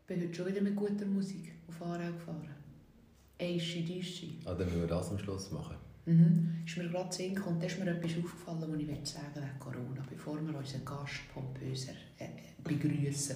bin heute schon wieder mit guter Musik auf Aarau gefahren. AC/DC. Dann müssen wir das am Schluss machen. Ist mir gerade zu Sinn gekommen, da ist mir etwas aufgefallen, was ich sagen will wegen Corona, bevor wir unseren Gast pompöser begrüßen.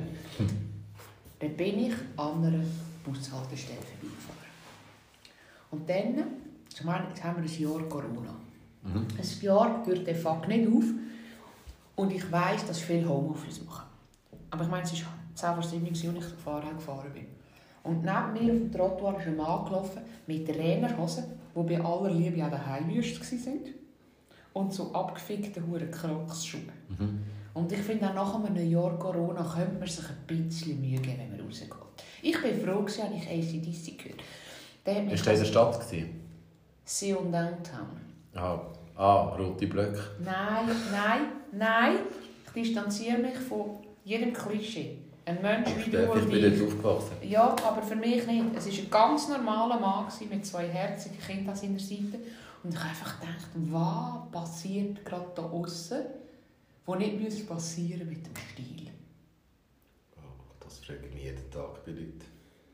Dann bin ich an einer Bushaltestelle vorbeigefahren. Und dann, jetzt haben wir ein Jahr Corona. Ein Jahr hört der Fuck nicht auf. Und ich weiss, dass ich viel Homeoffice mache. Aber ich meine, es war 10:07 Uhr, als ich gefahren bin. Und neben mir auf dem Trottoir ist ein Mann gelaufen mit Trainerhosen, die bei aller Liebe auch daheim waren. Und so abgefickten Crocs-Schuhen. Und ich finde, auch nach einem Jahr Corona könnte man sich ein bisschen Mühe geben, wenn man rausgeht. Ich bin froh, dass ich AC/DC gehört habe. Ist das in der Stadt? Sion Downtown. Rote Blöcke. Nein. Ich distanziere mich von jedem Klischee. Ein Mensch wie du und ich. Ich bin jetzt aufgewachsen. Ja, aber für mich nicht. Es war ein ganz normaler Mann mit 2 herzigen Kindern an seiner Seite. Und ich habe einfach gedacht, was passiert gerade da aussen, was nicht passieren mit dem Stil? Oh, das frage ich mich jeden Tag bei Leuten.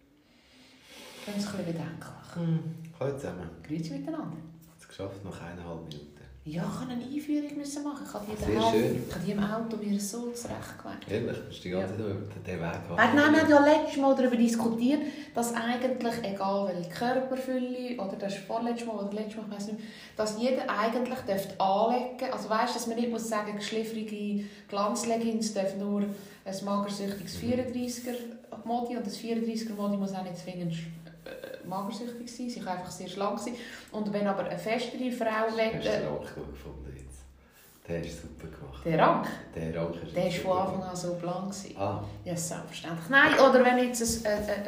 Ich finde es ein bisschen bedenklich. Hallo zusammen. Grüezi miteinander. Es geschafft nach 1,5 Minuten. Ja, ich musste eine Einführung machen. Ich habe die im Auto mir so zurechtgelegt. Ehrlich? Bist du die ganze Zeit über den Weg gegangen? Nein, wir haben ja letztes Mal darüber diskutiert, dass eigentlich, egal welche Körperfülle, oder das vorletztes Mal oder letztes Mal, ich weiss nicht mehr, dass jeder eigentlich anlegen darf. Also weißt, dass man nicht muss sagen, geschliffrige Glanzleggings dürfen nur ein magersüchtiges 34er-Modi und das 34er-Modi muss auch nicht zwingend magersüchtig sein, sie kann einfach sehr schlank sein. Und wenn aber eine festere Frau will... Hast du den Rank gefunden jetzt? Der ist super gemacht. Der Rank? Der Rank ist der war von Anfang an so blank. Ah. Ja, selbstverständlich. Nein, oder wenn jetzt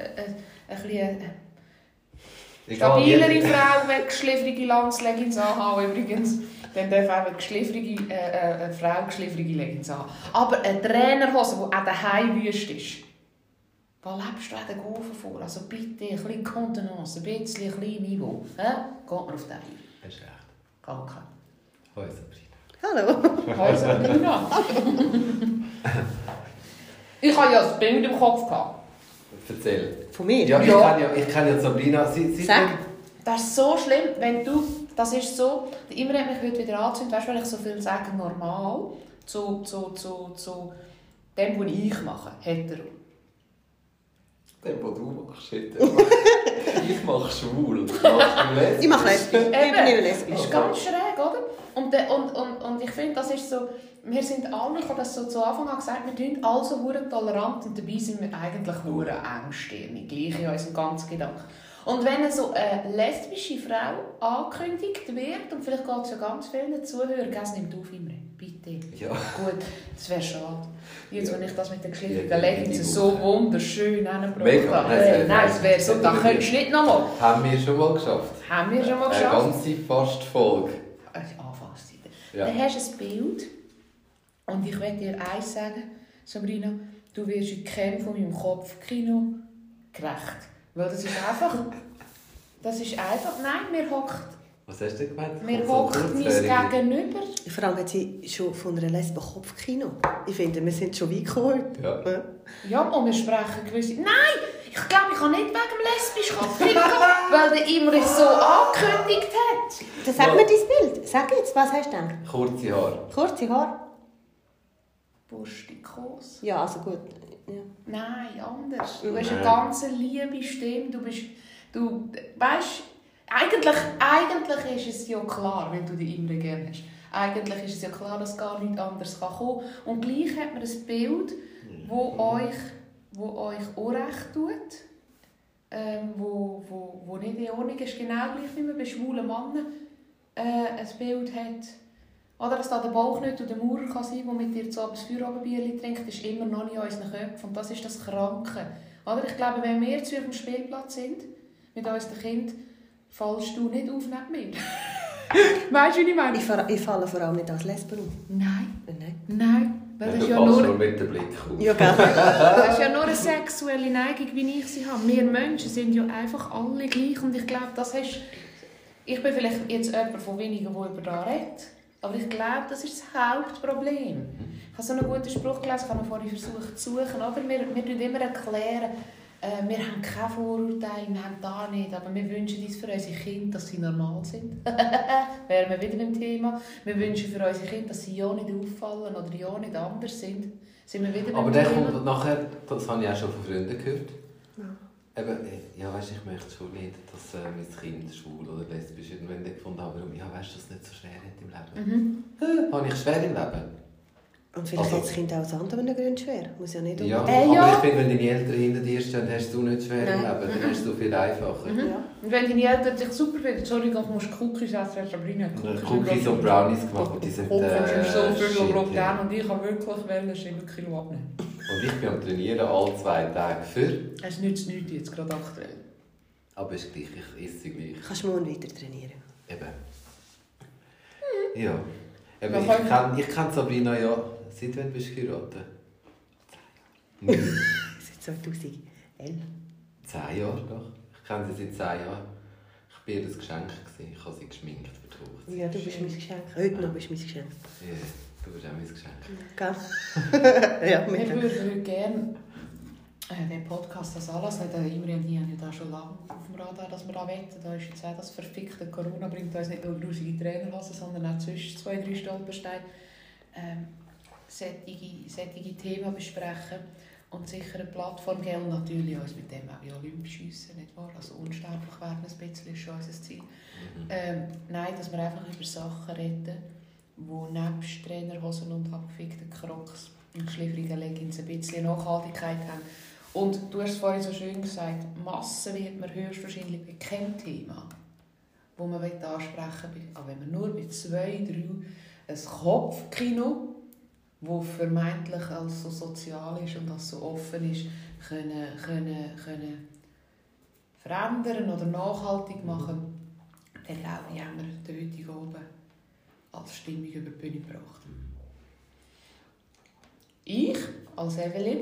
eine stabilere Frau will geschliffrige Lanzleggings anhaben, übrigens, dann darf auch eine Frau geschliffrige Leggings anhaben. Aber eine Trainerhose, die auch daheim wüst ist, was lebst du auch den Golfen vor? Also bitte, ein bisschen Kontenance, ein bisschen kleines Niveau. Geht man auf den Weg? Das ist recht. Danke. Hallo Sabrina. Hallo. Hallo Sabrina. Ich hatte ja das Bild im Kopf gehabt. Erzähl. Von mir? Ja, ich kenne ja Sabrina. Sag. Das ist so schlimm, wenn du... Das ist so... Immer hat mich heute wieder angezündet, weißt du, wenn ich so viel sage, normal, zu dem, was ich mache, hetero. Dem, was du machst, ich mache schwul. Ich mache lesbisch. Ich bin nicht lesbisch. Das ist ganz schräg, oder? Und ich finde, das ist so... Wir sind alle, ich habe das so zu Anfang an gesagt, wir sind alle so tolerant und dabei sind wir eigentlich engstirnig. Gleich in unserem ganzen Gedanken. Und wenn so eine lesbische Frau angekündigt wird, und vielleicht geht es ja ganz vielen Zuhörern, es nimmt auf immer. Bitte. Ja. Gut, das wäre schade. Jetzt, wenn ich das mit den geschliffenen Leggings so wunderschön hingebracht habe. Nein, es wäre so, da könntest du nicht nochmal. Haben wir schon mal geschafft. Eine ganze Fast-Folge. Anfangszeit. Ja. Dann hast du ein Bild. Und ich möchte dir eins sagen, Sabrina, du wirst in keinem von meinem Kopfkino gerecht. Weil das ist einfach, nein, mir hockt... Was hast du gemeint? Mir hockt mein Gegenüber. Vor allem hat sie schon von einer Lesbe Kopfkino. Ich finde, wir sind schon weit gekommen. Ja. Ja, und wir sprechen gewisse... Nein! Ich glaube, ich habe nicht wegen dem lesbischen Kopfkino, weil der Imre so angekündigt hat. Dann sag mir dein Bild. Sag jetzt, was hast du gedacht? Kurze Haare. Kurze Haare? Burstikos. Ja, also gut. Ja. Nein, anders. Du hast eine ganz liebe Stimme. Du weißt, eigentlich ist es ja klar, wenn du die Imre gerne hast. Eigentlich ist es ja klar, dass gar nichts anderes kommen kann. Und gleich hat man ein Bild, das euch auch recht tut. Wo nicht in Ordnung ist. Genau gleich wie man bei schwulen Männern ein Bild hat. Oder dass da der Bauch nicht oder der Maurer kann sein, der mit dir so das Feierabendbierchen trinkt, ist immer noch nicht in unseren Köpfen. Und das ist das Kranke. Oder? Ich glaube, wenn wir zu auf dem Spielplatz sind, mit unseren Kindern, fallst du nicht auf neben mir. Weißt du, wie ich meine? Ich falle vor allem nicht als Lesbe auf. Nein. Weil das Du ist ja fallst nur... nur mit dem Blick auf. Ja, gell? Das ist ja nur eine sexuelle Neigung, wie ich sie habe. Wir Menschen sind ja einfach alle gleich. Und ich glaube, das hast... Ich bin vielleicht jetzt jemand von wenigen, der über das redet. Aber ich glaube, das ist das Hauptproblem. Ich habe so einen guten Spruch gelesen, ich habe ihn vorhin versucht zu suchen. Oder? Wir tun immer erklären, wir haben keine Vorurteile, wir haben da nicht, aber wir wünschen uns für unsere Kinder, dass sie normal sind. Wären wir wieder beim Thema. Wir wünschen für unsere Kinder, dass sie ja nicht auffallen oder ja nicht anders sind. Sind wir wieder Aber beim dann Thema? kommt nachher, das habe ich auch schon von Freunden gehört. Ja. Eben, ja, weißt, ich möchte schon nicht, dass mein Kind schwul oder lesbisch ist. Und wenn ich gefunden habe, warum, ja, weißt du, dass es nicht so schwer hat im Leben. Habe ich schwer im Leben? Und vielleicht hat das Kind auch aus anderen Gründen schwer. Muss ja nicht Ja, unbedingt. aber ich finde, wenn deine Eltern hinter dir stehen, hast du nicht schwer im Leben. Dann hast du viel einfacher. Ja. Und wenn deine Eltern dich super finden, sorry, du musst Cookies essen, Sabrina. Cookies und Brownies gemacht und die sind so viel shit, Protein ja. und ich habe wirklich 7 Kilo abnehmen. Und ich bin am Trainieren alle 2 Tage für. Es nützt nichts jetzt, gerade aktuell. Aber es ist gleich, ich esse gleich. Kannst du morgen weiter trainieren. Eben. Ja. Eben, Ja, ich kenne Sabrina ja. Seit wann bist du geheiratet? Seit 2011. 10 Jahre, doch. Ich kenne sie seit 10 Jahren. Ich war ihr das Geschenk. Ich habe sie geschminkt für die Hochzeit. Ja, du bist mein Geschenk. Heute noch bist du mein Geschenk. Ja, du bist auch mein Geschenk. Gell? Ja, Wir mit würden heute gerne den Podcast als Anlass nehmen. Imre und ich haben ja da schon lange auf dem Radar, dass wir da wetten. Da ist jetzt auch das verfickte Corona bringt uns nicht nur grusige Trainerhasen, sondern auch zwischen 2-3 Stolpersteine. Solche Themen besprechen und sicher eine Plattform geben und natürlich uns mit dem auch olympisch schiessen, nicht wahr? Also unsterblich werden ein bisschen ist schon unser Ziel. Nein, dass wir einfach über Sachen reden, die nebst Trainerhosen und abgefickten Crocs und schliffrigen Leggings ein bisschen Nachhaltigkeit haben. Und du hast es vorhin so schön gesagt, Massen wird man höchstwahrscheinlich bei keinem Thema, das man ansprechen will. Aber wenn man nur bei 2, 3 ein Kopfkino, das vermeintlich als so sozial ist und als so offen ist, können verändern oder nachhaltig machen, dann glaube ich, haben wir den heutigen Abend als Stimmung über die Bühne gebracht. Ich, als Evelyn,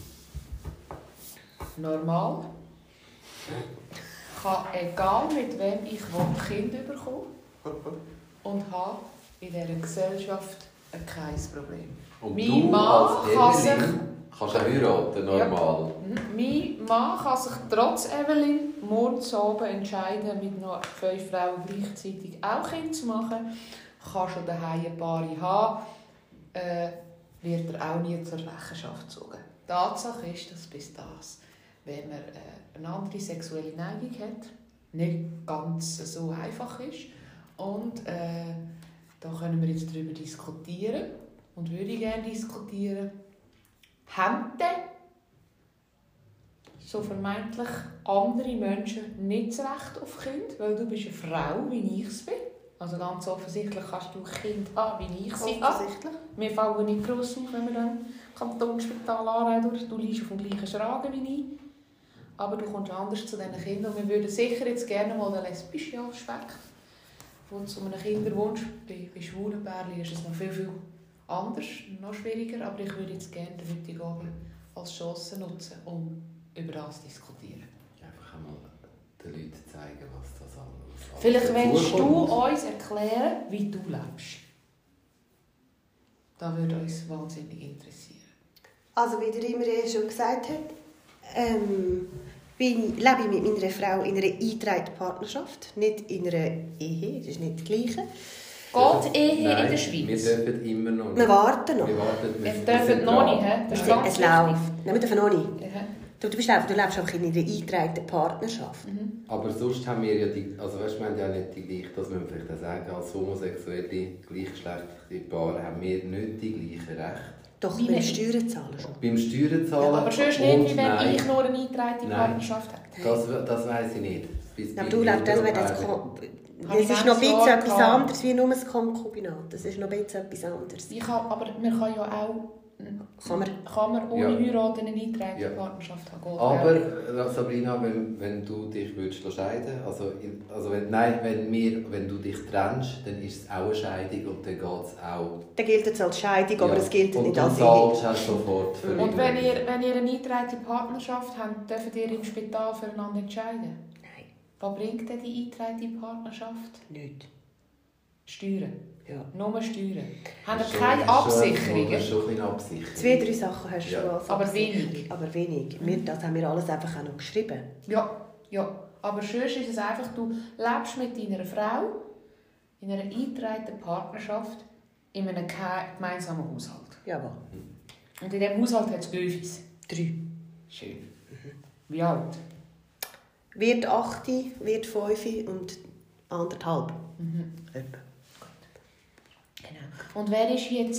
normal, kann, egal mit wem ich Kind bekomme, und habe in dieser Gesellschaft kein Problem. Und Mein du Mann als kann Evelyn kannst auch heiraten, normal. Ja. Mein Mann kann sich trotz Evelyn morgens oben entscheiden, mit noch 5 Frauen gleichzeitig auch Kinder zu machen. Kann schon daheim ein paar haben. Wird er auch nie zur Rechenschaft gezogen. Die Tatsache ist, dass bis das, wenn man eine andere sexuelle Neigung hat, nicht ganz so einfach ist. Und da können wir jetzt darüber diskutieren und würde ich gerne diskutieren. Haben so vermeintlich andere Menschen nicht das Recht auf Kind, weil du bist eine Frau, wie ich es bin. Also ganz offensichtlich kannst du Kind haben, wie ich sie habe. Wir fallen nicht gross auf, wenn wir dann im Kantonsspital anrennen. Du liegst auf dem gleichen Schragen wie ich. Aber du kommst anders zu diesen Kindern. Und wir würden sicher jetzt gerne mal den lesbischen Aspekt von zu einem Kinderwunsch. Bei schwulen Pärchen ist es noch viel anders, noch schwieriger. Aber ich würde jetzt gerne den heutigen Abend als Chance nutzen, um über das zu diskutieren. Einfach einmal den Leuten zeigen, was das alles Vielleicht willst du uns erklären, wie du lebst. Das würde uns wahnsinnig interessieren. Also, wie der immer schon gesagt hat, lebe ich mit meiner Frau in einer eingetragenen Partnerschaft, nicht in einer Ehe, das ist nicht das Gleiche. Geht Ehe Nein, in der Schweiz? Wir dürfen immer noch nicht. Wir warten noch. Wir dürfen noch nicht, he? Das ist ganz Es wichtig. läuft. Nein, wir dürfen noch nicht. Ja. Du lebst einfach in einer eingetragenen Partnerschaft. Aber sonst haben wir ja die, also weißt, wir haben ja nicht die gleichen, das müssen wir vielleicht auch sagen, als homosexuelle, gleichgeschlechtliche Paare haben wir nicht die gleichen Rechte. Doch, Wie beim nicht? Steuern zahlen schon. Beim Steuern zahlen. Ja, aber sonst und nicht, wie wenn nein, ich nur eine eingetragene Partnerschaft habe. Das weiss ich nicht. Ja, aber du lebst das ist noch ein bisschen etwas anderes wie nur ein Konkubinat. Das ist noch ein bisschen etwas anderes. Aber man kann ja auch kann man ohne Heiraten eine eingetragene Partnerschaft haben. Aber Sabrina, wenn du dich würdest scheiden, wenn du dich trennst, dann ist es auch eine Scheidung und dann geht es auch. Dann gilt es als Scheidung, aber es gilt nicht als Ehe. Und du zahlst sofort für Und wenn ihr eine eingetragene Partnerschaft habt, dürft ihr im Spital füreinander entscheiden? Nein. Was bringt denn die eingetragene Partnerschaft? Nicht. Steuern. Ja. Nur Steuern. Haben Das ihr ist keine schon- Absicherungen? Das ist schon eine Absicherung. 2, 3 Sachen hast du Ja. schon als Aber Absicherung. wenig. Aber wenig. Das haben wir alles einfach auch noch geschrieben. Ja. Aber sonst ist es einfach, du lebst mit deiner Frau in einer eingetragenen Partnerschaft in einem gemeinsamen Haushalt. Jawohl. Und in diesem Haushalt hat es Öfis. 3. Schön. Wie alt? Wird 8, wird 5 und 1,5. Etwa. Genau. Und wer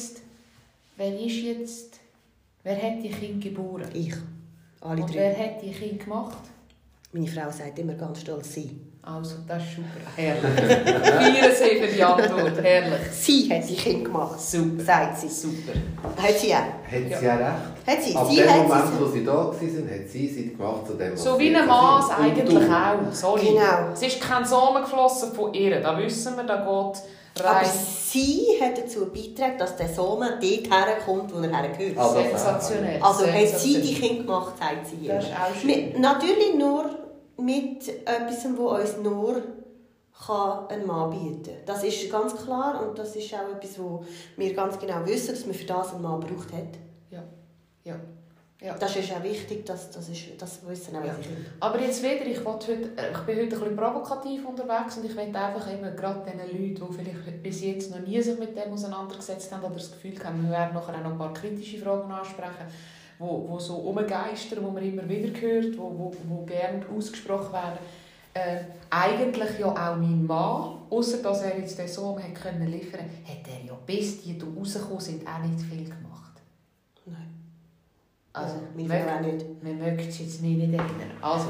hat die Kinder geboren? Ich. Alle Und 3. wer hat die Kinder gemacht? Meine Frau sagt immer ganz stolz sie. Also, das ist super. Herrlich. 4 für die Antwort. Herrlich. Sie hat die Kinder gemacht. Super. Sagt sie. Super. Hat sie auch. Hat sie ja recht. Hat sie. Ab Sie dem hat Moment, sie. wo sie da waren, hat sie gemacht zu dem, was So sie wie jetzt ein Mann sind. eigentlich Und du. auch. Sorry. Genau. Es ist kein Samen geflossen von ihr. Da wissen wir, da geht Aber rein. sie hat dazu beigetragen, dass der Samen dort herkommt, wo er hergehört. Also, Sensationell. Also hat sie Sensationell. die Kinder gemacht, sagt sie. Das ist auch schön. Natürlich nur mit etwas, das uns nur ein Mann bieten kann. Das ist ganz klar und das ist auch etwas, wo wir ganz genau wissen, dass man für das einen Mann gebraucht hat. Ja. Das ist auch wichtig, das wissen auch unsere Kinder. Aber jetzt wieder, ich bin heute ein bisschen provokativ unterwegs und ich möchte einfach immer gerade den Leuten, die vielleicht bis jetzt noch nie sich mit dem auseinandergesetzt haben oder das Gefühl haben, wir werden nachher auch noch ein paar kritische Fragen ansprechen, wo so umgeistern, wo man immer wieder hört, wo gerne ausgesprochen werden. Eigentlich ja auch mein Mann, ausser dass er jetzt den Sohn liefern konnte, hat er ja bis die hier rausgekommen sind auch nicht viel gemacht. Nein. Also, meine Frau auch nicht. Wir mögen es jetzt nicht erinnern. Also,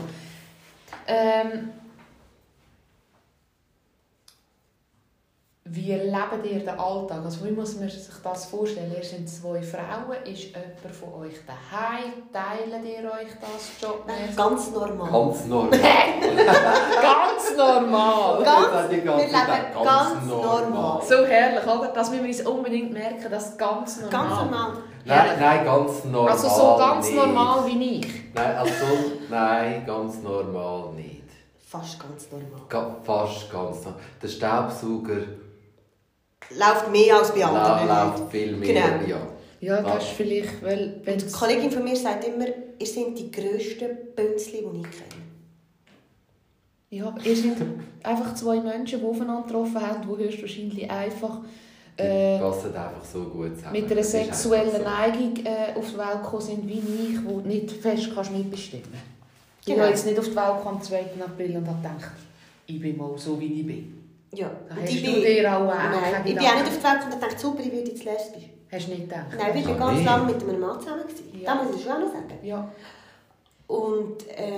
wie lebt ihr den Alltag? Also, wie muss man sich das vorstellen? Ihr seid 2 Frauen. Ist jemand von euch daheim? Teilt ihr euch das jobmäßig? Ganz normal. Ganz normal. Ganz normal! Wir leben ganz normal. So herrlich, oder? Das müssen wir uns unbedingt merken, das ganz normal. Ganz normal. Nein, ganz normal. Also so ganz nicht. normal wie ich. Nein, ganz normal nicht. Fast ganz normal. Fast ganz normal. Der Staubsauger Läuft mehr als bei anderen läuft Leuten. viel mehr. Genau. Ja. Ja, das ist vielleicht, weil... Eine Kollegin von mir sagt immer, ihr seid die grössten Bünzli, die ich kenne. Ja, ihr seid einfach 2 Menschen, die aufeinander getroffen haben, die höchstwahrscheinlich einfach Die passen einfach so gut zusammen. mit einer Das ist einfach sexuellen so. Neigung auf die Welt gekommen sind, wie ich, die nicht fest mitbestimmen kannst. Ich Genau. habe jetzt nicht auf die Welt gekommen am 2. April und habe gedacht, ich bin mal so, wie ich bin. Ja. Da Und hast ich du bin, dir auch nein, keine ich bin auch nicht auf die Welt gekommen und dachte, super, ich werde jetzt lesbisch. Hast du nicht gedacht? Nein, weil ich Ah, ganz nee. lange mit einem Mann zusammen war. Ja. Das muss ich schon auch noch sagen. Ja. Und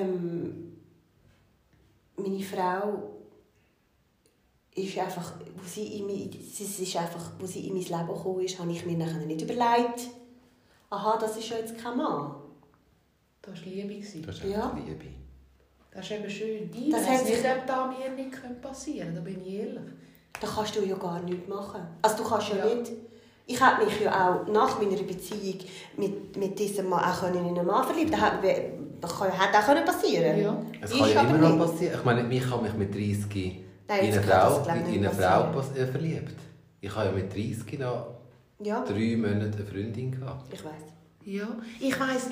meine Frau ist einfach, wo sie in mein Leben gekommen ist, habe ich mir nachher nicht überlegt, aha, das ist ja jetzt kein Mann. Das war Liebe. Das ist Ja. einfach Liebe. Das ist eben schön. Ich Das weiss hat nicht, sich- ob das mir nicht passieren könnte, da bin ich ehrlich. Da kannst du ja gar nichts machen. Also du kannst ja, Ja. nicht... Ich hätte mich ja auch nach meiner Beziehung mit diesem Mann auch in einen Mann verliebt. Das hätte auch passieren. Ja. Es Ist kann ja aber immer noch nicht. passieren. Ich meine, ich habe mich mit 30 Nein, in jetzt eine kann das, Frau, glaub ich, nicht in eine Frau passieren. verliebt. Ich habe ja mit 30 noch Ja, 3 Monate eine Freundin gehabt. ich weiss. Ja, ich weiss,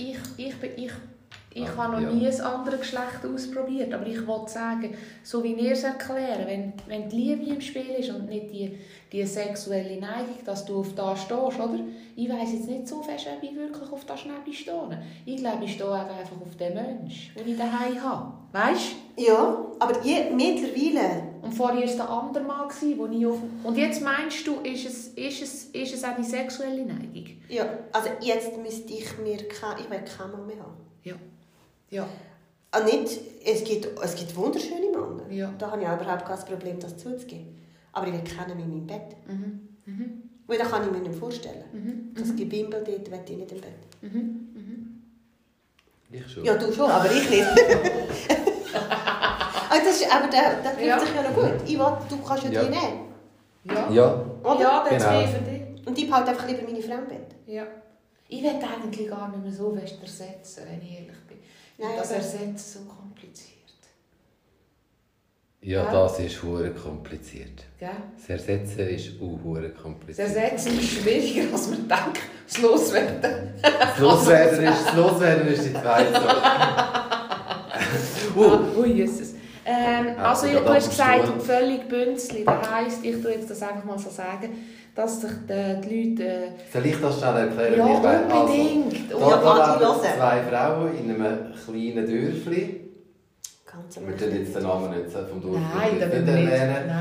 ich habe noch Ja. nie ein anderes Geschlecht ausprobiert, aber ich wollte sagen, so wie ihr es erklären, wenn die Liebe im Spiel ist und nicht die sexuelle Neigung, dass du auf das stehst, oder? Ich weiss jetzt nicht so fest, ob ich wirklich auf das Schnäppchen stehe. Ich glaube, ich stehe einfach auf den Menschen, den ich daheim habe. Weißt du? Ja, aber mittlerweile... Und vorher war es der andere Mal, wo ich auf... Und jetzt meinst du, ist es auch die sexuelle Neigung? Ja, also jetzt müsste ich mir keinen Mann mehr haben. Ja. Ja. Nicht, es gibt wunderschöne Männer. Ja. Da habe ich auch überhaupt kein Problem, das zuzugeben. Aber ich will keinen in meinem Bett. Mhm. Weil das kann ich mir nicht vorstellen. Das Gewimbel dort will ich nicht im Bett. Ich schon. Ja, du schon, aber ich nicht. Aber der trifft Ja. sich ja noch gut. Du kannst ja Ja. die nehmen. Ja. Ja, Ja, Oder? dann Genau. zwei für dich. Und ich behalte einfach lieber meine Frau im Bett. Ja. Ich will eigentlich gar nicht mehr so fest ersetzen, wenn ich ehrlich bin. Ich Nein, finde das aber- Ersetzen so kompliziert. Ja, das ist hure kompliziert. Gell? Das Ersetzen ist hure Das kompliziert. Ersetzen ist schwieriger, als man denkt. Das Loswerden. Das Loswerden ist die zweite Sache. Jesus. Also, du hast gesagt, völlig Bünzli. Das heisst, ich tue jetzt das einfach mal so sagen, dass sich die Leute... Soll ich das schnell erklären? Ja, unbedingt. Also, da leben 2 Frauen in einem kleinen Dörfli. Wir können jetzt den Namen nicht vom Dorf nicht erwähnen.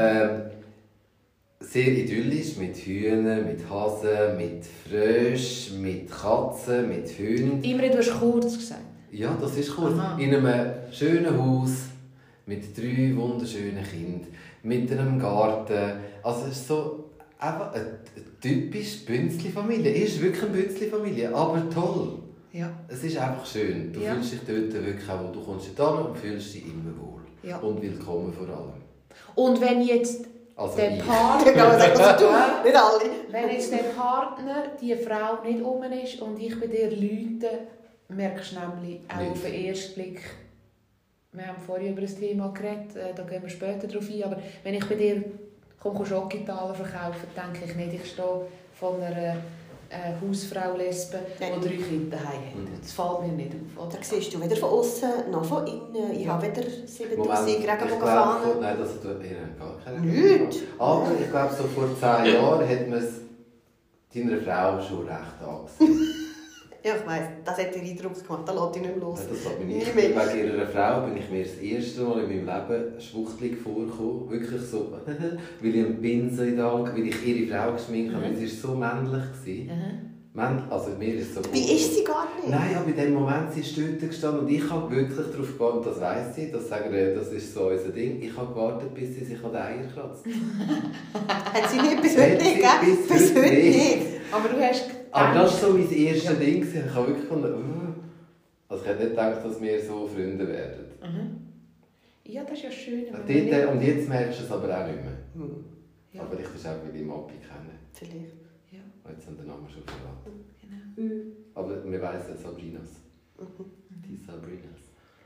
Sehr idyllisch, mit Hühnern, mit Hasen, mit Fröschen, mit Katzen, mit Hunden. Imre, du hast kurz gesagt. Ja, das ist kurz. Aha. In einem schönen Haus mit 3 wunderschönen Kindern, mit einem Garten. Also es ist so einfach eine typische Bünzli-Familie. Es ist wirklich eine Bünzli-Familie, aber toll. Ja. Es ist einfach schön. Du fühlst dich dort wirklich auch, du kommst dort hin und fühlst dich immer wohl. Ja. Und willkommen vor allem. Und wenn jetzt Also der ich. Partner... Nicht alle. Wenn jetzt der Partner, die Frau nicht um ist und ich bei dir läute, merkst du nämlich auch Nicht. auf den ersten Blick, wir haben vorhin über das Thema geredet, da gehen wir später drauf ein, aber wenn ich bei dir Schokitaler verkaufen, denke ich nicht, ich stehe von einer Hausfrau Lesbe, die 3 Kinder daheim hat. Das fällt mir nicht auf. Da siehst du weder von außen noch von innen. Ich habe weder 7000 Moment, Regenbogenfahnen. nein, das tut ihr gar keine. Nicht. Aber ich glaube, so vor 10 Jahren hat man es deiner Frau schon recht angesehen. Ja, ich weiss, das hat den Eindruck gemacht, da lässt ich nicht mehr los. Das hat mich nicht. Nie mehr. Wegen ihrer Frau bin ich mir das erste Mal in meinem Leben schwuchtelig vorgekommen. Wirklich so, weil ich einen Pinsel in der Hand, weil ich ihre Frau geschminkt habe. Sie war so männlich. Also mir ist so Wie ist sie gar nicht? Nein, aber in dem Moment sie ist dort gestanden und ich habe wirklich darauf gewartet, das weiss sie, das sagen wir, das ist so unser Ding. Ich habe gewartet, bis sie sich an den Eier kratzt. Hat sie nicht bis heute nicht, gell? Bis heute nicht. Aber du hast... Aber das war so mein erstes Ding. Ich habe wirklich gefunden, also ich hätte nicht gedacht, dass wir so Freunde werden. Ja, das ist ja schön. Und jetzt merkst du es aber auch nicht mehr. Ja. Aber vielleicht ist es auch, weil ich Mappi kenne. Vielleicht. Ja, Jetzt haben den Namen schon verraten. genau. Aber wir weissen Sabrinas. Die Sabrinas.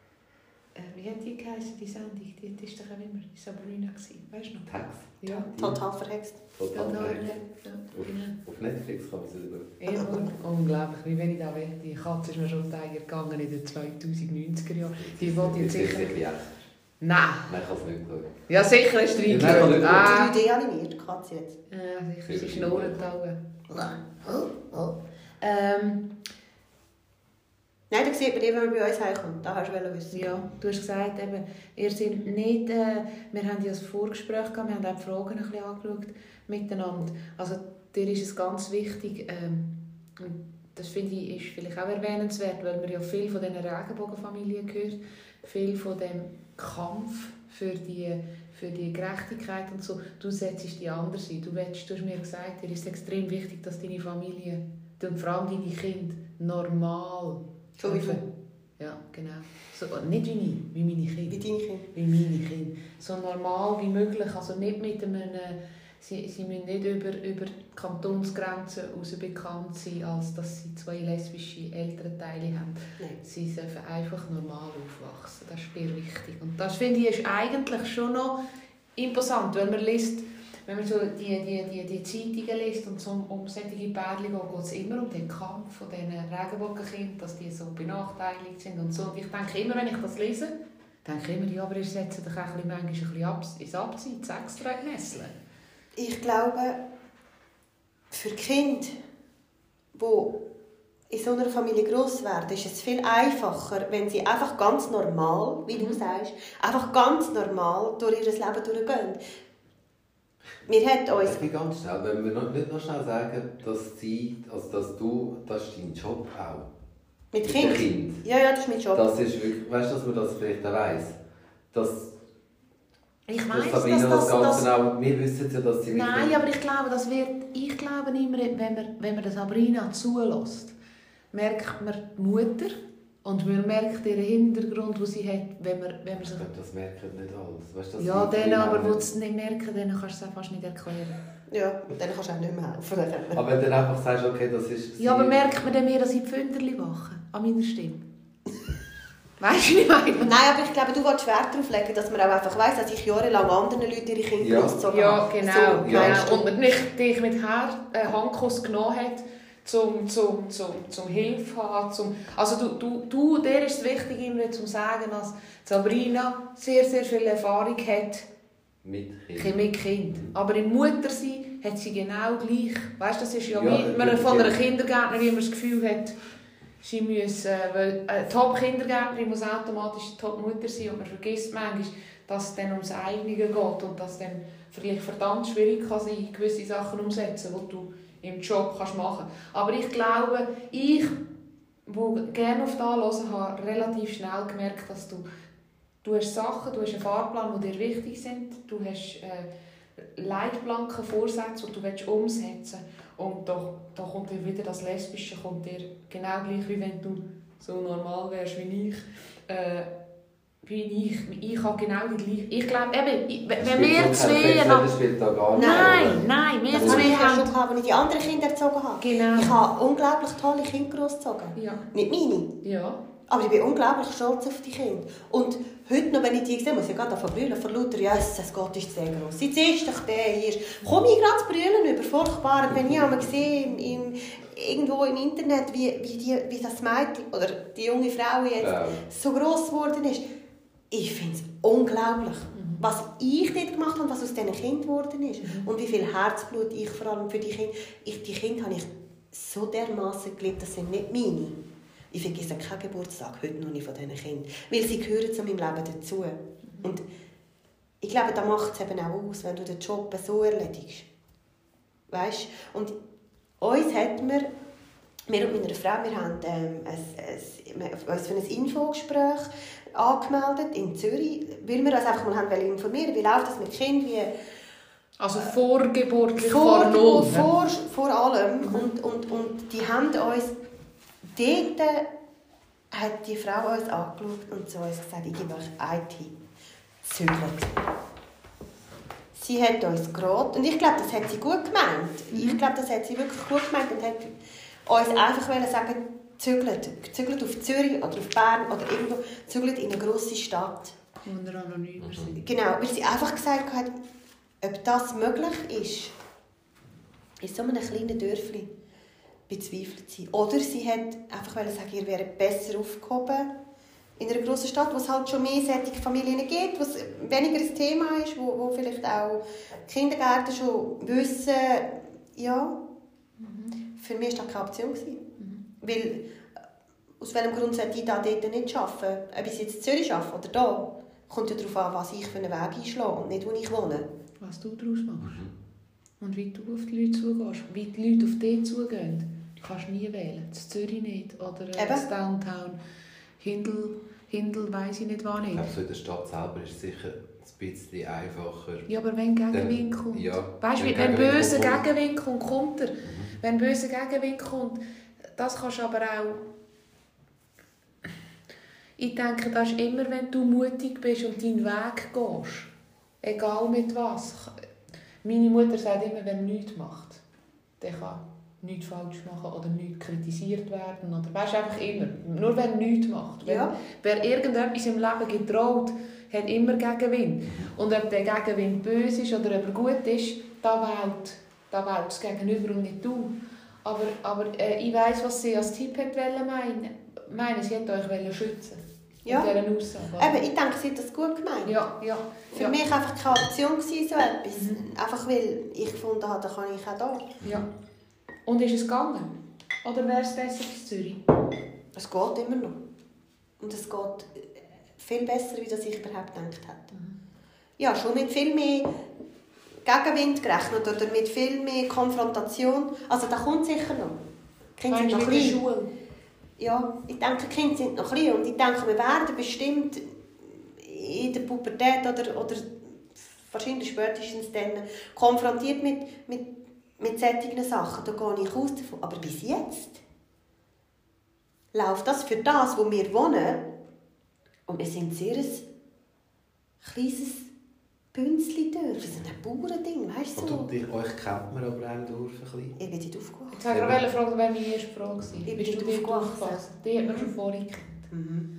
Wie hat die geheißen, die Sendung? Die war doch auch immer Sabrina. Weißt du noch? Tax. Ja. Total verhext. Total Ja, verrückt. ja, genau. Auf Netflix kann man sie schauen. Ja, unglaublich, wie wenig da will. Die Katze ist mir schon Tiger gegangen in den 2090er Jahren. Die wollte jetzt sicher... Nein! Nein, ich kann es nicht schauen. Ja, sicher ist es Ja, nein, rein. 3D animiert, Katze jetzt. Ja, sicher, sie schnurrt alle. Nein, da sieht man eben, wenn man bei uns heimkommt. Da hast du wissen. Ja, du hast gesagt, eben, ihr seid nicht... wir haben ja ein Vorgespräch gehabt, wir haben auch die Fragen ein bisschen angeschaut miteinander. Also dir ist es ganz wichtig, und das finde ich ist vielleicht auch erwähnenswert, weil man ja viel von diesen Regenbogenfamilien hört, viel von dem Kampf für die Gerechtigkeit und so. Du setzt die anders ein. Du hast mir gesagt, dir ist extrem wichtig, dass deine Familie und vor allem deine Kinder normal... So wie du. Ja, genau. So, nicht wie meine Kinder. Wie deine Kinder. Wie meine Kinder. So normal wie möglich. Also nicht mit einem... Sie müssen nicht über die Kantonsgrenzen heraus bekannt sein, als dass sie 2 lesbische Elternteile haben. Nein. Sie dürfen einfach normal aufwachsen. Das ist sehr wichtig. Und das finde ich ist eigentlich schon noch imposant, weil man liest, wenn man so die Zeitungen liest und so um solche Pärchen geht es immer um den Kampf von diesen Regenbogenkindern, dass die so benachteiligt sind und so. Und ich denke immer, wenn ich das lese, denke ich immer, ja, aber ihr setzt doch auch manchmal ein bisschen ins Abseits, extra in die Nessel. Ich glaube, für Kinder, die in so einer Familie gross werden, ist es viel einfacher, wenn sie einfach ganz normal, wie du sagst, einfach ganz normal durch ihr Leben durchgehen. Wir haben uns... Ich bin ganz schnell, wenn wir nicht noch schnell sagen, dass das ist dein Job auch. Mit Mit Kind? dem Kind. Ja, das ist mein Job. Das ist wirklich, weißt du, dass man das vielleicht auch weiss? Ich weiss, Sabrina das Ganze auch, wir wissen ja, dass sie... Nein, aber ich glaube immer, wenn man das Sabrina zulässt, merkt man die Mutter und man merkt ihren Hintergrund, den sie hat, wenn man sich... Das merken nicht alles. Weißt, das Ja, denen aber, die es nicht merken, denen kannst du es fast nicht erklären. Ja, und dann kannst du auch nicht mehr helfen. Aber wenn du dann einfach sagst, okay, das ist... Ja, aber merkt man dann mehr, dass ich die Pfünderli mache? An meiner Stimme? Weißt du, wie ich meine? Nein, aber ich glaube, du willst Wert darauf legen, dass man auch einfach weiss, dass ich jahrelang anderen Leuten ihre Kinder großgezogen habe. Ja, genau. So, Ja. Und man dich mit Handkuss genommen hat, zum Hilfe haben. Also dir ist es wichtig, immer zu sagen, dass Sabrina sehr, sehr viel Erfahrung hat mit Kind. Aber im Muttersein hat sie genau gleich. Weißt, das ist ja wie man von einer Kindergärtnerin, wie man das Gefühl hat, sie muss, weil eine Top-Kindergärtnerin muss automatisch eine Top-Mutter sein. Und man vergisst manchmal, dass es dann ums Eigene geht und dass es dann vielleicht verdammt schwierig kann sein, gewisse Sachen umsetzen, die du im Job machen kannst. Aber ich glaube, ich, der gerne auf das hören, habe relativ schnell gemerkt, dass du hast Sachen, du hast einen Fahrplan, die dir wichtig sind, du hast Leitplanken, Vorsätze, die du umsetzen willst. Und da kommt dir wieder das Lesbische, kommt dir genau gleich, wie wenn du so normal wärst wie ich. Ich habe genau die gleiche... Ich glaube, eben, wenn wir zwei... Nein, wir zwei haben... schon gehabt, als ich die anderen Kinder erzogen habe. Genau. Ich habe unglaublich tolle Kinder großgezogen. Ja. Nicht meine. Ja. Aber ich bin unglaublich stolz auf die Kinder. Und heute noch, wenn ich die sehe, muss ich gerade verbrüllen. Vor lauter «Jesus, Gott ist sehr gross. Jetzt ist doch der hier.» Komme ich gerade zu brüllen über furchtbar. Wenn ich einmal sehe, irgendwo im Internet, wie das Mädchen oder die junge Frau jetzt so gross geworden ist. Ich finde es unglaublich, was ich dort gemacht habe und was aus diesen Kindern geworden ist. Und wie viel Herzblut ich vor allem für die Kinder... Die Kinder habe ich so dermassen geliebt, das sind nicht meine. Ich vergesse keinen Geburtstag, heute noch nicht von diesen Kindern. Weil sie gehören zu meinem Leben dazu. Und ich glaube, da macht es eben auch aus, wenn du den Job so erledigst. Weißt? Und uns hat wir und meine Frau, wir haben uns für ein Infogespräch angemeldet in Zürich, weil wir uns einfach mal haben informieren, wie läuft das mit Kindern, also vorgeburtlich, vor allem. Und die haben uns dort hat die Frau uns angeschaut und zu uns gesagt, ich gebe euch einen Tipp. Zügelt. Sie hat uns geraten, und ich glaube, das hat sie gut gemeint. Ich glaube, das hat sie wirklich gut gemeint und hat uns einfach sagen, zügelt auf Zürich oder auf Bern oder irgendwo, zügelt in eine grosse Stadt. Und anonymer sind. Genau, weil sie einfach gesagt hat, ob das möglich ist, in so einem kleinen Dörfli bezweifelt sie. Oder sie hat einfach sagen, ihr wäret besser aufgehoben in einer grossen Stadt, wo es halt schon mehr solche Familien gibt, wo es weniger ein Thema ist, wo vielleicht auch Kindergärten schon wissen, ja. Für mich war das keine Option. Weil, aus welchem Grund sollte ich dort nicht arbeiten? Ob ich jetzt in Zürich arbeite oder da, kommt ja darauf an, was ich für einen Weg einschlage und nicht, wo ich wohne. Was du daraus machst. Und wie du auf die Leute zugehst, wie die Leute auf dich zugehen. Du kannst nie wählen. In Zürich nicht. Oder in Downtown. Hindel weiss ich nicht, wann nicht. Ich glaube, so in der Stadt selber ist es sicher ein bisschen einfacher. Ja, aber wenn Gegenwind kommt. Ja, weißt du, wenn böser Gegenwind kommt, kommt er. Wenn böser Gegenwind kommt, das kannst du aber auch... Ich denke, das ist immer, wenn du mutig bist und deinen Weg gehst. Egal mit was. Meine Mutter sagt immer, wenn man nichts macht, der kann nichts falsch machen oder nichts kritisiert werden. Oder, weißt du, einfach immer. Nur wenn man nichts macht. Ja. Wer irgendetwas im Leben getraut, hat immer Gegenwind. Und ob der Gegenwind böse ist oder ob er gut ist, da wählt das Gegenüber und nicht du. Aber ich weiss, was sie als Tipp meinen. Sie wollte euch schützen. Ja. Mit dieser Aussage. Eben, ich denke, sie hat das gut gemeint. Ja. Für mich war einfach keine Option, so etwas. Einfach weil ich gefunden habe, da kann ich auch da. Ja. Und ist es gegangen? Oder wäre es besser in Zürich? Es geht immer noch. Und es geht viel besser, als ich überhaupt gedacht hätte. Ja, schon mit viel mehr Gegenwind gerechnet oder mit viel mehr Konfrontation. Also da kommt sicher noch. Die Kinder sind noch klein. Schule? Ja, ich denke, die Kinder sind noch klein und ich denke, wir werden bestimmt in der Pubertät oder wahrscheinlich spätestens dann konfrontiert mit solchen Sachen. Da gehe ich aus davon. Aber bis jetzt läuft das für das, wo wir wohnen, und wir sind sehr ein kleines Bünzli-Dörf. Das ist ein Bauernding, weißt du? Und euch kennt man aber auch im Dorf ein bisschen. Ich bin dort aufgewachsen. Jetzt wollte ich fragen, wer meine erste Frage war. Ich bin Bist du dort dort aufgewachsen. aufgewachsen? Die hat man schon vorher gekannt.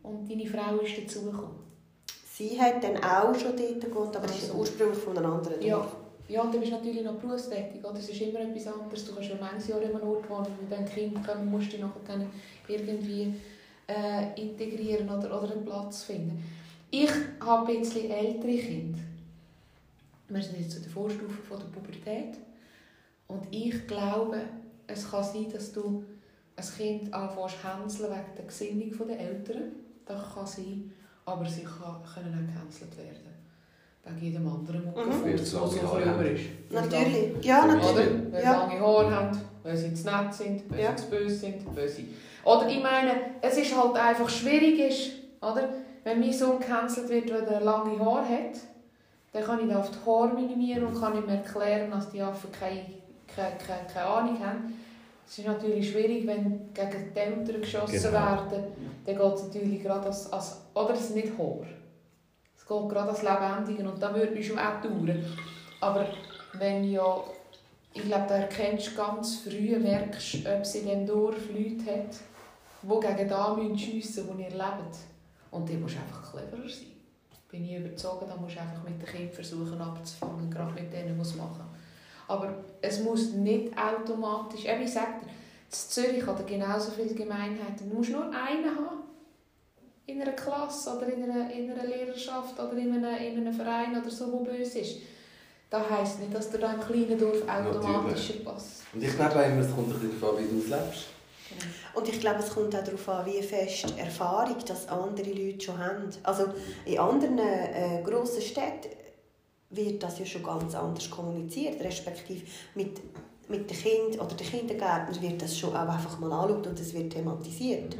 und deine Frau ist dazugekommen. Sie hat dann auch schon dort gewohnt, aber das ist ursprünglich von einem anderen Dorf. Ja, und du bist natürlich noch berufstätig. Oder? Es ist immer etwas anderes. Du kannst schon manches Jahr immer Ort wohnen. Wenn dann Kind kommen, musst du dich nachher irgendwie integrieren oder einen Platz finden. Ich habe ein bisschen ältere Kinder. Wir sind jetzt zu der Vorstufe von der Pubertät. Und ich glaube, es kann sein, dass du ein Kind anfängst zu hänseln wegen der Gesinnung der Eltern. Das kann sein. Aber sie können auch gehänselt werden. Wegen jedem anderen Muckefuß, der so früher ist. Natürlich. Ja, natürlich. Weil sie lange Haare haben, weil sie zu nett sind, weil sie zu böse sind. Weil sie... Oder ich meine, es ist halt einfach schwierig, oder? Wenn mein Sohn gehänselt wird, weil er lange Haare hat, dann kann ich auf die Haare minimieren und kann ihm erklären, dass die Affen keine Ahnung haben. Es ist natürlich schwierig, wenn gegen die Eltern geschossen werden, dann geht es natürlich gerade oder es ist nicht Haar. Es geht gerade als Lebendigen und da würde mich schon auch dauern. Aber wenn ja, ich glaube, da erkennst du ganz früh, merkst, ob es in diesem Dorf Leute hat, die gegen da schiessen müssen, die ihr lebt. Und dann musst du einfach cleverer sein. Bin ich überzeugt, da musst du einfach mit den Kindern versuchen abzufangen, gerade mit denen, die es machen. Aber es muss nicht automatisch, ich sage dir, in Zürich hat er genauso viele Gemeinheiten. Du musst nur einen haben. In einer Klasse oder in einer Lehrerschaft oder in einem Verein oder so, der böse ist. Das heisst nicht, dass du da im kleinen Dorf automatisch passt. Und ich glaube auch immer, es kommt ein bisschen darauf an, wie du es lebst. Und ich glaube, es kommt auch darauf an, wie fest Erfahrung das andere Leute schon haben. Also in anderen grossen Städten wird das ja schon ganz anders kommuniziert, respektive mit den Kindern oder den Kindergärtnern wird das schon auch einfach mal angeschaut und es wird thematisiert.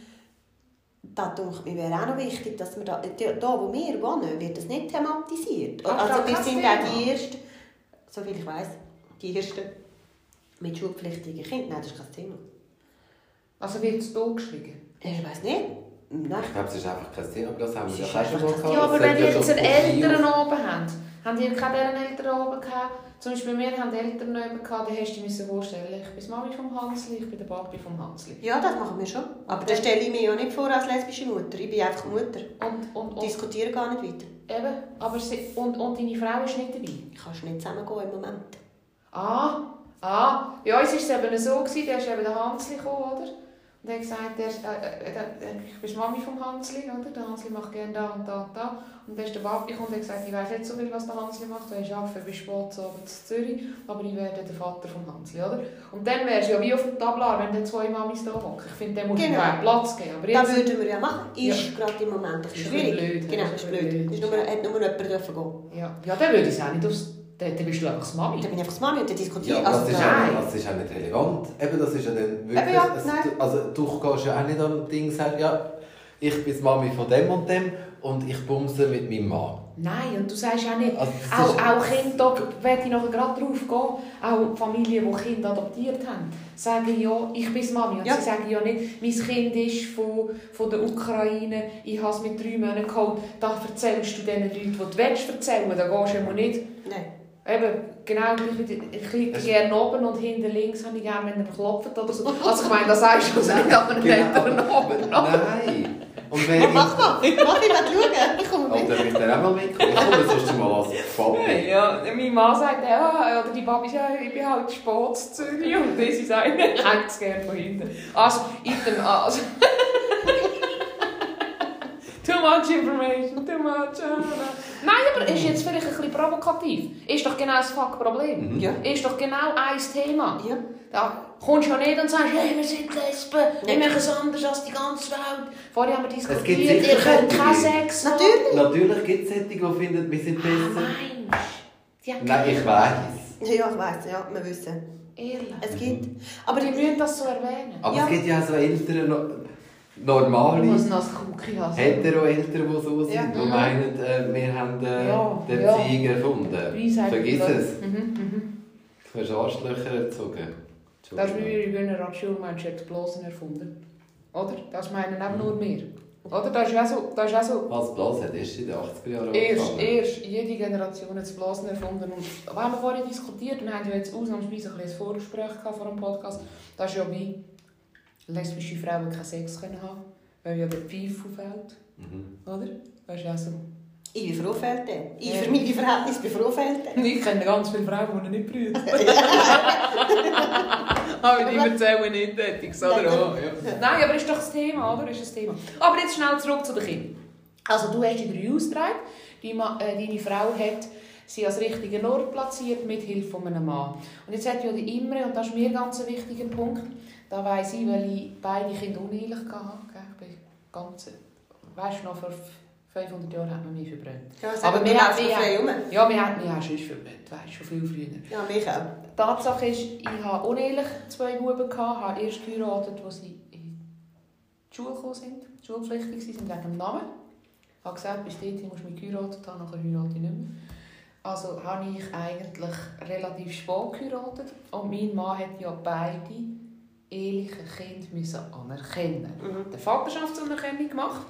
Da denke ich, wäre auch noch wichtig, dass wir da wo wir wohnen, wird das nicht thematisiert. Also wir sind auch die Ersten, soviel ich weiss, die Ersten mit schulpflichtigen Kindern. Nein, das ist kein Thema. Also wird es hier geschwiegen? Ich weiss nicht. Nein. Ich glaube, es ist einfach kein Thema, aber das haben wir ja auch schon mal gehabt. Ja, aber wenn ihr jetzt Eltern oben habt ihr keine Eltern oben gehabt? Zum Beispiel wir hatten Eltern oben gehabt, dann hast du dir vorstellen, ich bin die Mami vom Hansli, ich bin der Papi vom Hansli. Ja, das machen wir schon. Aber das stelle ich mir ja nicht vor als lesbische Mutter. Ich bin einfach Mutter. Und diskutiere gar nicht weiter. Eben, aber und deine Frau ist nicht dabei? Kannst nicht zusammengehen im Moment. Bei uns war es eben so, da ist eben der Hansli gekommen, oder? Und er hat gesagt, ich bin die Mami vom Hansli, oder? Der Hansli macht gerne da und da und da. Und dann ist der Papi gekommen und hat gesagt, ich weiss nicht so viel, was der Hansli macht, weil ich arbeite bis spät in Zürich, aber ich werde der Vater vom Hansli, oder? Und dann wärst du ja wie auf dem Tablar, wenn dann zwei Mamis da hocken. Ich finde, dann musst du einen Platz geben. Aber jetzt... Das würden wir ja machen. Ist gerade im Moment ein bisschen schwierig. Blöd, genau, ist blöd. Hat nur jemand dürfen gehen. Ja, dann würde ich es auch nicht aufs... Dann bist du einfach das Mami. Dann bin ich einfach das Mami und dann diskutiere ich. Ja, das ist auch nicht relevant. Eben, das ist ja dann wirklich... Also du gehst ja auch nicht an Ding und sagst, ja, ich bin die Mami von dem und ich bumse mit meinem Mann. Nein, und du sagst auch nicht... Also auch Kinder, da werde ich nachher gerade drauf gehen, auch Familien, die Kinder adoptiert haben, sagen ja, ich bin die Mami. Und sie sagen ja nicht, mein Kind ist von der Ukraine, ich habe es mit 3 Monaten geholt. Da erzählst du den Leuten, die du erzählen willst. Da gehst du immer nicht. Nein. Eben, genau, ich liege gerne oben und hinten links habe ich gerne, wenn er klopft oder so. Also ich meine, das sagst du nicht, aber nicht oben. Nein. Und mach mal, ich will schauen. Ich komme mit. Oder ich dann auch mal mitkommen. Ich komme sonst mal als Papi. Ja, mein Mann sagt, ja, oder die Papi sagt, ich bin halt spät in Zürich und sie sagt, ich hätte es gerne von hinten. Also, Too much information, too much. Nein, aber ist jetzt vielleicht ein bisschen provokativ. Ist doch genau das Fuck-Problem. Ja. Ist doch genau ein Thema. Ja. Da kommst du ja nicht und sagst, hey, wir sind Lesben, wir machen es anders als die ganze Welt. Vorher haben wir diskutiert, ihr könnt keinen Sex haben. Natürlich gibt es solche, die finden, wir sind besser. Nein, ich weiss. Ja, ich weiss, ja, wir wissen. Ehrlich. Es gibt. Aber die müssen das so erwähnen. Aber es gibt ja auch so Eltern, normale, Hetero-Eltern, die so sind, die meinen, wir haben die Erziehung erfunden. Vergiss es. Du hast Arschlöcher erzogen. Das ist wie wenn ein Schulmensch die Blasen erfunden. Oder? Das meinen auch nur wir. Oder? Das ist auch so. Was Blasen hat, ist in den 80er Jahren erst jede Generation hat das Blasen erfunden. Und wir haben vorhin diskutiert, wir haben ja jetzt ausnahmsweise ein Vorgespräch vor dem Podcast. Das ist ja wie lesbische Frauen keinen Sex haben. weil ja der Pfeif auffällt. Oder? Weißt du, also... Ich bin Frauenfeld. Ich für meine Verhältnisse bin Frauenfeld. Ich kenne ganz viele Frauen, die nicht brüllen. Aber die erzählen nicht tätig, oder? Nein, aber ist doch das Thema, oder? Ist das Thema. Aber jetzt schnell zurück zu den Kindern. Also du hast die 3 ausgetragen. Deine Frau hat sie als richtigen Ort platziert, mit Hilfe von einem Mann. Und jetzt hat ja die Imre, und das ist mir ganz ein wichtiger Punkt, da weiss ich, weil ich beide Kinder unehelich hatte. Ich bin ganz... Weißt du noch, vor 500 Jahren hat man mich verbrannt. Ja, aber wir haben schon verbrannt, weißt du, schon viel früher. Ja, mich auch. Die Tatsache ist, ich hatte unehelich 2 Buben, habe erst geheiratet, als sie in die Schule gekommen sind, schulpflichtig sind wegen dem Namen. Ich habe gesagt, bis dahin musst du mich geheiratet haben, nachher heirate ich nicht mehr. Also habe ich eigentlich relativ spät geheiratet und mein Mann hat ja beide ehelichen Kinder anerkennen. Die Vaterschaftsanerkennung gemacht.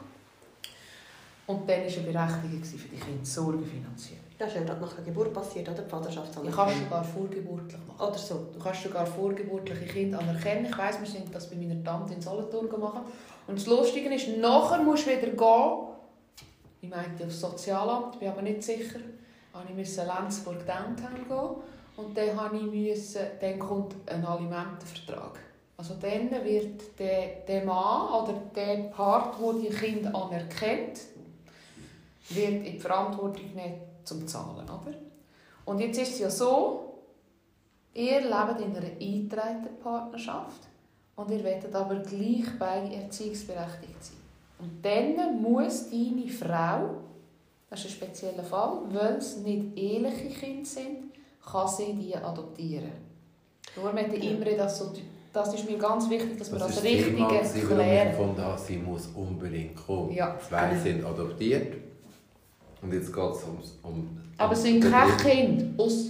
Und dann war er berechtigt für die Kinder Sorgen finanziell. Das ist ja gerade nach der Geburt passiert, oder? Die Vaterschaftsanerkennung. Du kannst sogar vorgeburtlich machen. Oder so. Du kannst sogar vorgeburtliche Kinder anerkennen. Ich weiss, wir sind das bei meiner Tante in Solothurn machen. Und das Lustige ist, nachher musst du wieder gehen. Ich meinte aufs Sozialamt, bin aber nicht sicher. Ich musste Lenzburg Downtown gehen. Und dann kommt ein Alimentenvertrag. Also dann wird der Mann oder der Part, der die Kinder anerkennt, wird in die Verantwortung nicht zum Zahlen. Oder? Und jetzt ist es ja so, ihr lebt in einer eingetragenen Partnerschaft und ihr werdet aber gleich beide erziehungsberechtigt sein. Und dann muss deine Frau, das ist ein spezieller Fall, weil es nicht eheliche Kinder sind, kann sie die adoptieren. Darum hat Imre das ist mir ganz wichtig, dass wir das Richtige klären. Sie muss unbedingt kommen. Ja. 2 sind adoptiert. Und jetzt geht es um aber es sind keine Kinder aus...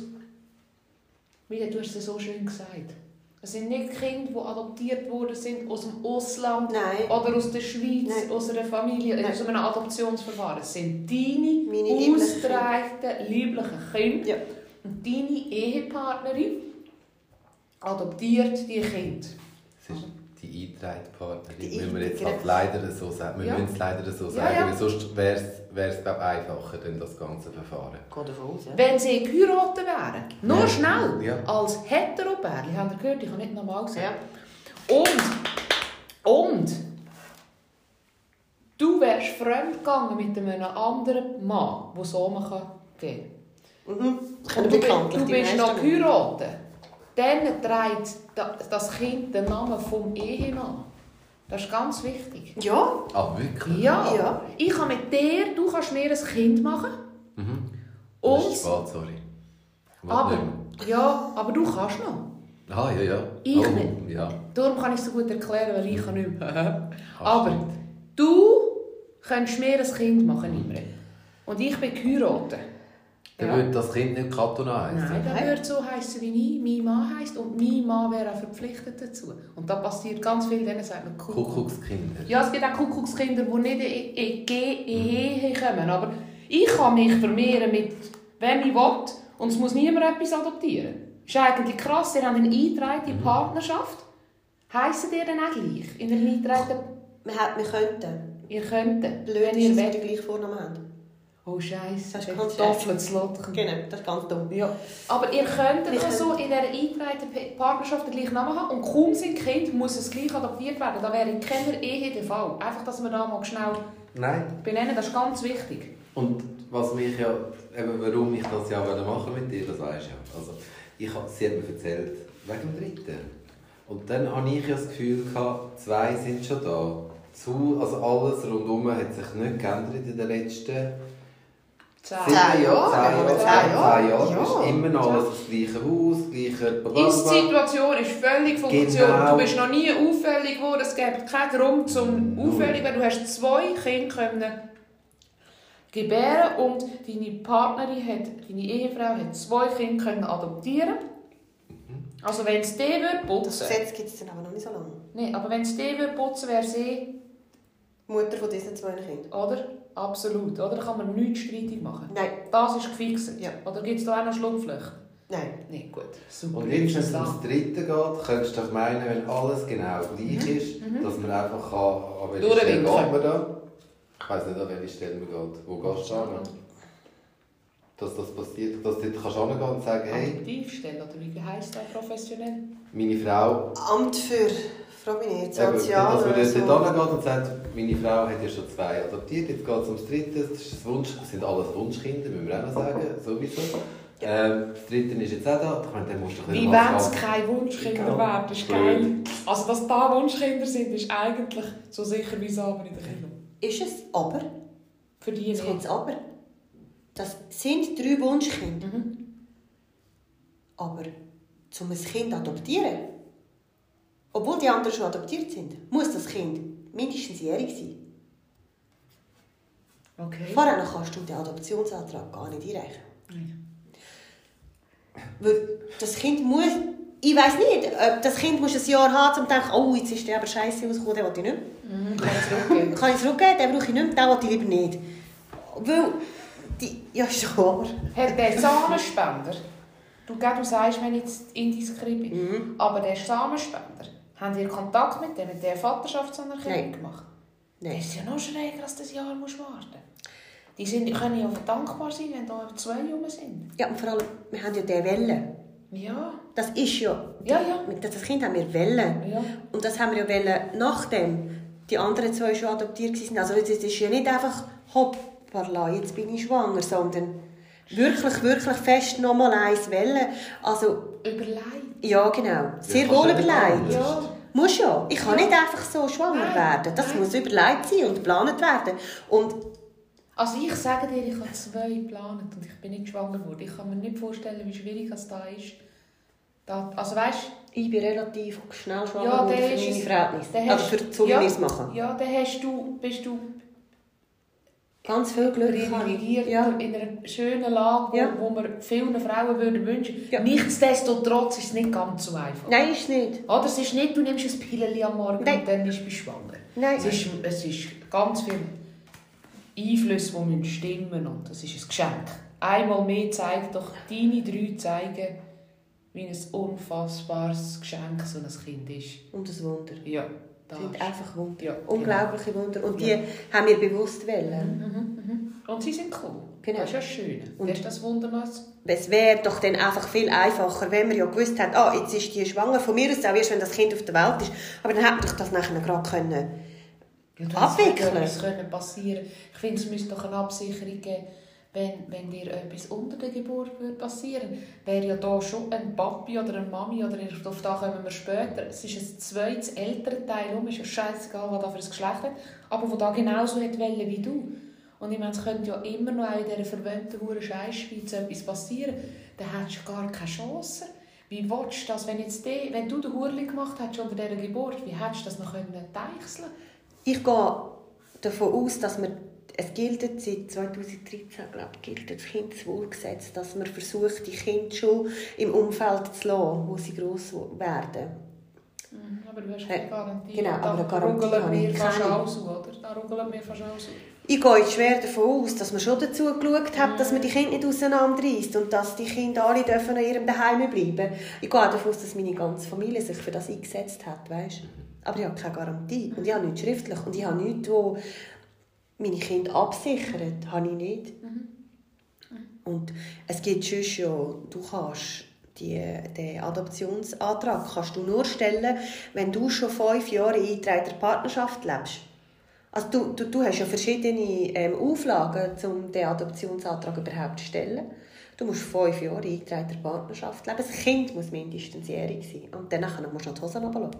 Wie du hast es so schön gesagt. Es sind nicht Kinder, die adoptiert worden sind aus dem Ausland. Nein. Oder aus der Schweiz, Nein. aus einer Familie, Nein. aus einem Adoptionsverfahren. Es sind deine ausgetragenen, lieblichen Kinder. Ja. Und deine Ehepartnerin adoptiert die Kinder. Es ist die eingetragene Partnerin, Die müssen wir jetzt eingetragene. halt leider so sagen. Wir müssen es leider so sagen, weil sonst wäre es einfacher, denn das ganze Verfahren. Geht davon aus, ja. Wenn sie geheiratet wären, nur schnell, Ja. als Hetero-Pärchen, habt ihr gehört, ich habe nicht normal gesagt. Ja. Und du wärst fremdgegangen mit einem anderen Mann, der so gehen kann. Du bist noch geheiratet. Dann trägt das Kind den Namen vom Ehemann. Das ist ganz wichtig. Ja. Ah, wirklich? Ja. Ja. Ich kann mit dir, du kannst mir ein Kind machen. Das ist spät, sorry. Aber du kannst noch. Ah, ja. Ich nicht. Ja. Darum kann ich es so gut erklären, weil ich kann nicht mehr. Aber du könntest mir ein Kind machen, Imre. Und ich bin geheiratet. Dann würde das Kind nicht Katona heißen. Nein, das würde so heißen, wie mein Mann heisst. Und mein Mann wäre auch verpflichtet dazu. Und da passiert ganz viel, denen sagt man Kuckuckskinder. Ja, es gibt auch Kuckuckskinder, die nicht in Ehe kommen. Aber ich kann mich vermehren mit wem ich will. Und es muss niemand etwas adoptieren. Das ist eigentlich krass. Ihr habt eine eingetragene Partnerschaft. Heissen ihr dann auch gleich? In einer eingetragenen... Wir könnten. Ihr könntet. Blöd wenn ist, ihr dass wir wollt. den gleichen Vornamen haben. Oh Scheiße, Das ist ganz Kartoffelslotchen. Genau, das ist ganz dumm. Ja. Aber ihr könntet also in dieser eingetragenen Partnerschaft den gleichen Namen haben und kaum sind Kind, muss es gleich adoptiert werden. Das wäre in keiner Ehe der Fall. Einfach, dass wir da mal schnell benennen, das ist ganz wichtig. Und was mich ja, eben warum ich das ja machen mit dir, das weisst du ja. Also, sie hat mir erzählt, wegen dem Dritten. Und dann hatte ich ja das Gefühl, 2 sind schon da. Also alles rundum hat sich nicht geändert in den letzten 10 Jahre. 10 Jahre. Ja. Ist immer noch alles das gleiche Haus, das gleiche... Ist-Situation ist völlig Funktion. Genau. Du bist noch nie auffällig geworden. Es gibt keinen Grund zum auffällig werden. Du hast 2 Kinder können gebären und deine Partnerin deine Ehefrau hat 2 Kinder können adoptieren. Also wenn es die putzen... Das Gesetz gibt es dann aber noch nicht so lange. Nein, aber wenn es die putzen wäre sie... Mutter von diesen 2 Kindern. Oder? Absolut. Oder? Da kann man nichts streitig machen. Nein. Das ist gefixt. Ja. Oder gibt es da auch noch Schlupflöcher? Nein. Nein, gut. Super. Und jetzt, wenn es ums Dritte geht, könntest du doch meinen, wenn alles genau gleich ist, dass man einfach kann, an welche Stelle geht man da? Ich weiss nicht, an welche Stelle man geht. Wo gehst du hin? Dass das passiert, dass du dort hingehen und sagen, hey... Adoptivstelle, oder wie heisst das professionell? Meine Frau... Amt für, frage mich nicht, Sozial dass man oder dort so. hingeht und sagt, meine Frau hat ja schon 2 adoptiert, jetzt geht es ums Dritte, das sind alles Wunschkinder, müssen wir auch noch sagen, sowieso. Das Dritte ist jetzt auch da, ich meine, dann musst du wie wenn es keine Wunschkinder werden, das ist geil. Also, dass da Wunschkinder sind, ist eigentlich so sicher wie Samen in der Kino. Ist es, aber... Für die Jetzt kommt es aber. Das sind 3 Wunschkinder. Aber um ein Kind zu adoptieren, obwohl die anderen schon adoptiert sind, muss das Kind mindestens jährig sein. Okay. Vorher kannst du den Adoptionsantrag gar nicht einreichen. Weil das Kind muss... Ich weiss nicht, ob das Kind muss ein Jahr haben, um zu denken, oh, jetzt ist der aber scheiße rausgekommen, den will ich nicht mehr. Kann ich zurückgeben? Kann ich zurückgeben, den brauche ich nicht mehr, den will ich lieber nicht. Weil... Ja, schon, aber... Hat der Samenspender, du sagst, wenn ich jetzt indiskret bin, aber der Samenspender, haben ihr Kontakt mit dem, mit der Vaterschaftsanerkennung gemacht? Nein. Das ist ja noch schräger, als das Jahr warten musst. Die können ja dankbar sein, wenn da 2 Junge sind. Ja, und vor allem, wir haben ja den Wellen. Ja. Das ist ja... Ja. Das Kind haben wir Wellen. Ja. Und das haben wir ja Wellen, nachdem die anderen 2 schon adoptiert waren. Also es ist ja nicht einfach, hoppala, jetzt bin ich schwanger, sondern wirklich fest nochmal 1 Wellen. Also... Überlegt. Ja, genau. Sehr wohl überlegt. Ja. Muss ja. Ich kann nicht einfach so schwanger werden. Das muss überlegt sein und geplant werden. Und also ich sage dir, ich habe 2 geplant und ich bin nicht schwanger geworden. Ich kann mir nicht vorstellen, wie schwierig das da ist. Also weißt, ich bin relativ schnell schwanger ja, für meine Verhältnisse. Also für wie wir es machen. Ja, dann bist du ganz viel Glück privilegiert in einer schönen Lage, wo man vielen Frauen würden wünschen. Ja. Nichtsdestotrotz ist es nicht ganz so einfach. Nein, ist nicht. Oder es ist nicht, du nimmst ein Pilleli am Morgen und dann bist du schwanger. Nein. Es ist ganz viel Einflüsse, die stimmen müssen. Und das ist ein Geschenk. Einmal mehr zeigt doch, deine 3 zeigen, wie ein unfassbares Geschenk so ein Kind ist. Und ein Wunder. Ja. Das sind einfach Wunder. Ja, unglaubliche Wunder. Und die haben wir bewusst wollen. Und sie sind cool. Genau. Das ist ja schön. Und ist das Wunder noch? Es wäre doch dann einfach viel einfacher, wenn man ja gewusst hat, jetzt ist die schwanger, von mir aus auch erst, wenn das Kind auf der Welt ist. Aber dann hätte man doch das nachher gerade können abwickeln. Das könnte passieren. Ich finde, es müsste doch eine Absicherung geben, wenn dir etwas unter der Geburt passieren würde. Wäre ja da schon ein Papi oder eine Mami, oder auf das kommen wir später. Es ist ein zweites Elternteil, ist ja scheißegal, was da für ein Geschlecht hat, aber der da genauso wollte wie du. Und ich meine, es könnte ja immer noch auch in dieser verwöhnten Scheißschweiz etwas passieren. Dann hättest du gar keine Chance. Wie willst du das, wenn du den Hurli gemacht hättest unter dieser Geburt, wie hättest du das noch deichseln können? Ich gehe davon aus, dass es gilt seit 2013, glaube ich, gilt das Kindeswohlgesetz, dass man versucht, die Kinder schon im Umfeld zu lassen, wo sie gross werden. Aber du hast keine Garantie. Genau, aber eine Garantie habe ich keine. Da ruggelt mir fast alles. Ich gehe jetzt schwer davon aus, dass man schon dazu geschaut hat, dass man die Kinder nicht auseinanderreißt und dass die Kinder alle dürfen an ihrem Daheim bleiben. Ich gehe auch davon aus, dass meine ganze Familie sich für das eingesetzt hat, weißt? Aber ich habe keine Garantie und ich habe nichts schriftlich und ich habe nichts, wo meine Kinder absichert, habe ich nicht. Und es gibt schon du kannst den Adoptionsantrag kannst du nur stellen, wenn du schon 5 Jahre in eingetragener Partnerschaft lebst. Also du hast ja verschiedene Auflagen, um den Adoptionsantrag überhaupt zu stellen. Du musst 5 Jahre in eingetragener Partnerschaft leben. Das Kind muss mindestens jährig sein. Und dann musst du noch die Hosen runterlassen.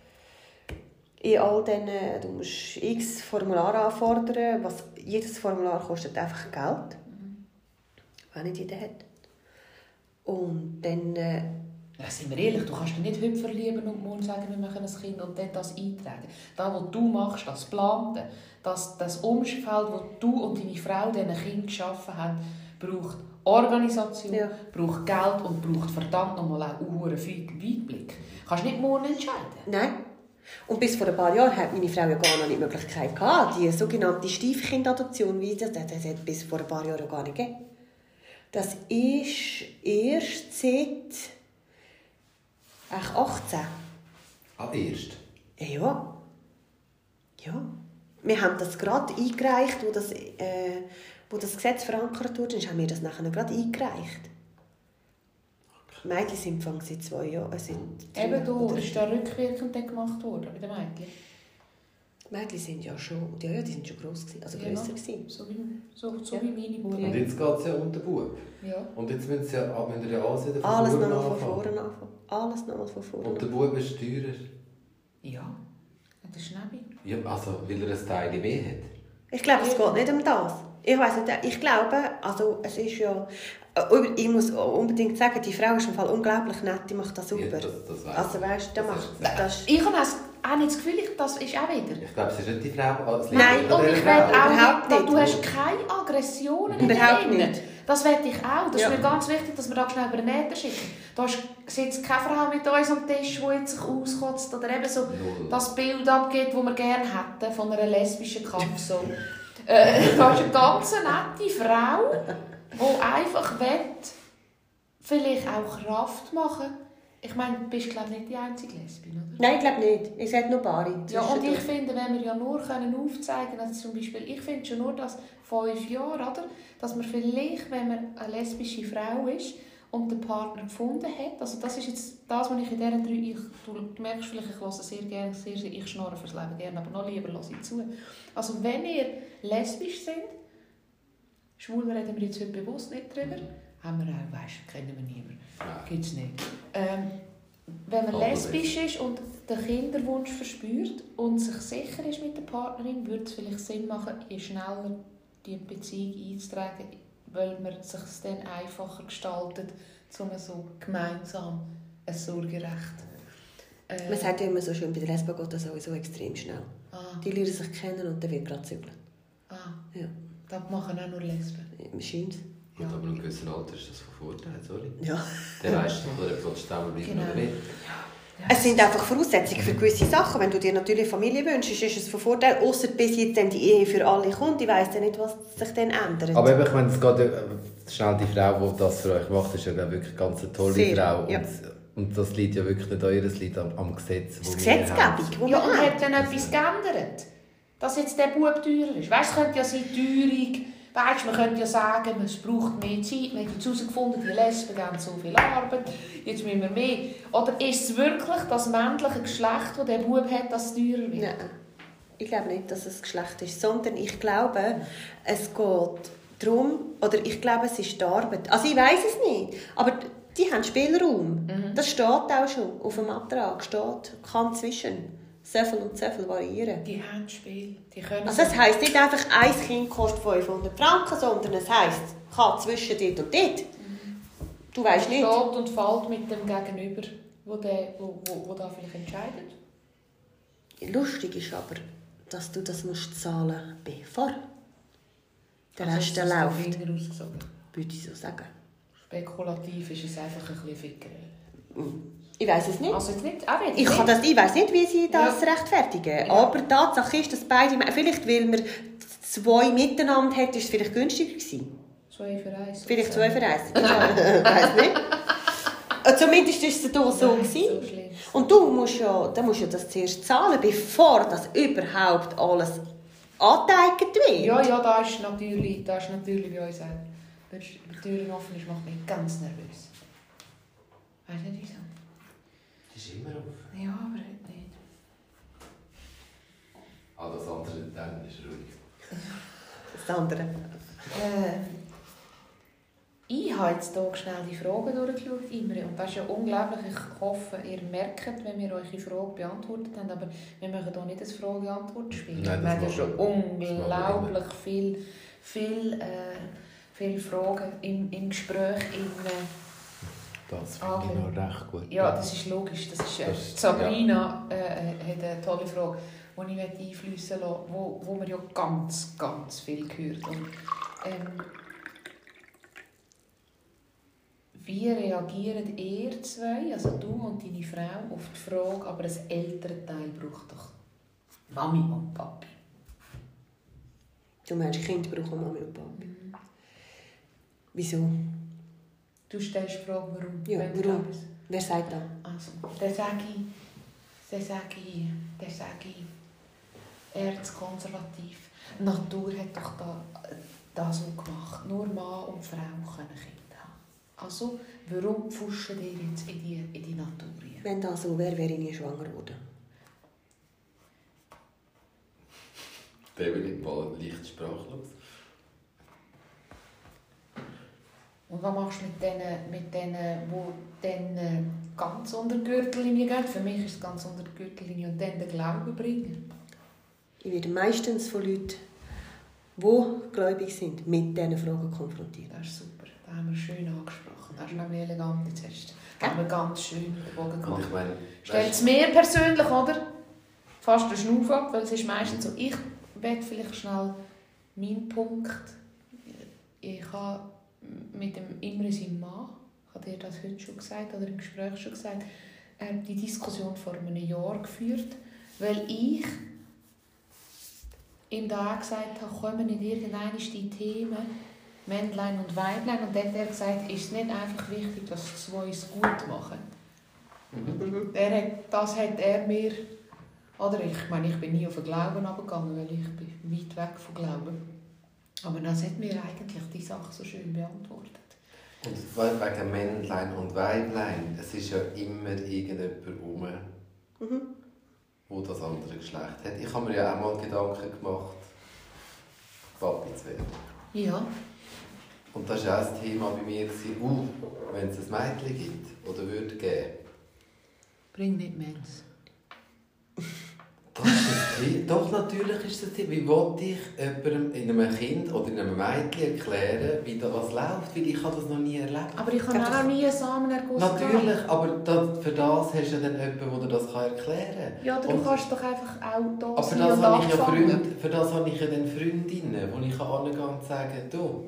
In all diesen, du musst x Formulare anfordern. Jedes Formular kostet einfach Geld. Wenn nicht jeder hat. Und dann... Ja, sind wir ehrlich, du kannst dich nicht heute verlieben und morgen sagen, wir machen ein Kind und dann das eintragen. Das, was du machst, das Plante, das Umfeld, das du und deine Frau diesen Kind geschaffen haben, braucht Organisation, braucht Geld und braucht verdammt nochmal auch einen Weitblick. Du kannst nicht morgen entscheiden. Nein. Und bis vor ein paar Jahren hat meine Frau ja gar noch nicht die Möglichkeit gehabt, die sogenannte Stiefkindadoption, das hat bis vor ein paar Jahren gar nicht gegeben. Das ist erst seit 18. Erst? Ja. Ja. Wir haben das gerade eingereicht, wo das Gesetz verankert wurde, dann haben wir das nachher gerade eingereicht. Mädchen sind seit 2 Jahren. Eben du, ist der rückwirkend gemacht worden bei den Mädchen? Die Mädchen sind ja schon, die sind schon gross gewesen, also grösser gewesen. So wie meine Buben. Und jetzt geht es ja um den Bub. Ja. Und jetzt müssen Sie ja alles wieder von Alles vorne nochmal von anfangen. vorne anfangen. Alles nochmal von vorne. Und der Bub ist teurer. Ja. Und der Schnäbi. Ja, also, weil er ein Teil mehr hat. Ich glaube, es geht nicht um das. Ich weiss nicht, ich glaube, also es ist ja... Ich muss unbedingt sagen, die Frau ist im Fall unglaublich nett, die macht das super. Ja, das weiss Also weißt du, Ich habe auch nicht das Gefühl, das ist auch wieder. Ich glaube, es ist nicht die Frau. Nein, und ich will auch überhaupt nicht, nicht. du hast keine Aggressionen Überhaupt drin. nicht. Das will ich auch. Das Ja. ist mir ganz wichtig, dass wir da schnell über den Nähter schicken. Da sitzt keine Frau mit uns am Tisch, die jetzt sich auskotzt oder eben so das Bild abgeht, das wir gerne hätten von einer lesbischen Kampfsau. Da ist eine ganz nette Frau, die einfach will, vielleicht auch Kraft machen. Ich meine, du bist glaube ich nicht die einzige Lesbin, oder? Nein, ich glaube nicht. Ich sage nur Paare. Ja, und ich finde, wenn wir ja nur aufzeigen können, also zum Beispiel, ich finde schon nur, dass 5 Jahre, oder? Dass man vielleicht, wenn man eine lesbische Frau ist und den Partner gefunden hat, also das ist jetzt das, was ich in diesen 3, du merkst vielleicht, ich höre sehr gerne, ich schnorre fürs Leben gerne, aber noch lieber höre ich zu. Also wenn ihr lesbisch sind, schwul reden wir jetzt heute bewusst nicht drüber, haben wir auch, weißt, kennen wir niemanden. Gibt es nicht. Wenn man lesbisch ist und den Kinderwunsch verspürt und sich sicher ist mit der Partnerin, würde es vielleicht Sinn machen, je schneller die Beziehung einzutragen, weil man es sich dann einfacher gestaltet, um so gemeinsam ein Sorgerecht. Man sagt ja immer so schön, bei der Lesben geht das sowieso extrem schnell. Die lernen sich kennen und dann wird gerade zügeln. Ja. Das machen auch nur Lesben. Scheint. Ja. Und aber in einem gewissen Alter ist das von Vorteil, sorry. Ja. Der weißt du, ob er zusammenbleiben oder nicht. Ja. Es sind einfach Voraussetzungen für gewisse Sachen. Wenn du dir natürlich Familie wünschst, ist es von Vorteil. Ausser bis jetzt dann die Ehe für alle kommt. Ich weiss ja nicht, was sich dann ändert. Aber eben, ich meine, es geht ja, schnell die Frau, die das für euch macht, ist ja glaube ich, wirklich ganz eine tolle Sehr, Frau. ja. Und das liegt ja wirklich nicht an ihr, das liegt am Gesetz. Das Gesetzgebung, wo Ja, wir und haben. hat dann etwas geändert? Dass jetzt der Bub teurer ist. Weißt, es könnte ja sein, Teuerung. Weißt, man könnte ja sagen, es braucht mehr Zeit. Man hat jetzt herausgefunden, die Lesben geben so viel Arbeit. Jetzt müssen wir mehr. Oder ist es wirklich das männliche Geschlecht, das der Bub hat, das teurer wird? Nein, ich glaube nicht, dass es Geschlecht ist. Sondern ich glaube, es geht darum, oder ich glaube, es ist die Arbeit. Also ich weiss es nicht, aber die haben Spielraum. Das steht auch schon auf dem Antrag. Kann zwischen so viel und so viel variieren. Die haben Spiel. Die können Also das heisst nicht einfach, ein Kind kostet 500 Franken, sondern es heisst, kann zwischen dort und dort. Du weißt nicht. Steht und fällt mit dem Gegenüber, wo da vielleicht entscheidet. Lustig ist aber, dass du das musst zahlen, bevor der Rest Also, läuft. Finger ausgesogen. Würde ich so sagen. Spekulativ ist es einfach ein bisschen Fickerei. Ich weiss es nicht. Also jetzt nicht, auch Ich weiss nicht, wie sie das rechtfertigen. Ja. Aber die Tatsache ist, dass beide... Vielleicht, weil man 2 miteinander hat, ist es vielleicht günstiger gewesen. 2 für 1. Vielleicht 2 für 1. Ich weiss nicht. Zumindest war es da so gewesen. So schlimm. Und du musst ja das zuerst zahlen, bevor das überhaupt alles angeteignet wird. Ja, da ist natürlich bei uns auch. Wenn die Türen offen ist, macht mich ganz nervös. Weißt du nicht wieso? Das ist immer offen. Ja, aber heute nicht. Das andere dann ist ruhig. Das andere. Ich habe jetzt hier schnell die Fragen durchgeschaut, Imre. Und das ist ja unglaublich. Ich hoffe, ihr merkt, wenn wir eure Frage beantwortet haben. Aber wir machen hier nicht ein Frage-Antwort-Spiel. Nein, Wir haben ja das schon machen wir unglaublich viele Fragen im Gespräch. Das finde ich noch recht gut. Ja, das ist logisch. Sabrina hat eine tolle Frage, die ich einfliessen lasse, wo man ja ganz, ganz viel hört. Und, wie reagiert ihr zwei, also du und deine Frau, auf die Frage, aber ein älterer Teil braucht doch Mami und Papi? Du meinst, Kinder brauchen Mami und Papi. Wieso? Du stellst die Frage, warum? Ja, warum? Wer sagt das? Also, dann sage ich, erzkonservativ. Die Natur hat doch das so gemacht. Nur Mann und Frau können Kinder haben. Also, warum pfuschen ihr jetzt in die Natur rein? Wenn das so wäre, wäre ich nie schwanger geworden. Der bin ich mal leicht sprachlos. Und was machst du mit denen, die dann ganz unter die Gürtellinie gehen? Für mich ist es ganz unter die Gürtellinie und dann den Glauben bringen. Ich werde meistens von Leuten, die gläubig sind, mit diesen Fragen konfrontiert. Das ist super. Das haben wir schön angesprochen. Das ist nämlich elegant. Jetzt haben wir ganz schön den Bogen gemacht. Und ich meine, Stellt es mir persönlich, oder? Fast den Schnuff ab, weil es ist meistens so. Ich will vielleicht schnell meinen Punkt. Ich habe mit dem Imre seinem Mann, ich habe dir das heute schon gesagt oder im Gespräch schon gesagt, die Diskussion vor einem Jahr geführt, weil ich ihm da auch gesagt habe, kommen nicht irgendwann die Themen Männlein und Weiblein, und dann hat er gesagt, ist es nicht einfach wichtig, dass die zwei es gut machen. Das hat er mir, oder ich meine, ich bin nie auf den Glauben runtergegangen, weil ich bin weit weg vom Glauben. Aber das hat mir eigentlich die Sache so schön beantwortet. Und wegen Männlein und Weiblein, es ist ja immer irgendjemand rum, wo das andere Geschlecht hat. Ich habe mir ja auch mal Gedanken gemacht, Papi zu werden. Ja. Und das war auch ein Thema bei mir, wenn es ein Mädchen gibt oder würde geben. Bring nicht Mens. Das ist das Thema. Doch, natürlich ist das Thema. Wie will ich jemandem, in einem Kind oder in einem Mädchen erklären, wie da was läuft? Weil ich habe das noch nie erlebt. Aber ich habe auch noch nie einen Samenerguss gehabt. Natürlich, aber für das hast du dann jemanden, der dir das erklären kann. Ja, du kannst doch einfach auch da aber sein das und habe ich ja anfangen. für das habe ich ja dann Freundinnen, wo ich angehen und sagen, du,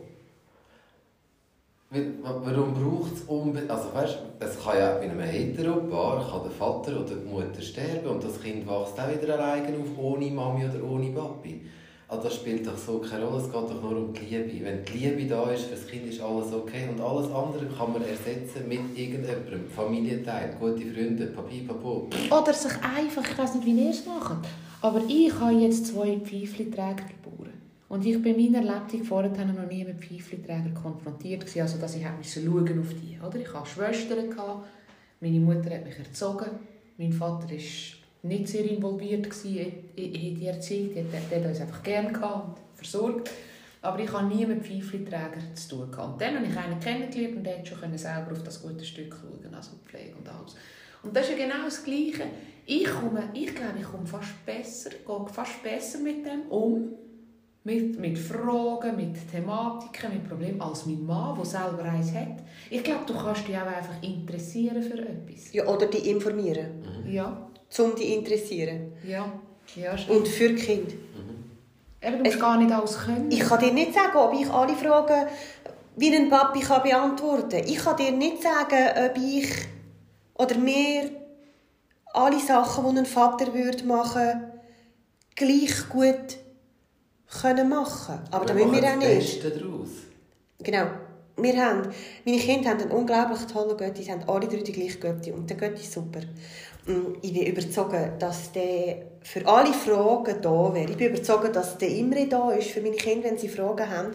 warum braucht es unbedingt... Also weißt, es kann ja bei einem Heteropaar kann der Vater oder die Mutter sterben und das Kind wächst auch wieder alleine auf, ohne Mami oder ohne Papi. Also das spielt doch so keine Rolle, es geht doch nur um die Liebe. Wenn die Liebe da ist, für das Kind ist alles okay und alles andere kann man ersetzen mit irgendjemandem. Familienteil, gute Freunde, Papi, Papo. Oder sich einfach, ich weiß nicht, wie ihr es macht, aber ich habe jetzt 2 Pfeifliträger geboren. Und ich bin in meiner Lebenswelt vorher noch nie mit Pfeifliträgern konfrontiert, also dass ich schauen musste auf die. Oder? Ich hatte Schwestern, meine Mutter hat mich erzogen, mein Vater war nicht sehr involviert in die Erziehung, der hat uns einfach gerne und versorgt. Aber ich hatte nie mit Pfeifliträgern zu tun. Und dann habe ich einen kennengelernt und der konnte schon selber auf das gute Stück schauen, also Pflege und alles. Und das ist ja genau das Gleiche. Ich glaube, ich komme fast besser mit dem um. Mit Fragen, mit Thematiken, mit Problemen, als mein Mann, der selber eins hat. Ich glaube, du kannst dich auch einfach interessieren für etwas. Ja, oder die informieren. Ja. Um die interessieren. Ja. Und für Kinder. Eben, du musst gar nicht alles können. Ich kann dir nicht sagen, ob ich alle Fragen wie ein Papi beantworten kann. Ich kann dir nicht sagen, ob ich oder mir alle Sachen, die ein Vater machen würde, gleich gut können machen. Aber da müssen wir auch nicht. Das Beste daraus. Genau. Meine Kinder haben einen unglaublich tollen Götti. Sie haben alle 3 die gleiche Götti. Und der Götti ist super. Ich bin überzeugt, dass der für alle Fragen da wäre. Ich bin überzeugt, dass der Imre da ist für meine Kinder, wenn sie Fragen haben.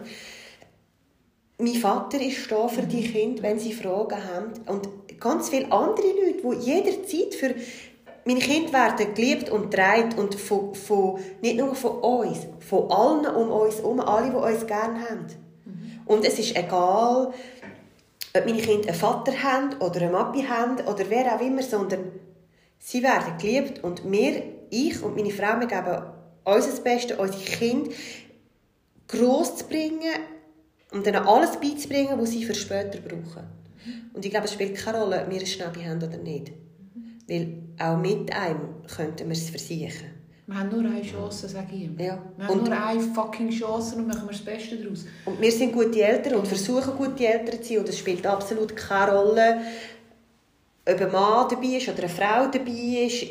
Mein Vater ist da für die Kinder, wenn sie Fragen haben. Und ganz viele andere Leute, die jederzeit für... Meine Kinder werden geliebt und getragen und nicht nur von uns, von allen um uns herum, alle, die uns gerne haben. Und es ist egal, ob meine Kinder einen Vater haben oder eine Papi haben oder wer auch immer, sondern sie werden geliebt und ich und meine Frau, wir geben unser Bestes, unsere Kinder gross zu bringen und ihnen alles beizubringen, was sie für später brauchen. Und ich glaube, es spielt keine Rolle, ob wir eine Schnäbi haben oder nicht. Weil auch mit einem könnten wir es versichern. Wir haben nur eine Chance, sage ich immer. Ja. Wir haben nur eine fucking Chance und machen wir das Beste daraus. Und wir sind gute Eltern und versuchen, gute Eltern zu sein. Und es spielt absolut keine Rolle, ob ein Mann dabei ist oder eine Frau dabei ist.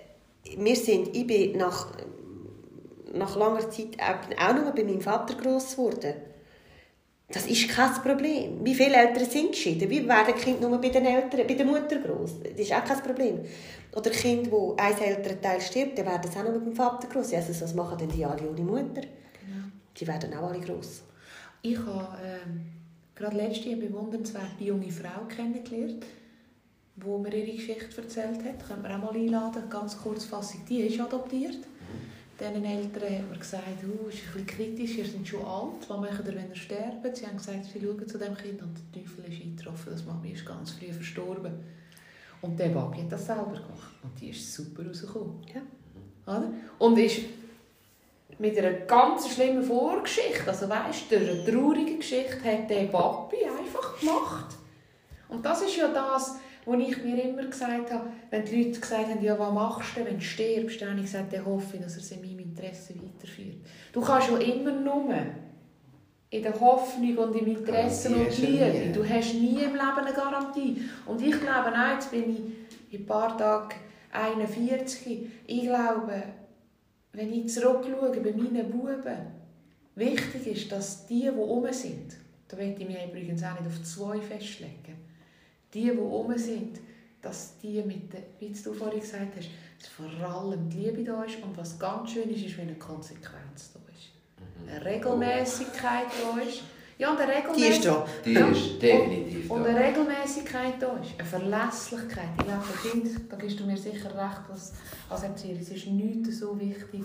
Ich bin nach langer Zeit auch noch bei meinem Vater gross geworden. Das ist kein Problem. Wie viele Eltern sind geschieden? Wie werden Kinder nur bei den Eltern, bei der Mutter gross? Das ist auch kein Problem. Oder Kinder, wo ein Elternteil stirbt, dann werden sie auch nur beim Vater gross. Also was machen denn die alle ohne Mutter? Genau. Die werden auch alle gross. Ich habe gerade letztes Jahr eine bewundernswerte junge Frau kennengelernt, die mir ihre Geschichte erzählt hat. Können wir auch mal einladen, ganz kurzfassung. Die ist adoptiert. Diesen Eltern hat man gesagt, es ist ein bisschen kritisch, ihr seid schon alt, was macht ihr, wenn ihr sterbt? Sie haben gesagt, sie schauen zu dem Kind und der Teufel ist eingetroffen, das Mami ist ganz früh verstorben. Und der Babi hat das selber gemacht und die ist super rausgekommen. Ja. Oder? Und ist mit einer ganz schlimmen Vorgeschichte, also weißt du, durch eine traurige Geschichte, hat der Papi einfach gemacht. Und das ist ja das, was ich mir immer gesagt habe, wenn die Leute gesagt haben, ja, was machst du, wenn du stirbst, dann habe ich gesagt, dann hoffe ich, dass er es in meinem Interesse weiterführt. Du kannst ja immer nur in der Hoffnung und im Interesse und Liebe. Du hast nie im Leben eine Garantie. Und ich glaube auch, jetzt bin ich in ein paar Tagen 41. Ich glaube, wenn ich zurückschaue bei meinen Buben, wichtig ist, dass die rum sind, da möchte ich mich übrigens auch nicht auf 2 festlegen, die rum sind, dass die mit der, wie du vorhin gesagt hast, dass vor allem die Liebe da ist und was ganz schön ist, wenn eine Konsequenz da ist. Eine Regelmäßigkeit da ist. Ja, und eine Regelmäßigkeit. Die ist definitiv da. Und eine Regelmäßigkeit da ist. Eine Verlässlichkeit. Ich glaube, ein Kind, da gibst du mir sicher recht, als Erzieher, es ist nichts so wichtig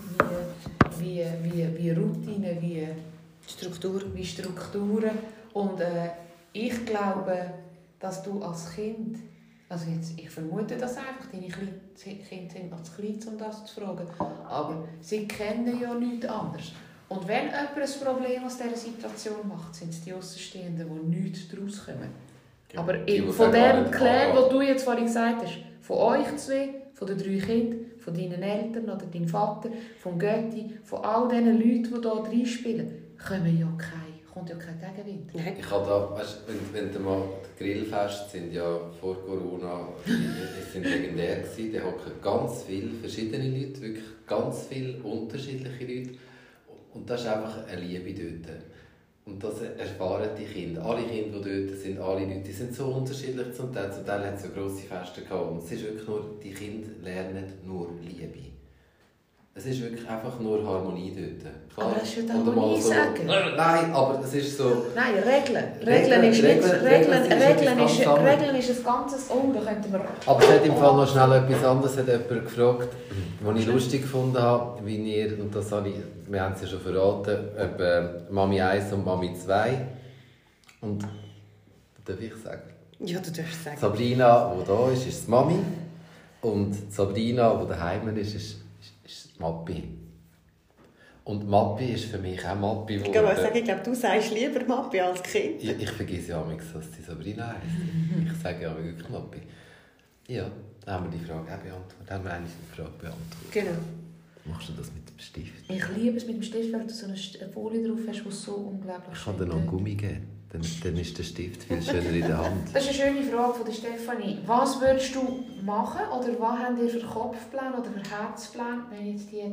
wie Routinen, wie Strukturen. Und ich glaube, dass du als Kind, also jetzt, ich vermute das einfach, deine Kinder sind noch zu klein, um das zu fragen, aber sie kennen ja nichts anderes. Und wenn jemand ein Problem aus dieser Situation macht, sind es die Aussenstehenden, die nichts daraus kommen. Ja, aber von dem Clan, was du jetzt vorhin gesagt hast, von euch 2, von den 3 Kindern, von deinen Eltern oder deinem Vater, von Götti, von all diesen Leuten, die hier reinspielen, kommt ja kein Gegenwind. Ich habe da, weißt, wenn du mal die Grillfeste sind ja vor Corona, es sind legendär gewesen, da hocken ganz viele verschiedene Leute, wirklich ganz viele unterschiedliche Leute. Und das ist einfach eine Liebe dort. Und das erfahren die Kinder. Alle Kinder, die dort sind, alle Leute, die sind so unterschiedlich zum Teil. Zum Teil hat es so grosse Feste gehabt. Und es ist wirklich nur, die Kinder lernen nur Liebe. Es ist wirklich einfach nur Harmonie dort. Klar. Aber das ist ja Harmonie so, sagen. Nein, aber es ist so... Nein, Regeln ist ein ganzes... Oh, da könnten wir... Aber es hat im Fall noch schnell etwas anderes. Hat jemand gefragt, was ich lustig gefunden habe, wie ihr, und das habe ich, wir haben es ja schon verraten, ob Mami 1 und Mami 2. Und, darf ich sagen? Ja, du darfst sagen. Sabrina, die da ist, ist die Mami. Und Sabrina, die daheim ist Mappi. Und Mappi ist für mich auch Mappi. Ich glaube, du sagst lieber Mappi als Kind. Ich vergesse ja manchmal, dass die Sabrina heisst. Ich sage ja wirklich Mappi. Ja, dann haben wir die Frage auch beantwortet. Dann haben wir eigentlich die Frage beantwortet. Genau. Machst du das mit dem Stift? Ich liebe es mit dem Stift, weil du so eine Folie drauf hast, die so unglaublich ich kann dir noch einen Gummi geben. Dann ist der Stift viel schöner in der Hand. Das ist eine schöne Frage von der Stefanie. Was würdest du machen oder was habt ihr für Kopfpläne oder für Herzpläne, wenn jetzt die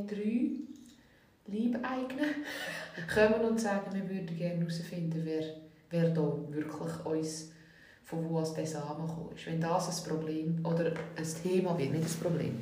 3 Liebeigenen kommen und sagen, wir würden gerne herausfinden, wer da wirklich uns von wo aus der Samen gekommen ist. Wenn das ein Problem oder ein Thema wird, nicht ein Problem.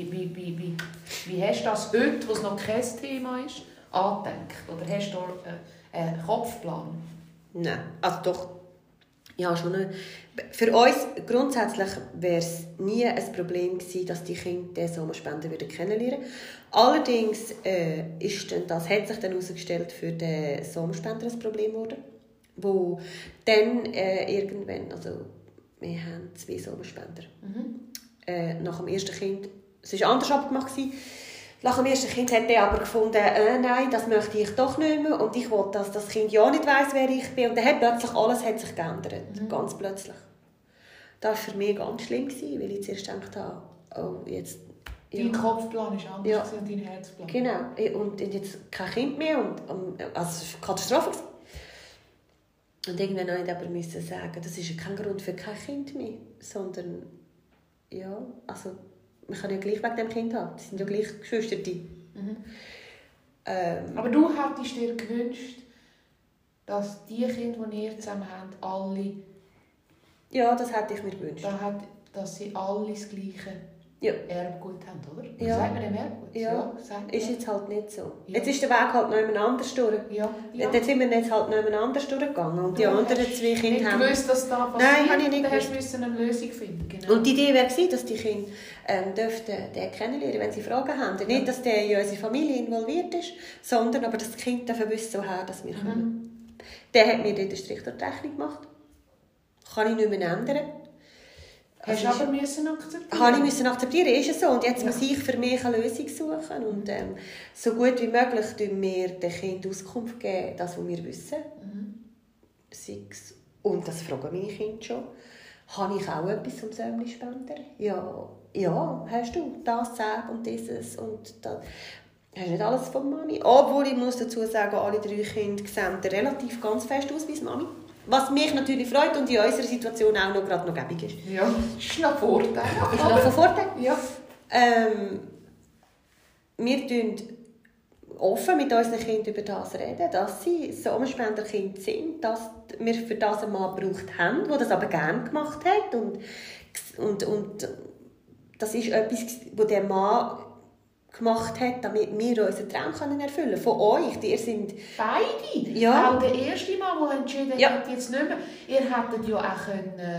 Wie hast du das heute, wo es noch kein Thema ist, angedenkt? Oder hast du einen Kopfplan? Nein, also doch. Ja, schon eine. Für uns grundsätzlich wäre es nie ein Problem gewesen, dass die Kinder den Sommerspender kennenlernen würden. Allerdings hat sich dann herausgestellt, für den Sommerspender ein Problem geworden, wo dann irgendwann, also wir haben 2 Sommerspender. Nach dem ersten Kind, es war anders abgemacht. Nach dem ersten Kind hat er aber gefunden, nein, das möchte ich doch nicht mehr und ich will, dass das Kind ja nicht weiss, wer ich bin. Und dann hat plötzlich alles sich geändert, ganz plötzlich. Das war für mich ganz schlimm, weil ich zuerst gedacht habe, oh, jetzt... Ja. Dein Kopfplan war anders als dein Herzplan. Genau, und jetzt kein Kind mehr, also es war eine Katastrophe. Und irgendwann musste ich aber sagen, das ist kein Grund für kein Kind mehr, sondern, ja, also... Man kann ja gleich wegen dem Kind haben. Das sind ja gleich Geschwister. Aber du hättest dir gewünscht, dass die Kinder, die ihr zusammen habt, alle, Ja, das hätte ich mir gewünscht. dass sie alle das gleiche Erbgut haben, oder? Ja. Sagt man dem Erbgut? Ja, sagt ist man. jetzt halt nicht so. Ja. Jetzt ist der Weg halt noch jemand anders durch. Ja. Dort sind wir jetzt halt noch jemand anders durchgegangen. Und die anderen 2 Kinder haben... Nicht gewusst, dass da passiert. Nein, habe ich nicht gewusst. gewusst. Du musst eine Lösung finden. Genau. Und die Idee wäre gewesen, dass die Kinder dürften den kennenlernen, wenn sie Fragen haben. Nicht, dass der in unsere Familie involviert ist, sondern aber dass das Kind wissen, woher dass wir kommen. Der hat mir dort den Strich durch die Rechnung gemacht. Kann ich nicht mehr ändern. Hast du aber müssen akzeptieren? Habe ich müssen akzeptieren, ist es so. Und jetzt muss ich für mich eine Lösung suchen. Und so gut wie möglich geben wir den Kindern Auskunft geben, das, was wir wissen. Und das fragen meine Kinder schon. Habe ich auch etwas zum Säumnispender? Ja, hast du das, das und dieses und das. Hast nicht alles von Mami. Obwohl, ich muss dazu sagen, alle 3 Kinder sehen relativ ganz fest aus wie Mami. Was mich natürlich freut und in unserer Situation auch noch gerade noch gäbig ist. Ja, das ist noch Vorteil. Ist noch von Vorteil? Ja. Wir reden offen mit unseren Kindern über das reden, dass sie Samenspenderkinder sind, dass wir für das einen Mann gebraucht haben, der das aber gerne gemacht hat. Und das ist etwas, was der Mann gemacht hat, damit wir unseren Traum erfüllen können. Von euch, ihr sind... Beide? Ja. Auch der erste Mann, der entschieden hat, jetzt nicht mehr. Ihr hättet ja auch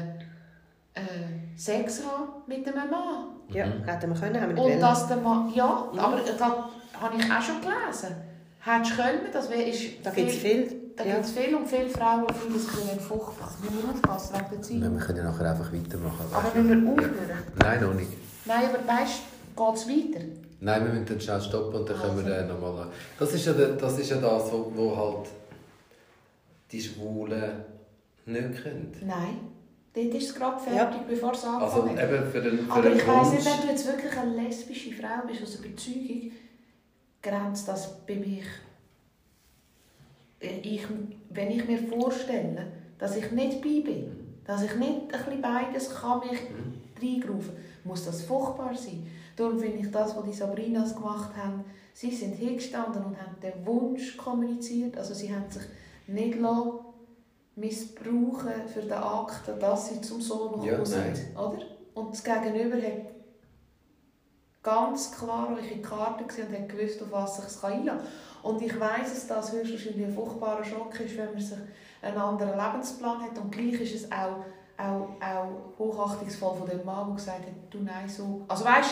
Sex haben mit einem Mann. Ja, hätten wir können, haben wir nicht Und wollen. dass der Mann... Ja, aber das habe ich auch schon gelesen. Hättest du können, das ist... Da gibt es viel. Da gibt es viel und viele Frauen, die fühlen sich furchtbar. Wir müssen aufpassen wegen der Zeit. Ja, wir können ja nachher einfach weitermachen. Aber wenn wir aufhören? Nein, noch nicht. Nein, aber weißt du, geht es weiter? Nein, wir müssen dann schnell stoppen und dann können wir nochmal... Das ist ja das, wo halt die Schwulen nicht können. Nein. Dort ist es gerade fertig, bevor es angefangen hat. Also eben für den aber ich weiss nicht, Wunsch... wenn du jetzt wirklich eine lesbische Frau bist, aus Überzeugung, grenzt das bei mich... wenn ich mir vorstelle, dass ich nicht bi bin, dass ich nicht ein bisschen beides kann mich reingrufen, muss das furchtbar sein. Darum finde ich das, was die Sabrinas gemacht haben, sie sind hingestanden und haben den Wunsch kommuniziert. Also sie haben sich nicht missbrauchen für den Akt, dass sie zum Sohn gekommen sind. Oder? Und das Gegenüber hat ganz klar eure Karte gesehen und hat gewusst, auf was es sich einlassen kann. Und ich weiss, dass das höchstwahrscheinlich ein furchtbarer Schock ist, wenn man sich einen anderen Lebensplan hat. Und gleich ist es auch hochachtungsvoll von dem Mann, der gesagt hat, du nein, so. Also weißt,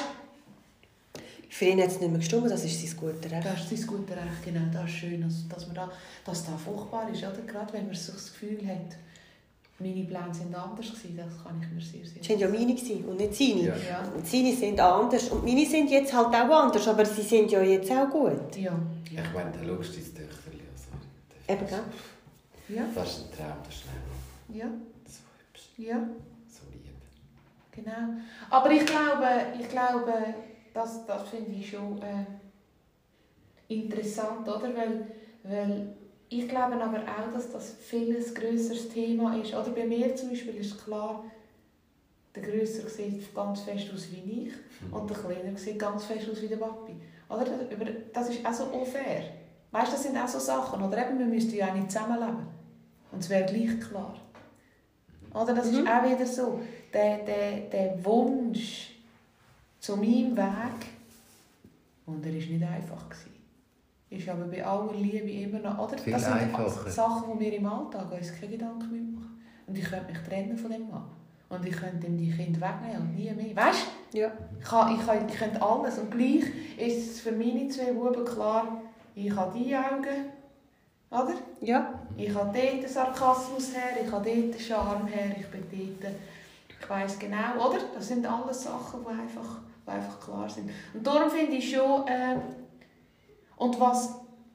für ihn hat es nicht mehr gestimmt, das ist sein gutes Recht. Das ist sein gutes Recht, genau. Das ist schön, dass da furchtbar ist. Oder? Gerade wenn man sich das Gefühl hat, meine Pläne sind anders gewesen, das kann ich mir sehr, sehr... Es waren ja meine und nicht seine. Ja. Und seine sind anders. Und meine sind jetzt halt auch anders, aber sie sind ja jetzt auch gut. Ja. Ich meine, der schaust dein Töchterchen. Also, eben, gell? Ja. Das ist ein Traum, das schnell. Ja. So hübsch. Ja. So lieb. Genau. Aber ich glaube das finde ich schon interessant, oder? Weil ich glaube aber auch, dass das viel ein grösseres Thema ist. Oder bei mir zum Beispiel ist klar, der Grösser sieht ganz fest aus wie ich und der Kleiner sieht ganz fest aus wie der Papi. Oder? Das ist auch so unfair. Weißt du, das sind auch so Sachen. Oder eben, wir müssten ja auch nicht zusammenleben. Und es wäre gleich klar. Oder das ist auch wieder so. Der Wunsch zu meinem Weg, und er war nicht einfach. Ist aber bei aller Liebe immer noch... Oder? Viel das sind einfacher. Sachen, die wir im Alltag uns keine Gedanken machen. Und ich könnte mich trennen von dem Mann. Und ich könnte ihm die Kinder wegnehmen und nie mehr. Weißt du? Ja. Ich könnte alles. Und gleich ist es für meine 2 Buben klar, ich habe diese Augen. Oder? Ja. Ich habe dort den Sarkasmus her, ich habe dort den Charme her, ich bin dort... Ich weiss genau, oder? Das sind alles Sachen, die einfach klar sind. Und darum finde ich schon... und was...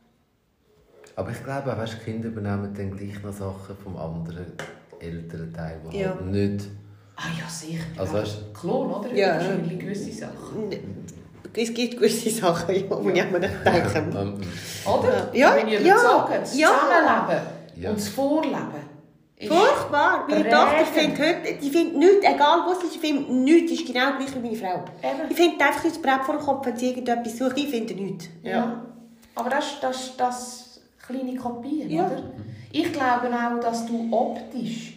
Aber ich glaube, weißt, die Kinder übernehmen dann gleich noch Sachen vom anderen älteren Teil, die Ja. halt nicht... Ah ja, sicher. Also, weißt, Klon, oder? Ja. Wahrscheinlich gewisse Sachen. Es gibt gewisse Sachen, die ich mir nicht denke. Oder? Ja. Wenn ich überzeuge, das Ja. Zusammenleben Ja. und das Vorleben ist Furchtbar. Meine prägend. Tochter findet heute, die findet nichts, egal was es ist, findet nichts, ist genau gleich wie meine Frau. Eben. Die findet einfach das Brett vor dem Kopf, wenn sie irgendetwas sucht, ich finde nichts. Ja. Aber das kleine Kopien, Ja. oder? Ich glaube auch, dass du optisch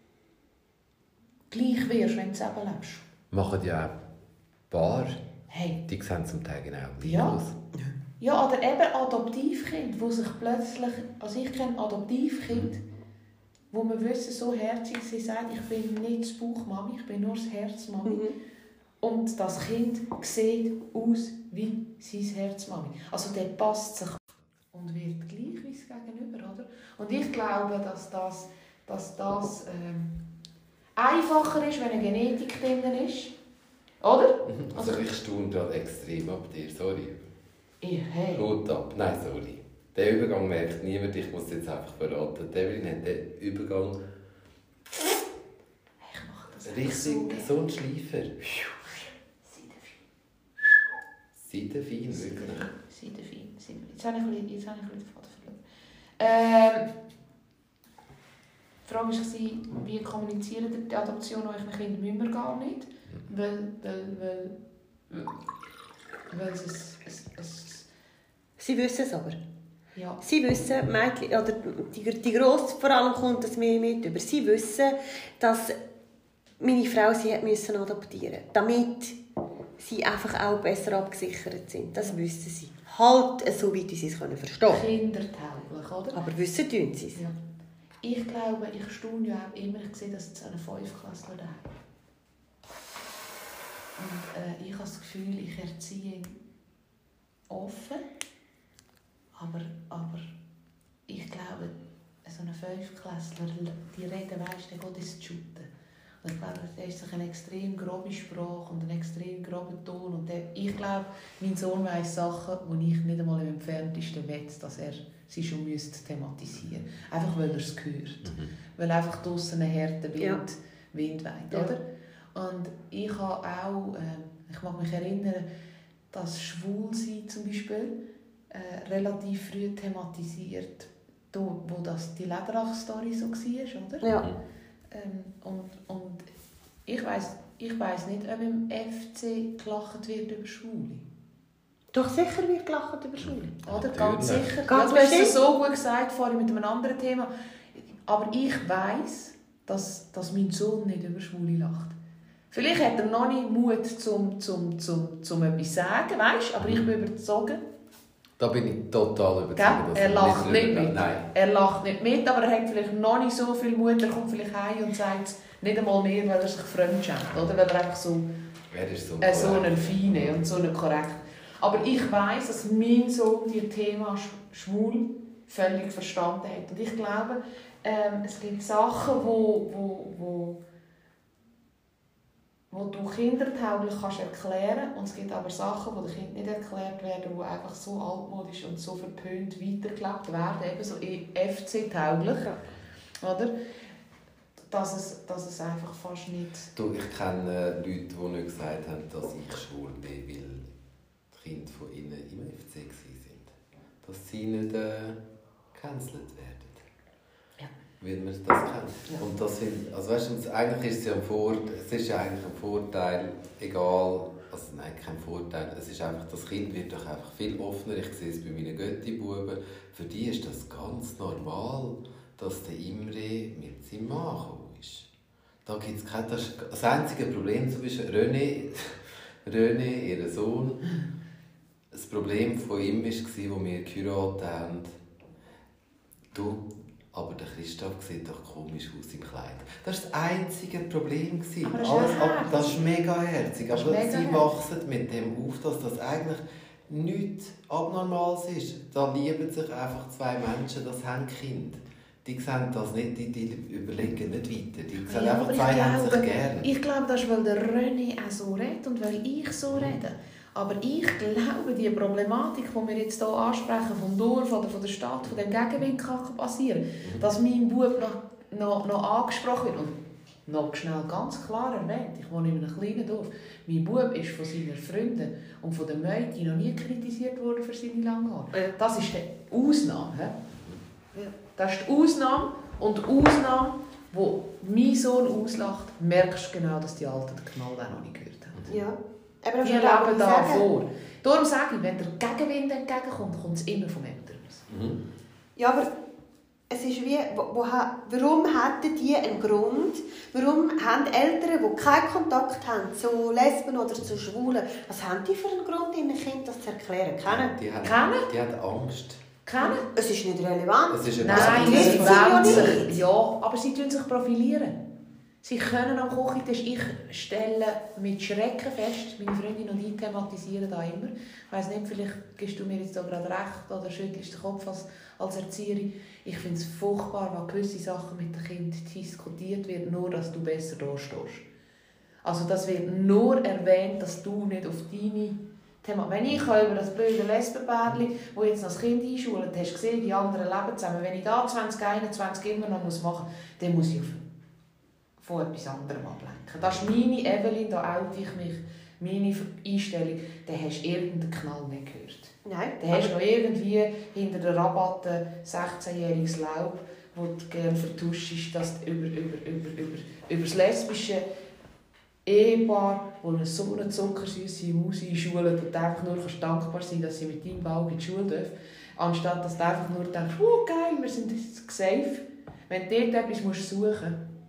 gleich wirst, wenn du selber lebst. Machen ja auch Paare, Hey. die sehen zum Teil genau gleich Ja. aus. Ja, oder eben Adoptivkinder, die sich plötzlich... Also ich kenne Adoptivkinder, wo man wissen, so herzig sie sagen, ich bin nicht das Bauchmami, ich bin nur das Herzmami. Und das Kind sieht aus wie sein Herzmami. Also der passt sich und wird gleich wie das Gegenüber, oder? Und ich glaube, dass das einfacher ist, wenn eine Genetik drin ist. Oder? Also ich staune gerade extrem ab dir, sorry. Hey. Hut ab. Nein, sorry. Den Übergang merkt niemand, ich muss es jetzt einfach verraten. Devlin hat den Übergang Ich mache das richtig, so ein Schleifer. Seidefein, wirklich. Seidefein. Jetzt habe ich ein bisschen den Faden verloren. Die Frage war, wie kommunizieren die Adoption euren Kindern? Müssen wir gar nicht. Weil es Sie wissen es aber. ja. Sie wissen, Mädchen, oder die Grosse vor allem kommt das mehr mit über. Sie wissen, dass meine Frau sie müssen adoptieren, damit sie einfach auch besser abgesichert sind. Das wissen sie. Halt, soweit sie es verstehen können. Kindertauglich, oder? Aber wissen tun sie es. Ja. Ich glaube, ich staune ja auch immer, ich sehe das jetzt an einen 5-Klässler daheim. Und ich habe das Gefühl, ich erziehe ihn offen, aber ich glaube, so ein 5-Klässler, die reden, weißt, der geht ins Shooten. Und ich glaube, der ist eine extrem grobe Sprache und einen extrem groben Ton. Und ich glaube, mein Sohn weiss Sachen, die ich nicht einmal im entferntesten wette, dass er sie schon thematisieren müsste. Einfach, weil er es hört. Weil einfach draussen ein harter Wind weht, oder? Und ich habe auch, ich mag mich erinnern, dass Schwulsein zum Beispiel relativ früh thematisiert, wo das die Lederach-Story so war, oder? Ja. Und ich weiss nicht, ob im FC gelacht wird über Schwule. Doch sicher wird gelacht über Schule. Oder? Natürlich. Ganz sicher. Ganz du hast bestimmt. es so gut gesagt vorhin mit einem anderen Thema. Aber ich weiss, dass mein Sohn nicht über Schwule lacht. Vielleicht hat er noch nicht Mut, zum etwas zu sagen, weißt? Aber ich bin überzeugt. Da bin ich total überzeugt. dass Er lacht nicht drüber- mit. Nein. Er lacht nicht mit, aber er hat vielleicht noch nicht so viel Mut. Er kommt vielleicht heim und sagt es nicht einmal mehr, weil er sich fremd schämt. Oder? Weil er einfach so, Er ist so so einen feinen und so einen korrekten. Aber ich weiss, dass mein Sohn das Thema schwul völlig verstanden hat. Und ich glaube, es gibt Sachen, wo du kindertauglich kannst erklären kannst. Und es gibt aber Sachen, die den Kindern nicht erklärt werden, die einfach so altmodisch und so verpönt weitergelebt werden, eben so FC-tauglich. Ja. Oder? Dass es einfach fast nicht... Du, ich kenne Leute, die nicht gesagt haben, dass ich schwul bin, weil die Kinder von ihnen im FC waren. Dass sie nicht gecancelt werden. Ja. Weil man das kennt. Ja. Und das also weißt du, eigentlich ist es ist ja eigentlich ein Vorteil, egal, also nein, kein Vorteil, es ist einfach, das Kind wird doch einfach viel offener. Ich sehe es bei meinen Götti-Buben. Für die ist das ganz normal, dass der Imre mit seinem Mann gekommen ist. Da gibt's das einzige Problem, zum Beispiel René, ihr Sohn, das Problem von ihm war, als wir geheiratet haben, aber der Christoph sieht doch komisch aus im Kleid. Das war das einzige Problem. Aber Das ist mega herzig. Aber mega sie wachsen mit dem auf, dass das eigentlich nichts Abnormales ist. Da lieben sich einfach zwei Menschen, das haben Kinder. Die sehen das nicht, die überlegen nicht weiter. Die sehen Ja, einfach, aber zwei haben sich gerne. Ich glaube, das ist, weil der René auch so redet und weil ich so rede. Aber ich glaube, die Problematik, die wir jetzt hier ansprechen, vom Dorf oder von der Stadt, von dem Gegenwind kann passieren, dass mein Bub noch angesprochen wird. Und noch schnell ganz klar erwähnt, ich wohne in einem kleinen Dorf. Mein Bub ist von seinen Freunden und von den Mädchen noch nie kritisiert worden für seine langen Haare. Das ist die Ausnahme. He? Das ist die Ausnahme. Und die Ausnahme, wo mein Sohn auslacht, merkst du genau, dass die Alten den Knall auch noch nicht gehört haben. Ja. Aber Die leben da vor. Darum sage ich, wenn der Gegenwind entgegenkommt, kommt es immer vom Elternhaus. Ja, aber es ist wie, warum hätten die einen Grund? Warum haben Eltern, die keinen Kontakt haben zu Lesben oder zu Schwulen, was haben die für einen Grund, ihren Kindern das zu erklären? Kennen? Die haben Angst. Kennen? Es ist nicht relevant. Es ist Nein, das sie wissen sie ja wollen nicht. sich. Ja, aber sie tun sich profilieren. Sie können am Küchentisch, ich stelle mit Schrecken fest, meine Freundin und ich thematisieren da immer. Ich weiss nicht, vielleicht gibst du mir jetzt da gerade recht oder schüttelst den Kopf als Erzieherin. Ich finde es furchtbar, wenn gewisse Sachen mit dem Kind diskutiert werden, nur dass du besser dastehst. Also das wird nur erwähnt, dass du nicht auf deine Thema... Wenn ich über das blöde Lesbenpärchen, das jetzt noch das Kind einschult, hast du gesehen, die anderen leben zusammen. Wenn ich da 2021 immer noch machen muss, dann muss ich von etwas anderem ablenken. Das ist meine Evelyn, da oute ich mich, meine Einstellung. Dann hast du irgendeinen Knall nicht gehört. Nein. Dann hast du noch irgendwie hinter der Rabatte 16-jähriges Laub, wo du gerne vertuschst, dass du über das lesbische Ehepaar, das so eine zuckersüße Maus einschulen, und einfach nur dankbar sein, dass sie mit deinem Bauch in die Schule dürfen, anstatt dass du einfach nur denkst, oh geil, wir sind jetzt safe. Wenn du dort etwas suchen musst.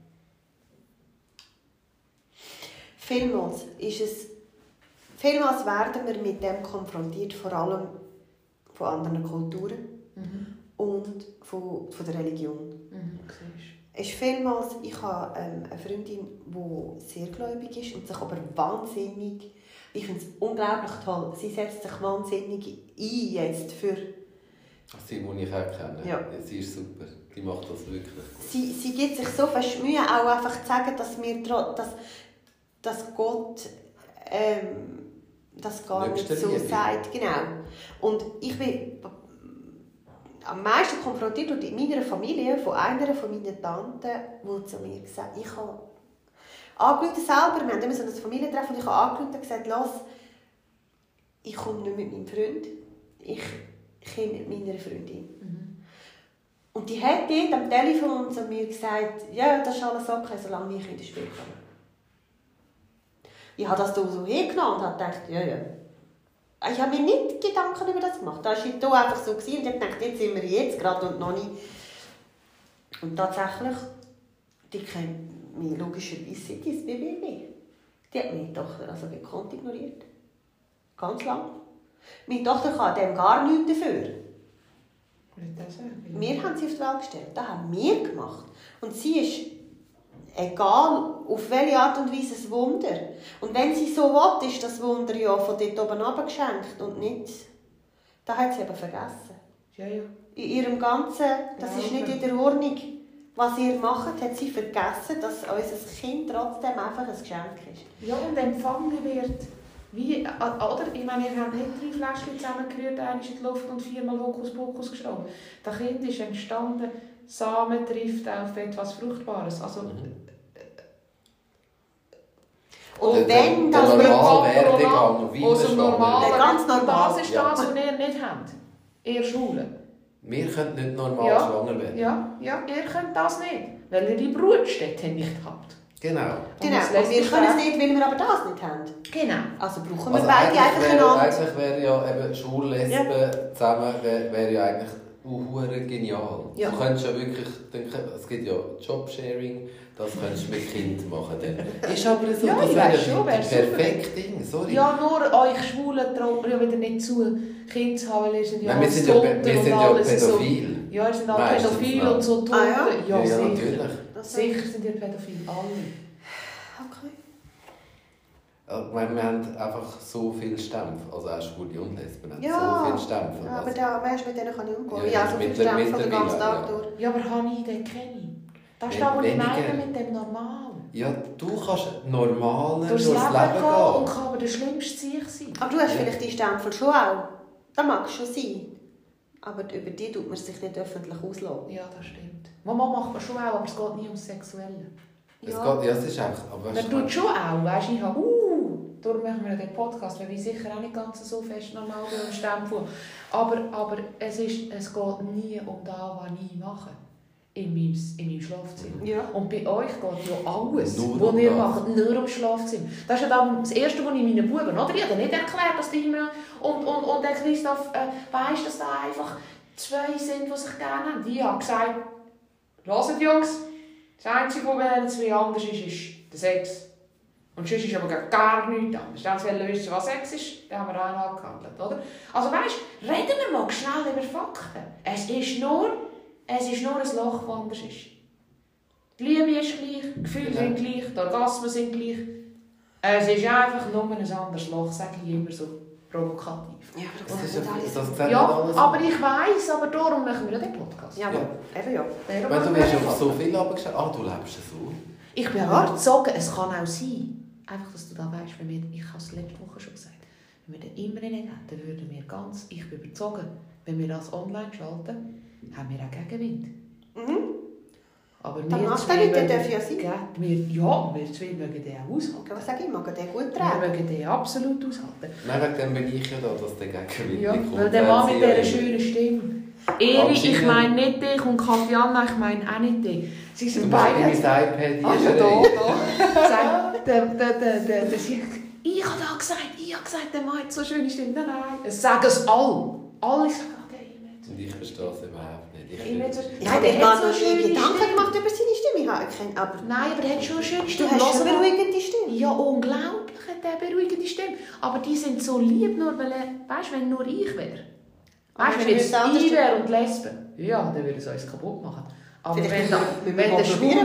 Vielmals werden wir mit dem konfrontiert, vor allem von anderen Kulturen und von der Religion. Ich habe eine Freundin, die sehr gläubig ist und sich aber wahnsinnig, ich finde es unglaublich toll, sie setzt sich wahnsinnig ein jetzt für... Sie, die ich auch kenne, ja. Sie ist super, die macht das wirklich gut. Sie gibt sich so fest Mühe, auch einfach zu sagen, dass Gott das gar nicht so sagt. Genau. Und ich bin am meisten konfrontiert in meiner Familie von einer von meinen Tanten, die zu mir gesagt hat, ich habe angerufen selber, wir haben immer so ein Familientreffen, und ich habe angerufen und gesagt, lass, ich komme nicht mit meinem Freund, ich komme mit meiner Freundin. Und die hat dort am Telefon zu mir gesagt, ja, das ist alles okay, solange wir ins Spiel kommen. Ich habe das so hingenommen und habe gedacht, ja. Ich habe mir nicht Gedanken über das gemacht. Das war hier einfach so und ich dachte, jetzt sind wir jetzt gerade und noch nicht. Und tatsächlich, die kennt mich logischerweise seit das BBB. Die hat meine Tochter also gekonnt ignoriert. Ganz lang. Meine Tochter kann dem gar nichts dafür. Wir haben sie auf die Welt gestellt. Das haben wir gemacht. Und sie ist, egal auf welche Art und Weise, ein Wunder. Und wenn sie so will, ist das Wunder ja von dort oben runter geschenkt und nicht... Das hat sie eben vergessen. Ja. In ihrem Ganzen, das ist nicht in der Ordnung. Was ihr macht, hat sie vergessen, dass unser Kind trotzdem einfach ein Geschenk ist. Ja, und empfangen wird. Wie, oder? Ich meine, ihr habt nicht 3 Fläschchen zusammengerührt, einmal in die Luft und 4-mal Hokuspokus geschraubt. Das Kind ist entstanden, Samen trifft auf etwas Fruchtbares. Also, und wenn das normal ganz normal. Das ist das, was ihr nicht habt. Ihr Schwulen. Wir können nicht normal schwanger werden. Ja, ihr könnt das nicht. Weil ihr die Brutstätte nicht habt. Genau. Und wir können es nicht, weil wir aber das nicht haben. Genau. Also brauchen wir beide einfach einander. Eigentlich wäre ja eben Schwul-Lesben zusammen wäre ja eigentlich genial. Ja. Du könntest ja wirklich, es gibt ja Jobsharing, das könntest du mit Kind machen. Dann. Ist aber so, Ja, das ich wäre weiss schon, das perfekte Ding. Sorry. Ja, nur euch Schwulen traut mir ja wieder nicht zu, Kinder zu haben, weil ihr sind ja wir sind ja pädophil. So, ja, ihr sind alle pädophil und so tot. Ja, sicher. Natürlich. Sicher sind ihr pädophil, alle. Okay. Wir haben einfach so viel Stempel, also auch Schwule und Lesben haben so viel Stempel. Ja, aber da, weißt, mit denen kann ich umgehen. Ja, Ja, so viel Stempel den ganzen Tag durch. Ja, aber Hani, den kenne ich. Das ist das, was ich meine mit dem Normal. Ja, du kannst normal durchs Leben gehen und kann aber der schlimmste Sieg sein. Aber du hast vielleicht die Stempel schon auch. Das mag schon sein. Aber über die tut man sich nicht öffentlich auslassen. Ja, das stimmt. Mama macht man schon auch, aber es geht nie ums Sexuelle. Es ist einfach... Man tut schon auch, weißt du, ich habe... Darum machen wir den Podcast, weil wir sicher auch nicht ganz so fest normal durch den Stempel. Aber es geht nie um das, was ich mache. In meinem Schlafzimmer. Ja. Und bei euch geht ja alles, was ihr macht, nur ums Schlafzimmer. Das ist ja das Erste, was ich meinen Buben... Oder? Ich habe nicht erklärt, dass die immer... Und der Christoph weiss, dass da einfach... 2 sind, die sich gerne haben. Die haben gesagt, hört Jungs, das Einzige, was bei den 2 anders ist der Sex. Und sonst ist aber gar nichts anderes. Dann wollen wir wissen, was Sex ist, dann haben wir auch abgehandelt, oder? Also weisst, reden wir mal schnell über Fakten. Es ist nur ein Loch, das anders ist. Die Liebe ist gleich, die Gefühle sind gleich, die Orgasmen sind gleich. Es ist einfach nur ein anderes Loch, sage ich immer so provokativ. Ja, aber ich weiss, aber darum machen wir den Podcast. Ja, eben ja. Weil du wirst auf so viel abgestellt. Du lebst so. Ich bin überzeugt, es kann auch sein, einfach, dass du da weißt, wenn wir, ich habe es letzte Woche schon gesagt, wenn wir den immer nicht hätten, dann würden wir ich bin überzeugt, wenn wir das online schalten, haben wir auch Gegenwind. Aber dann macht er nicht, der darf ja sein. Wir zwei mögen den auch aushalten. Was sage ich, mag den gut Wir tragen. mögen den absolut aushalten. Nein, wegen dem bin ich ja da, dass der Gegenwind kommt. Weil der Mann mit dieser schönen Stimme. Eri, ich meine nicht dich und Katjana, ich meine auch nicht dich. Sie sind beide... Du musst mein iPad hier ich habe da gesagt, der Mann hat so schöne Stimme. Nein, es sagen es alle. Alle sagen, der nicht. Und ich verstehe es überhaupt nicht. Ich habe mir mal so schöne Gedanken gemacht über seine Stimme. Nein, aber er hat schon eine schöne Stimme. Du hast schon eine beruhigende Stimme. Ja, unglaublich hat er eine beruhigende Stimme. Aber die sind so lieb, nur weil weißt, wenn nur ich wäre. Weißt du, wenn jetzt ich wäre und Lesben, ja, dann würde es uns kaputt machen. Aber wenn der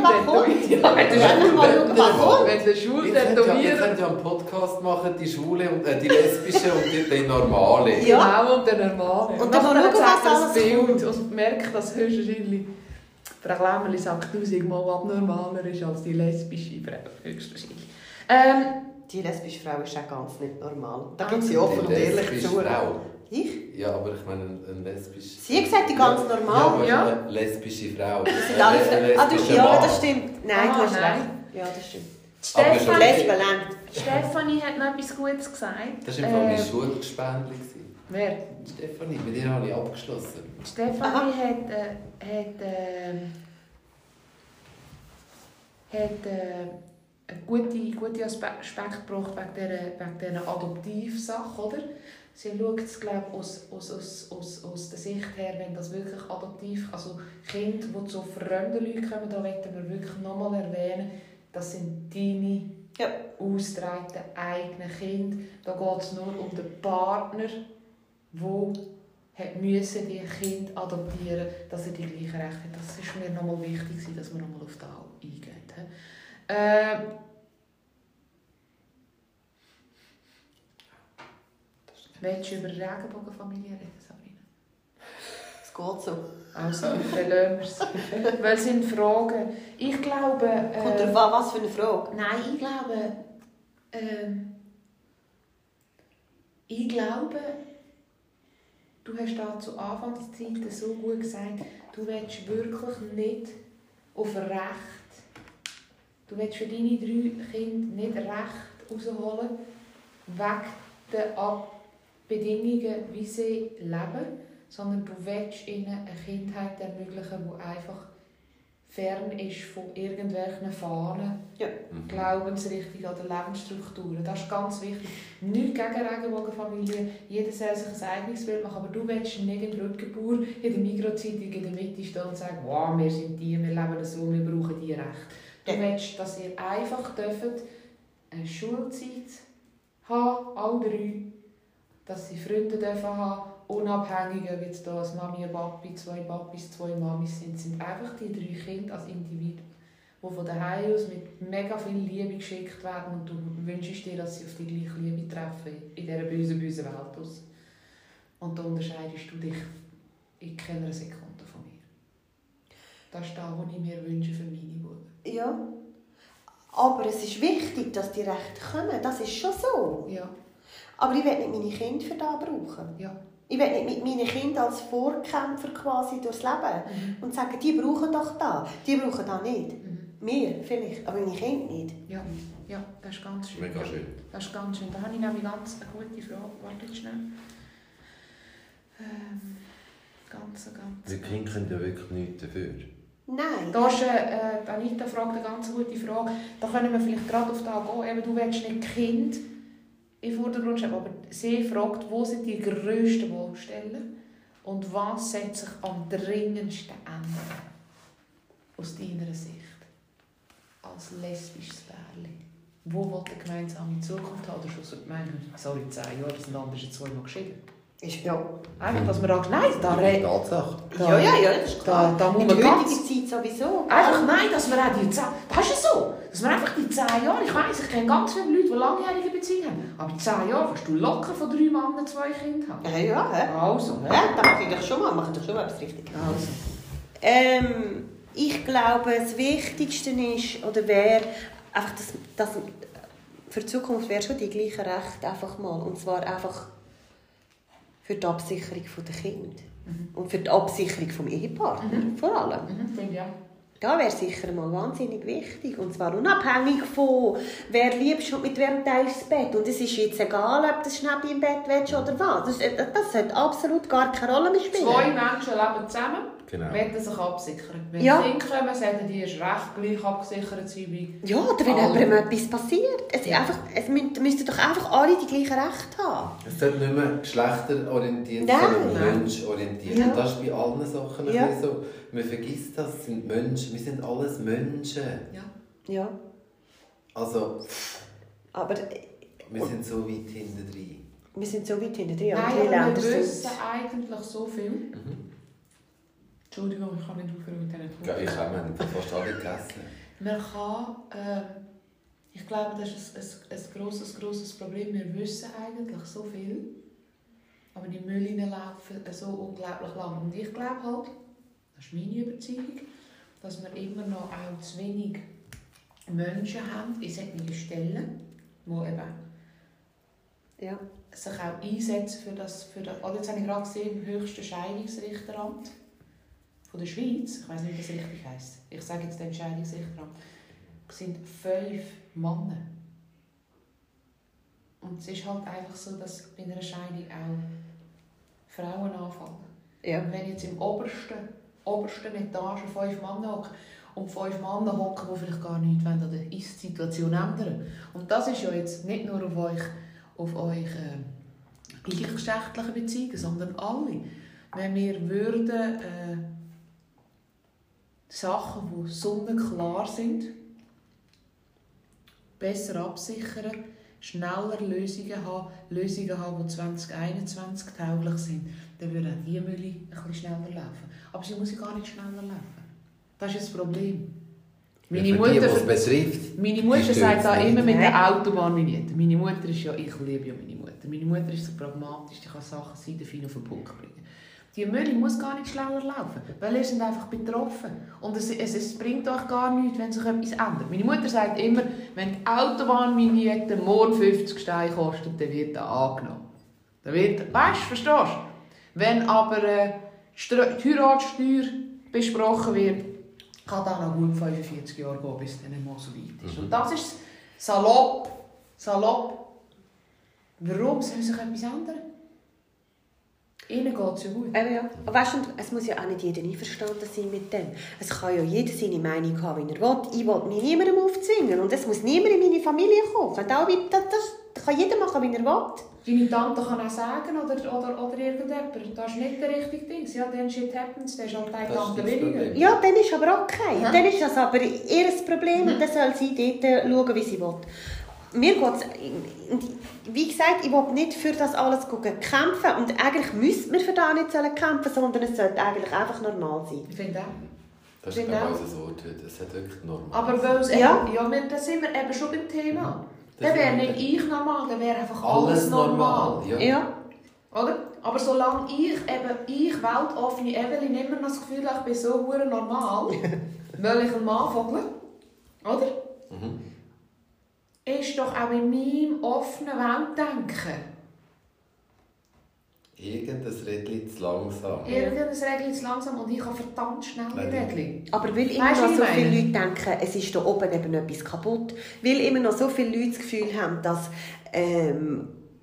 Schwul tätowiert... Wir können ja einen Podcast machen, die Schwule und die lesbische und die normale. Ja, genau, und der normale. Und dann schauen, was alles Bild und merkt, dass höchstwahrscheinlich Frau Klemmerli sagt 1000-mal abnormaler ist als die lesbische Frau. Höchstwahrscheinlich. Die lesbische Frau ist auch ganz nicht normal. Da gibt sie offen und ehrlich zu. Frau. Ich? Ja, aber ich meine eine lesbische... Sie hat gesagt, die ganz normal. Ja, aber eine lesbische Frau. Das sind alle ja, das stimmt. Nein, du hast recht. Ja, das stimmt. Stefanie hat noch etwas Gutes gesagt. Das war mein Schulgespendli. Wer? Stefanie, mit ihr habe ich abgeschlossen. Stefanie hat einen guten Aspekt gebracht wegen dieser Adoptivsache, oder? Sie schaut es, glaube ich, aus der Sicht her, wenn das wirklich adoptiv, also Kinder, die zu fremden Leuten kommen, da möchten wir wirklich nochmal erwähnen, das sind deine ausgetragenen eigenen Kinder. Da geht es nur um den Partner, der müssen die Kinder adoptieren, dass er die gleichen Rechte hat. Das ist mir nochmal wichtig, dass wir nochmal auf das eingehen. Willst du über die Regenbogenfamilie reden, Sabrina? Es geht so. Also, dann lassen wir es. Weil es sind Fragen. Ich glaube... Kommt drauf an, was für eine Frage? Nein, ich glaube, du hast da zu Anfangszeiten so gut gesagt, du willst wirklich nicht auf Recht, du willst für deine 3 Kinder nicht Recht rausholen, wegen der Bedingungen, wie sie leben, sondern du willst ihnen eine Kindheit ermöglichen, die einfach fern ist von irgendwelchen Fahnen, Glaubensrichtungen oder Lebensstrukturen. Das ist ganz wichtig. Nicht gegen Regenbogenfamilien, jeder soll sich ein eigenes Bild machen, aber du willst nicht in Rückgeburt in der Mikrozeitung in der Mitte stehen und sagen, wow, wir sind die, wir leben so, wir brauchen die Rechte. Du willst, dass ihr einfach eine Schulzeit haben, alle 3, dass sie Freunde haben, unabhängig, ob jetzt hier als Mami, ein Papi, 2 Papis, 2 Mamis sind einfach die 3 Kinder als Individuen, die von daheim aus mit mega viel Liebe geschickt werden und du wünschst dir, dass sie auf die gleiche Liebe treffen in dieser bösen Welt aus. Und da unterscheidest du dich in keiner Sekunde von mir. Das ist das, was ich mir wünsche für meine Buben. Ja, aber es ist wichtig, dass die Rechte kommen, das ist schon so. Ja. Aber ich will nicht meine Kinder für das brauchen. Ja. Ich will nicht mit meinen Kindern als Vorkämpfer quasi durchs Leben und sagen, die brauchen doch das, die brauchen das nicht. Wir vielleicht, aber meine Kinder nicht. Ja, das ist ganz schön. Mega schön. Das ist ganz schön. Da habe ich nämlich ganz eine gute Frage. Warte schnell. Ganz. Die Kinder können ja wirklich nichts dafür. Nein. Da ist Anita fragt eine ganz gute Frage. Da können wir vielleicht gerade auf das gehen. Eben, du willst nicht Kind in den Vordergrund stellen, aber sie fragt, wo sind die grössten Baustellen? Und was sollte sich am dringendsten ändern? Aus deiner Sicht? Als lesbisches Pärchen. Wo will eine gemeinsame Zukunft haben? Oder schon so, 10 Jahre, das sind andere 2 Mal geschieden. Ist ja. Einfach, dass man sagt, nein, da redet. Tatsache. Ja, das ist klar. Da muss in man der ganz... heutigen Zeit sowieso. Einfach nein, dass man auch die 10... Das ist ja so. Dass man einfach die 10 Jahre... Ich weiss, ich kenne ganz viele Leute, die langjährige Beziehungen haben. Aber 10 Jahre kannst du locker von 3 Männern 2 Kinder haben. Ja. Also. Ja, da mache ich doch schon mal. Mache ich schon mal etwas richtig. Also. Ich glaube, das Wichtigste ist, oder wäre, einfach, dass für die Zukunft wäre schon die gleichen Rechte einfach mal. Und zwar einfach für die Absicherung der Kinder. Und für die Absicherung des Ehepartners, vor allem. Finde ich auch. Das wäre sicher mal wahnsinnig wichtig. Und zwar unabhängig von, wer liebst und mit wem teilst das Bett. Und es ist jetzt egal, ob du Schnäppi im Bett willst oder was. Das sollte absolut gar keine Rolle mehr spielen. 2 Menschen leben zusammen, Genau. wollen sich absichern. Wenn Ja. Kinder kommen, sollten die erst recht gleich abgesichert sein wie... Ja, oder wenn jemandem etwas passiert. Es müssten doch einfach alle die gleichen Rechte haben. Es sollte nicht mehr geschlechterorientiert, Nein. sondern menschorientiert. Ja. Und das ist bei allen Sachen Ja. ein bisschen so. Man vergisst das, es sind Menschen. Wir sind alles Menschen. Ja. Also, Aber wir sind so weit hinten drin. wir sind so weit hinter drin. Nein, Die aber Länder wir sind... wissen eigentlich so viel. Entschuldigung, ich kann nicht aufhören mit diesen Ja, ich habe fast alle gegessen. Man kann... ich glaube, das ist ein grosses Problem. Wir wissen eigentlich so viel. Aber die Mülllinien laufen so unglaublich lang. Und ich glaube halt, das ist meine Überzeugung, dass wir immer noch auch zu wenig Menschen haben in solchen Stellen, die eben Ja. sich auch einsetzen für das. Oder jetzt habe ich gerade gesehen, im höchsten Scheidungsrichteramt von der Schweiz, ich weiss nicht, wie das richtig heisst, ich sage jetzt dem Scheidungsrichteramt, sind 5 Männer. Und es ist halt einfach so, dass bei einer Scheidung auch Frauen anfallen. Ja. Und wenn jetzt im obersten Etage 5 Männer hocken und 5 Männer hocken, die vielleicht gar nichts wollen, an der Ist-Situation ändern. Und das ist ja jetzt nicht nur auf euch gleichgeschlechtliche Beziehungen, sondern alle. Wenn wir würden Sachen, die sonnenklar sind, besser absichern, schneller Lösungen haben, die 2021 tauglich sind, dann würde auch die Mühle ein bisschen schneller laufen. Aber sie muss ja gar nicht schneller laufen. Das ist das Problem. Meine Ja, Mutter, was betrifft, meine Mutter sagt da nicht. immer mit Nein. der Autobahnvignette. Meine Mutter ist ja, ich liebe ja meine Mutter. Meine Mutter ist so pragmatisch, die kann Sachen seitenfein auf den Punkt bringen. Die Mühle muss gar nicht schneller laufen, weil ihr seid einfach betroffen. Und es bringt euch gar nichts, wenn sich etwas ändert. Meine Mutter sagt immer, wenn die Autobahnvignette morgen 50 Steine kostet, dann wird er angenommen. Weißt du, verstehst du? Wenn aber die Heiratssteuer besprochen wird, kann das noch gut 45 Jahre gehen, bis es dann mal so weit ist. Und das ist salopp. Warum soll sich etwas ändern? Ihnen geht es ja gut. Ja. Aber weißt du, es muss ja auch nicht jeder einverstanden sein mit dem. Es kann ja jeder seine Meinung haben, wie er will. Ich will mich niemandem aufzwingen. Und es muss niemand in meine Familie kommen. Das kann jeder machen, wie er will. Deine Tante kann auch sagen, oder irgendjemand, das ist nicht der richtige Ding. Ja, dann shit happens, dann ist halt deine Das ist Tante das weniger. Problem. Ja, dann ist aber okay. Ja. Dann ist das aber ihr Problem und dann soll sie dort schauen, wie sie will. Mir geht es, wie gesagt, ich will nicht für das alles kämpfen und eigentlich müsste man für das nicht kämpfen, sondern es sollte eigentlich einfach normal sein. Ich finde auch. Das ist Genau. unser Wort heute. Es hat wirklich normal. Aber weil es Ja. da sind wir eben schon beim Thema. Das Dann wäre ist- nicht ich normal, dann wäre einfach alles normal. Ja. Ja. Oder? Aber solange ich weltoffene Evelyn, immer noch das Gefühl habe, ich bin so hure normal, weil ich einen Mann vogel, oder? Ist doch auch in meinem offenen Weltdenken Irgendein Rädchen zu langsam. irgendein Regel zu langsam und ich habe verdammt schnell die Regel. Aber weil immer Weißt du, noch wie so ich viele meine? Leute denken, es ist da oben eben etwas kaputt, weil immer noch so viele Leute das Gefühl haben, dass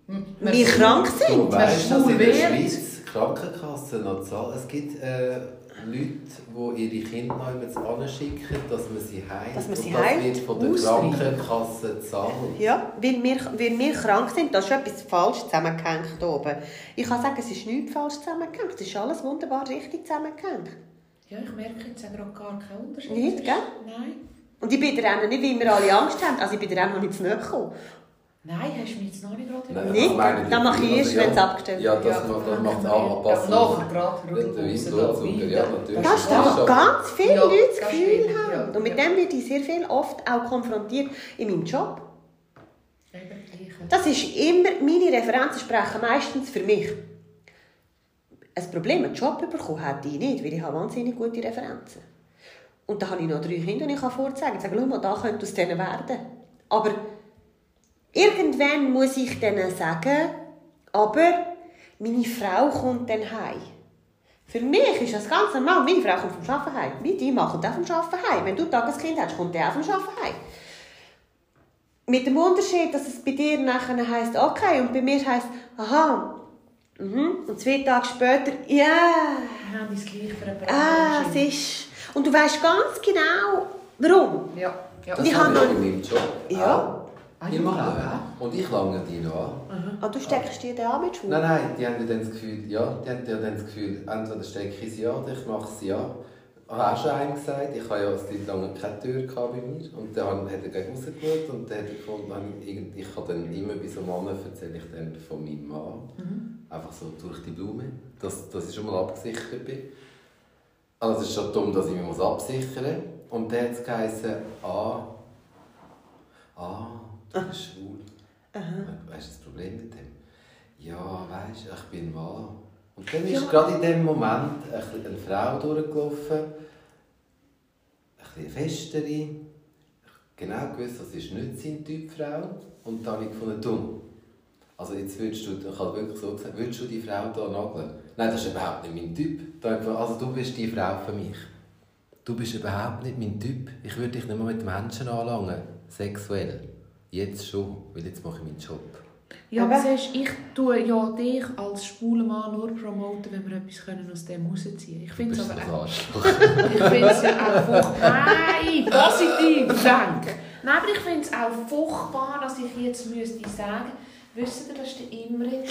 wir krank Du sind. weißt, dass schwul in der wird. Schweiz Krankenkassen noch zahlen. Es gibt Leute, die ihre Kinder noch hinschicken, dass man sie heilt. Dass man sie und das heilt. wird von der Krankenkasse gezahlt. Ja, weil wir krank sind, da ist etwas falsch zusammengehängt hier oben. Ich kann sagen, es ist nichts falsch zusammengehängt. Es ist alles wunderbar richtig zusammengehängt. Ja, ich merke jetzt auch gerade gar keinen Unterschied. Nicht, gell? Nein. Und ich bin der Rennen nicht, wie wir alle Angst haben. Also ich bin der Rennen noch nicht zu nahe gekommen. Nein, hast du mich jetzt noch nicht gerade Nein, Nicht? ich meine, Dann mache ich erst, wenn es abgestellt Ja, wird. das macht es anpassen. Nachher gerade Der Blutzucker, ja, natürlich. Das ist doch ganz viele Ja, Leute das das Gefühl stimmt, haben. ja. Und mit dem werde ich sehr viel oft auch konfrontiert in meinem Job. Das ist immer, meine Referenzen sprechen meistens für mich. Ein Problem, einen Job bekommen hätte ich nicht, weil ich habe wahnsinnig gute Referenzen. Und dann habe ich noch 3 Kinder, die ich vorzeigen kann. Ich sage, schau mal, da könnte aus denen werden. Aber irgendwann muss ich denen sagen, aber meine Frau kommt dann heim. Für mich ist das ganz normal. Meine Frau kommt vom Arbeiten heim. Die machen auch vom Arbeiten heim. Wenn du ein Tageskind hast, kommt der auch vom Arbeiten heim. Mit dem Unterschied, dass es bei dir nachher heisst, okay, und bei mir heisst, aha, und 2 Tage später, ja, Wir haben das gleiche für einen es ist... Und du weißt ganz genau, warum. Ja. Das ich habe habe ich in meinem Job. Ja. Ich mache das auch. Und ich lange die noch an. Du steckst dir den an mit Schwul? Nein, die haben ja dann das Gefühl, entweder stecke ich sie an oder ich mache sie an. Ich habe auch schon einem gesagt, ich habe ja seit langem keine Tür bei mir. Und dann hat er gleich rausgeschaut und dann hat er gefunden, ich kann dann immer bei so Männern erzähle ich dann von meinem Mann. Einfach so durch die Blume, dass ich schon mal abgesichert bin. Also es ist schon dumm, dass ich mich absichern muss. Und dann hat es geheißen, du bist schwul. Weißt du das Problem mit dem? Ja, weißt du, ich bin Mann. Und dann ist gerade in dem Moment eine Frau durchgelaufen, ein bisschen festere. Ich habe genau gewusst, das ist nicht sein Typ Frau. Und dann habe ich gefunden, du, also jetzt würdest du, ich habe wirklich so gesagt, würdest du die Frau hier nageln? Nein, das ist überhaupt nicht mein Typ. Dann habe ich gefunden, also du bist die Frau für mich. Du bist überhaupt nicht mein Typ. Ich würde dich nicht mehr mit Menschen anlangen, sexuell. Jetzt schon, weil jetzt mache ich meinen Job. Ja, aber siehst, ich tue ja dich als schwuler Mann nur promoten, wenn wir etwas aus dem rausziehen können. Ich finde es aber auch... Ich finde es ja auch furchtbar... Nein, positiv, danke. Nein, aber ich finde es auch furchtbar, dass ich jetzt müsste sagen, wisst ihr, das ist der Imre,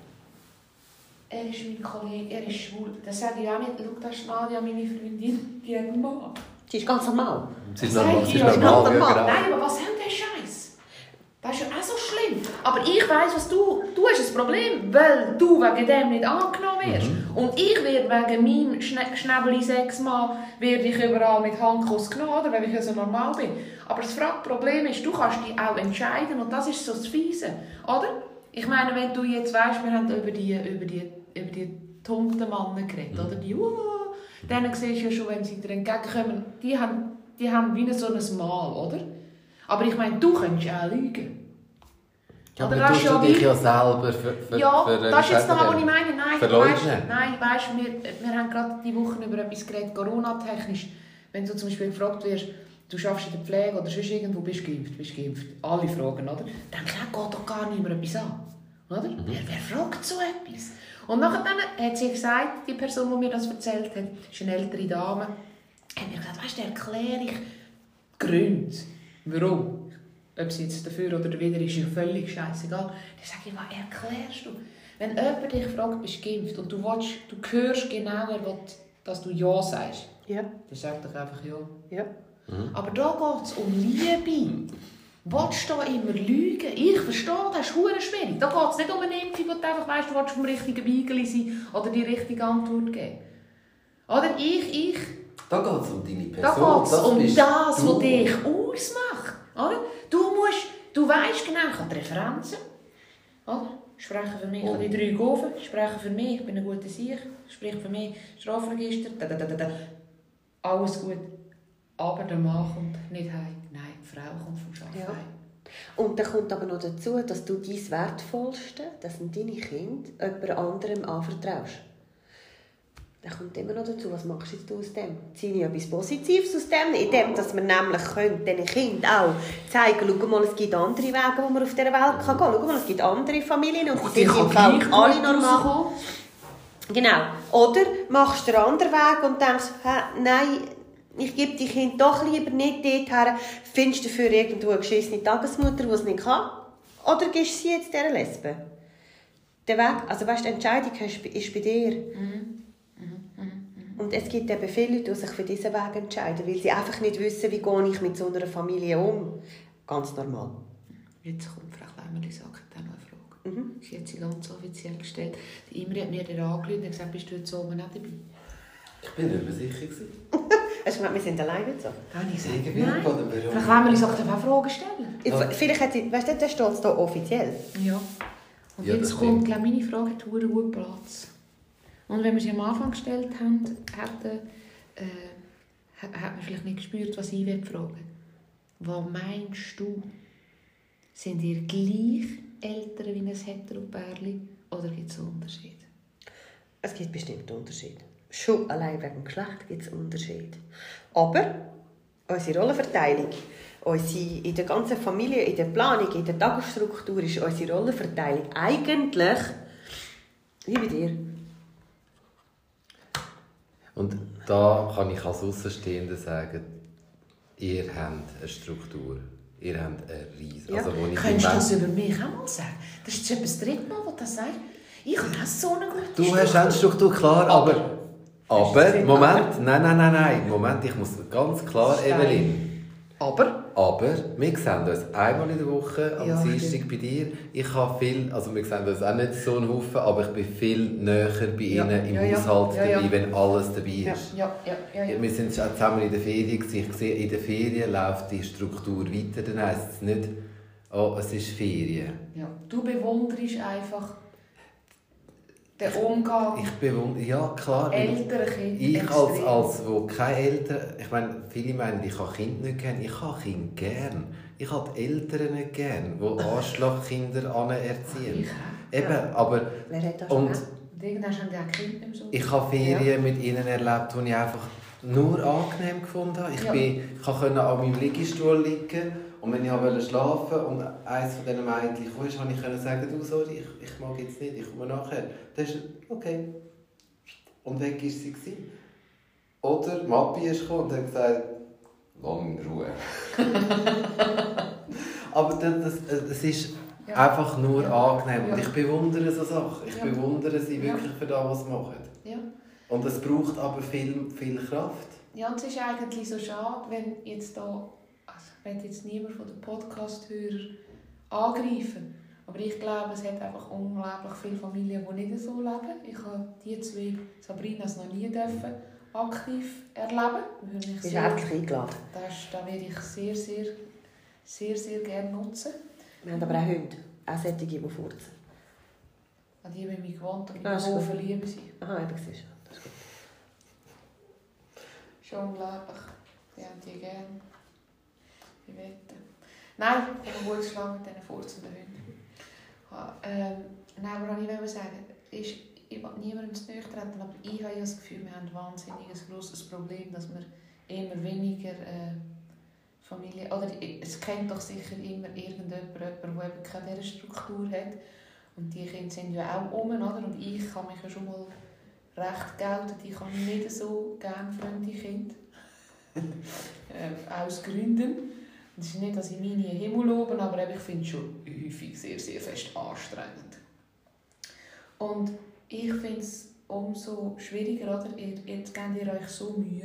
er ist mein Kollege, er ist schwul. Das sage ich auch nicht, schau, das ist Nadia, meine Freundin, die hat einen Mann. Sie ist ganz normal. Sie ist normal, Nein, aber was soll der Scheiß? Das ist ja auch so schlimm. Aber ich weiss, was du hast ein Problem, weil du wegen dem nicht angenommen wirst. Und ich werde wegen meinem Schnäbeli-Sexmann überall mit Handkuss genommen, oder, weil ich ja so normal bin. Aber das Problem ist, du kannst dich auch entscheiden und das ist so das Fiese, oder? Ich meine, wenn du jetzt weisst, wir haben über die tumpen Männer geredet, oder die dann siehst du ja schon, wenn sie dir entgegenkommen, die haben wie so ein Mal, oder? Aber ich meine, du könntest auch lügen. Ja, aber tust du dich ja selber für ja, das ist jetzt noch, was ich meine. Nein, weißt, wir haben gerade diese Woche über etwas geredet, Corona-technisch. Wenn du zum Beispiel gefragt wirst, du arbeitest in der Pflege oder sonst irgendwo, bist du geimpft. Alle fragen, oder? Dann geht doch gar niemand etwas an. Oder? Wer fragt so etwas? Und nachher hat sie gesagt, die Person, die mir das erzählt hat, ist eine ältere Dame, hat mir gesagt, weißt du, erkläre ich Gründe. Warum? Ob sie jetzt dafür oder wieder ist ja völlig scheißegal. Dann sage ich, was erklärst du? Wenn jemand dich fragt, bist du geimpft und du hörst genau, er will, dass du Ja sagst, dann sag doch einfach Ja. Aber da geht es um Liebe. Willst du da immer lügen? Ich verstehe, das ist verdammt schwierig. Da geht es nicht um eine Impfung, wo du einfach weißt, du willst vom richtigen Beigeli sein oder die richtige Antwort geben. Oder ich... Da geht es um deine Person. Da geht es um das, was dich ausmacht. Oder? Du weisst genau, ich habe die Referenzen. Oder? Sprechen für mich, ich habe die 3 Gofen. Sprechen für mich, ich bin ein guter Sieg. Sprechen für mich, Strafregister. Alles gut. Aber der Mann kommt nicht heim. Nein, die Frau kommt vom Arbeiten heim. Und dann kommt aber noch dazu, dass du dein Wertvollste, das sind deine Kinder, jemand anderem anvertraust. Dann kommt immer noch dazu, was machst du jetzt aus dem? Ziehe ich etwas Positives aus dem? In dem, dass man nämlich diesen Kindern auch zeigen, schau mal, es gibt andere Wege, wo man auf dieser Welt gehen kann. Schau mal, es gibt andere Familien und die sind im Fall alle normal. Genau. Oder machst du den anderen Weg und denkst, nein, ich gebe die Kind doch lieber nicht dort her. Findest du dafür irgendwo eine geschissene Tagesmutter, die es nicht kann? Oder gibst du sie jetzt dieser Lesbe? Der Weg, also weißt, die Entscheidung ist bei dir. Und es gibt eben viele Leute, die sich für diesen Weg entscheiden, weil sie einfach nicht wissen, wie gehe ich mit so einer Familie um. Ganz normal. Jetzt kommt Frau Klemmerli-Sack dann noch eine Frage. Sie hat sie ganz offiziell gestellt. Die Imre hat mir dann angerufen und gesagt, bist du jetzt oben auch dabei? Ich bin nicht mehr sicher. Hast du gemeint, wir sind alleine so? Habe ich gesagt, Irgendwie nein. oder warum? Frau Klemmerli-Sack darf auch Fragen stellen. Ja. Vielleicht hat sie, weißt du, der steht hier offiziell. Ja. Und Ja, jetzt kommt, glaube ich, meine Frage hat verdammt gut Platz. Und wenn wir sie am Anfang gestellt haben, hat man vielleicht nicht gespürt, was ich fragen will. Was meinst du? Sind ihr gleich Eltern wie ein Hetero-Pärchen oder gibt es einen Unterschied? Es gibt bestimmt Unterschiede. Schon allein wegen dem Geschlecht gibt es Unterschiede. Aber unsere Rollenverteilung, in der ganzen Familie, in der Planung, in der Tagesstruktur ist unsere Rollenverteilung eigentlich wie bei dir. Und da kann ich als Außenstehender sagen, ihr habt eine Struktur. Ihr habt eine Riese. Ja. Also, Könntest du das über mich auch mal sagen? Das ist jetzt das dritte Mal, wo du das sagst. Ich habe auch so eine gute Du hast eine Struktur, klar, aber Moment, nein. Moment, ich muss ganz klar, Evelyn. Aber wir sehen uns einmal in der Woche am Dienstag bei dir. Ich habe viel, also wir sehen uns auch nicht so einen Haufen, aber ich bin viel näher bei Ihnen im Haushalt dabei, wenn alles dabei ist. Ja. Wir sind auch zusammen in der Ferien gewesen. Ich sehe, in der Ferien läuft die Struktur weiter. Dann heisst es nicht, oh, es ist Ferien. Ja. Du bewunderst einfach den Umgang. Ich bewundere, ja klar. Ältere Kinder. Ich als wo keine Eltern, ich meine, viele meinen, ich habe Kinder nicht gern. Ich habe Kinder gern. Ich habe die Eltern nicht gern, die Arschlochkinder anerziehen. Eben, aber Wer hat das und gemacht? Irgendwann haben die auch Kinder im Sommer. ich habe Ferien mit ihnen erlebt, die ich einfach nur angenehm gefunden habe. Ich konnte an meinem Liegestuhl liegen und wenn ich schlafen wollte und eines von diesen Mädchen kam, konnte ich sagen, du, sorry, ich mag jetzt nicht, ich komme nachher. Dann ist okay. Und weg war sie. Oder Mappi ist gekommen und hat gesagt, lass mich in Ruhe. Aber das ist einfach nur angenehm. Und ich bewundere so Sachen. Ich bewundere sie wirklich für das, was sie machen. Ja. Und es braucht aber viel Kraft. Ja, und es ist eigentlich so schade, wenn jetzt da, also ich will jetzt niemand von den Podcast-Hörern angreifen, aber ich glaube, es hat einfach unglaublich viele Familien, die nicht so leben. Ich habe die zwei Sabrinas noch nie aktiv erleben. Du bist herzlich eingeladen. Das werde ich sehr gerne nutzen. Wir haben aber auch Hunde, auch solche, die furzen. An die bin ich gewohnt und Ah, ich so. verlieben sie. Aha, eben siehst du. Das ist gut. Schon unglaublich. Die haben die gerne. Ich wette. Nein, ich habe einen guten Schlag mit diesen furzenden Hunden. Nein, aber was ich will sagen, ist, ich will niemandem zu nahe treten, aber ich habe das Gefühl, wir haben ein wahnsinnig grosses Problem, dass wir immer weniger Familie, oder es kennt doch sicher immer irgendjemand, der eben keine Struktur hat. Und die Kinder sind ja auch um, oder? Und ich kann mich ja schon mal recht gelten, ich habe nicht so gerne fremde Kinder. Aus Gründen. Es ist nicht, dass ich meine Himmel lobe, aber ich finde es schon häufig sehr, sehr fest anstrengend. Und ich finde es umso schwieriger, oder? Jetzt gebt ihr euch so Mühe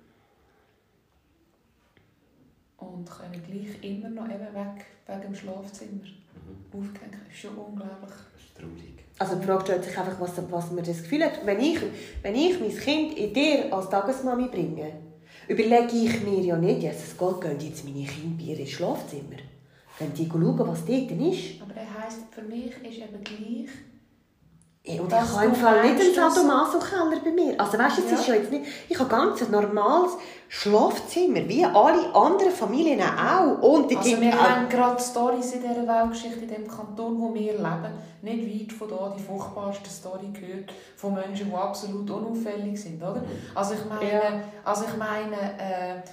und könnt gleich immer noch eben wegen dem Schlafzimmer aufgehängt. Das ist schon unglaublich. Das ist traurig. Also die Frage stellt sich einfach, was man das Gefühl hat. Wenn ich mein Kind in dir als Tagesmami bringe, überlege ich mir ja nicht, Jesus Gott, gehen jetzt meine Kinder bei ihr ins Schlafzimmer. Gehen die schauen, was dort ist. Aber das heisst, für mich ist eben gleich... Und ich habe im Fall nicht einen Sadomaso-Keller bei mir. Also weißt du, es ist ja jetzt nicht... Ich habe ganz ein normales Schlafzimmer, wie alle anderen Familien auch. Und also wir haben gerade Storys in dieser Weltgeschichte, in dem Kanton, wo wir leben, nicht weit von hier die furchtbarste Story gehört von Menschen, die absolut unauffällig sind, oder? Also ich meine,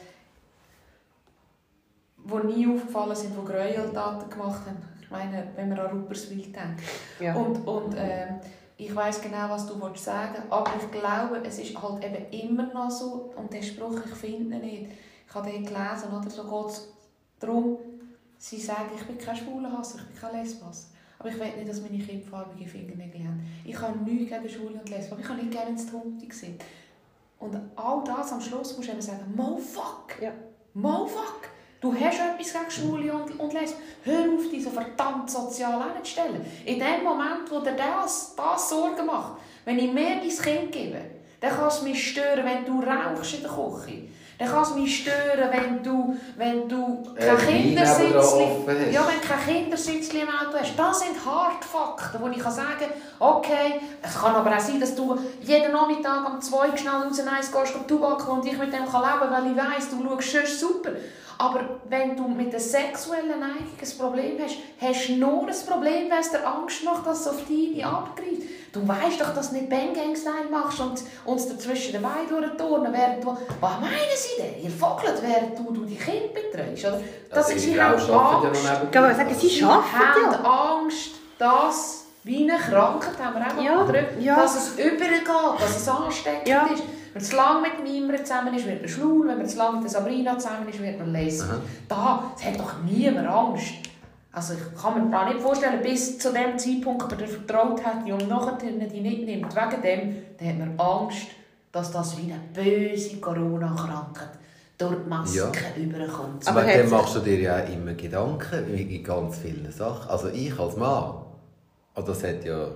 die nie aufgefallen sind, die Gräueltaten gemacht haben. Ich meine, wenn wir an Rupperswil denken. Ja. Und ich ich weiss genau, was du sagen willst, aber ich glaube, es ist halt eben immer noch so, und der Spruch, ich finde ihn nicht, ich habe den gelesen, oder so geht es darum, sie sagen, ich bin kein Schwulenhasser, ich bin kein Lesbhasser. Aber ich will nicht, dass meine Kinder farbige Fingernägel haben. Ich habe nichts gegen Schwule und Lesben, aber ich habe nicht gerne, wenn es Hunde sind. Und all das am Schluss musst du eben sagen, Mo fuck! Ja. Mo fuck! Du hast etwas gegen Schwule und Lesben. Hör auf, dich so verdammt sozial hinzustellen. In dem Moment, wo dir das Sorgen macht, wenn ich mehr dein Kind gebe, dann kann es mich stören, wenn du rauchst in der Küche. Dann kann es mich stören, wenn du kein Kindersitzchen im Auto hast. Das sind Hardfakten, wo ich sagen kann, okay, es kann aber auch sein, dass du jeden Nachmittag um 2 schnell raus gehst und Tubak und ich mit dem leben kann, weil ich weiss, du schaust sonst super. Aber wenn du mit der sexuellen Neigung ein Problem hast, hast du nur ein Problem, wenn es dir Angst macht, dass es auf dich abgreift. Du weißt doch, dass du nicht Bang-Gang-Style machst und uns dazwischen den Beinen durchturnen, während du... Was meinen Sie denn? Ihr vogelt, während du die Kinder betreust, oder? Das ist sie haben Angst. Kann man sagen, sie arbeiten haben Angst, dass... Wie eine Krankheit haben wir auch gedrückt, dass es übergeht, dass es ansteckend ist. Wenn man zu lange mit dem Imre zusammen ist, wird man schwul. Wenn man zu lange mit der Sabrina zusammen ist, wird man lesbisch. Es hat doch niemand Angst. Also ich kann mir da nicht vorstellen, bis zu dem Zeitpunkt, der vertraut hat und nachher die nicht nimmt. Wegen dem, dann hat man Angst, dass das wie eine böse Corona-Krankheit durch die Masken überkommt. Aber dann machst du dir ja immer Gedanken in ganz vielen Sachen. Also ich als Mann, also das hat ja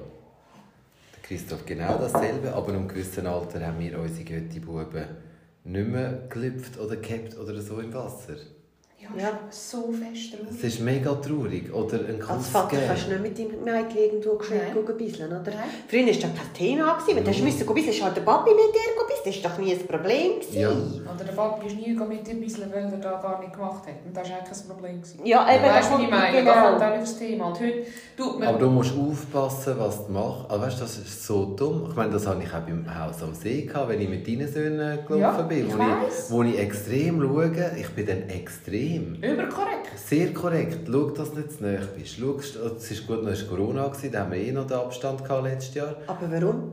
Christoph genau dasselbe, aber in einem gewissen Alter haben wir unsere Götti-Buben nicht mehr gelüpft oder gehabt oder so im Wasser. Ja, so fest traurig. Es ist mega traurig. Oder ein als Vater kannst du nicht mit deinem Mädchen irgendwo geschwind bisseln, oder? Nein. Früher war das kein Thema. Wenn du bisseln musst, hat der Papi mit dir bisseln. Das war doch nie ein Problem. Ja. Oder der Papi ist nie mit dir bisseln, weil er das gar nicht gemacht hat. Und das war auch kein Problem. Ja, eben. Weißt du, wie ich meine? Genau. Da kommt auch nicht aufs Thema. Und heute tut man... Aber du musst aufpassen, was du machst. Also, weißt, das ist so dumm. Ich meine, das hatte ich auch beim Haus am See gehabt, wenn ich mit deinen Söhnen gelaufen bin. Wo ich extrem schaue. Ich bin dann extrem. Überkorrekt. Sehr korrekt. Schau, dass du nicht zu nahe bist. Schau, es ist gut, es war Corona, da haben wir noch den Abstand letztes Jahr. Aber warum?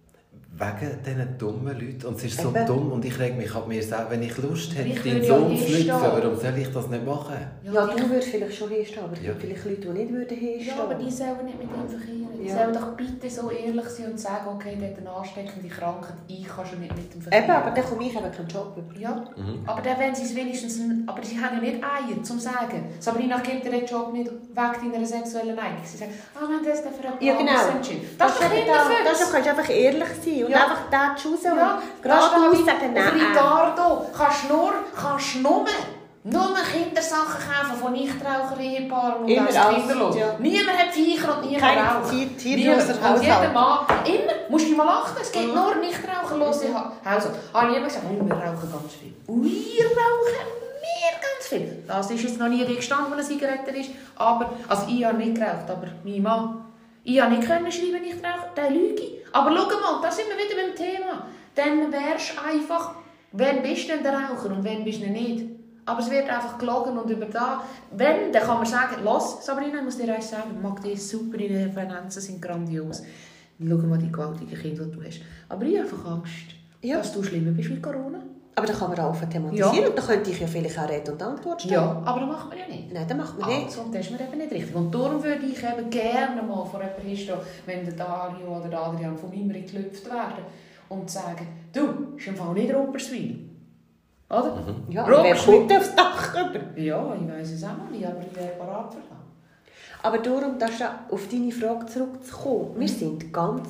Wegen diesen dummen Leuten. Und es ist so dumm. Und ich reg mich ab mir selber, wenn ich Lust hätte, deinen ja Sohn zu lüpfen, warum soll ich das nicht machen? Ja, du würdest vielleicht schon hinstehen, aber vielleicht Leute, die nicht hinstehen. Ja, aber die sollen nicht mit ihm verkehren. Die sollen doch bitte so ehrlich sein und sagen, okay, der hat eine ansteckende Krankheit, ich kann schon nicht mit ihm verkehren. Eben, aber dann komme ich eben keinen Job über. Ja, aber dann wenn sie es wenigstens... Aber sie haben ja nicht Eier, zum sagen. Sabrina gibt dir den Job nicht wegen deiner sexuellen Neigung. Sie sagen, wir haben das für einen Plan entschieden. Das ist doch Kinderfilz. Du kannst einfach ehrlich sein und einfach den Schuss und geradeaus sagen, nein. Ricardo, kannst nur Kindersachen kaufen von Nichtraucher-Ehepaaren und immer kinderlos. Ja. Niemand hat Viecher und niemand raucht. Kein tierloser Haushalt. Jeder Mann, immer, musst du mal lachen, es gibt nur Nichtraucherlose Haushalte. Habe ich immer gesagt, wir rauchen ganz viel. Wir rauchen ganz viel. Das ist jetzt noch nie gestanden, wo eine Zigarette ist. Aber, also ich habe nicht geraucht, aber mein Mann. Ich konnte nicht schreiben, ich rauche, der lüge. Aber schau mal, da sind wir wieder beim Thema. Dann wärst du einfach, wann bist du denn der Raucher und wann bist du nicht. Aber es wird einfach gelogen und über da. Wenn, dann kann man sagen, los, Sabrina, ich muss dir eins sagen, ich mag dich super, deine Referenzen sind grandios. Schau mal die gewaltigen Kinder, die du hast. Aber ich habe einfach Angst, dass du schlimmer bist wie Corona. Aber dann kann man auch offen thematisieren und dann könnte ich ja vielleicht auch Rede und Antwort stellen. Ja, aber das macht man ja nicht. Nein, das macht man nicht. Also, und das ist mir eben nicht richtig. Und darum würde ich eben gerne mal vor jemandem hinstehen, wenn der Dario oder der Adrian von Imre geklüpft werden und sagen, du, ist im Fall nicht Rupperswil. Oder? Ja, wer kommt aufs Dach rüber? Ja, ich weiss es auch noch nicht, aber ich wäre parat für das. Aber darum, auf deine Frage zurückzukommen, wir sind ganz...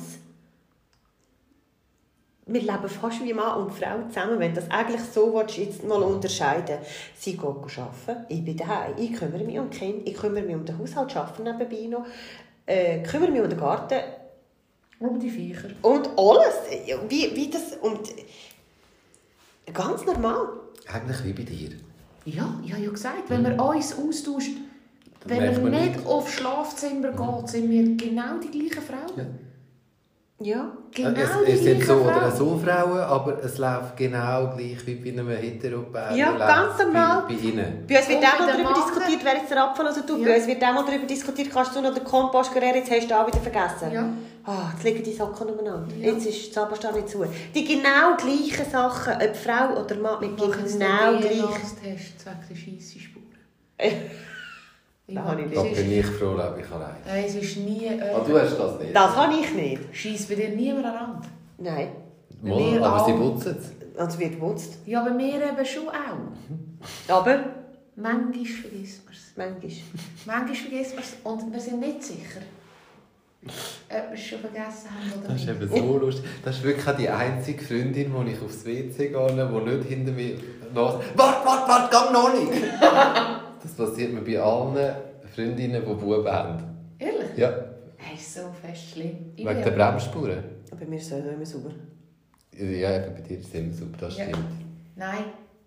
Wir leben fast wie Mann und Frau zusammen, wenn du das eigentlich so willst, jetzt mal unterscheiden. Sie geht arbeiten, ich bin daheim, ich kümmere mich um die Kinder, ich kümmere mich um den Haushalt, arbeite nebenbei noch, kümmere mich um den Garten. Um die Viecher. Und alles. Wie das... Und ganz normal. Eigentlich wie bei dir. Ja, ich habe ja gesagt, wenn wir uns austauschen, wenn wir nicht aufs Schlafzimmer gehen, sind wir genau die gleichen Frauen. Ja. Ja. Genau es sind so Frau. oder so Frauen, aber es läuft genau gleich wie bei einem Heteropärchen. Ja, ganz normal. Bei ihnen. Bei uns wird Und auch mal bei den darüber Mannen- diskutiert, wer jetzt der Apfel oder du. Ja. Bei uns wird auch mal darüber diskutiert, kannst du noch den Kompost gerät, jetzt hast du auch wieder vergessen. Ja. Jetzt liegen die Socken umeinander. Ja. Jetzt ist das Zahnpasta nicht zu. Die genau gleichen Sachen, ob Frau oder Mann, mit Machen Sie genau den gleich. DNA-Test wegen der Scheissenspuren. Das habe ich Da nicht. bin ich froh, lebe ich allein. Nein, es ist nie... Du hast das nicht? Das habe ich nicht. Scheisst bei dir niemand an den Rand? Nein. Mal, wir aber sie auch. putzen es. Also wird geputzt. Ja, aber wir eben schon auch. Aber Manchmal vergisst man es. manchmal. Manchmal vergisst man es und wir sind nicht sicher, ob wir es schon vergessen haben oder Das ist nicht. eben so lustig. Das ist wirklich auch die einzige Freundin, die ich aufs WC gehe, die nicht hinter mir nach... Warte, geh noch nicht! Das passiert mir bei allen Freundinnen, die Buben haben. Ehrlich? Ja, Das ist so fest schlimm. wegen der Bremsspuren. Bei mir ist es immer sauber. Ja, eben bei dir ist es immer super, das Ja. stimmt. Nein,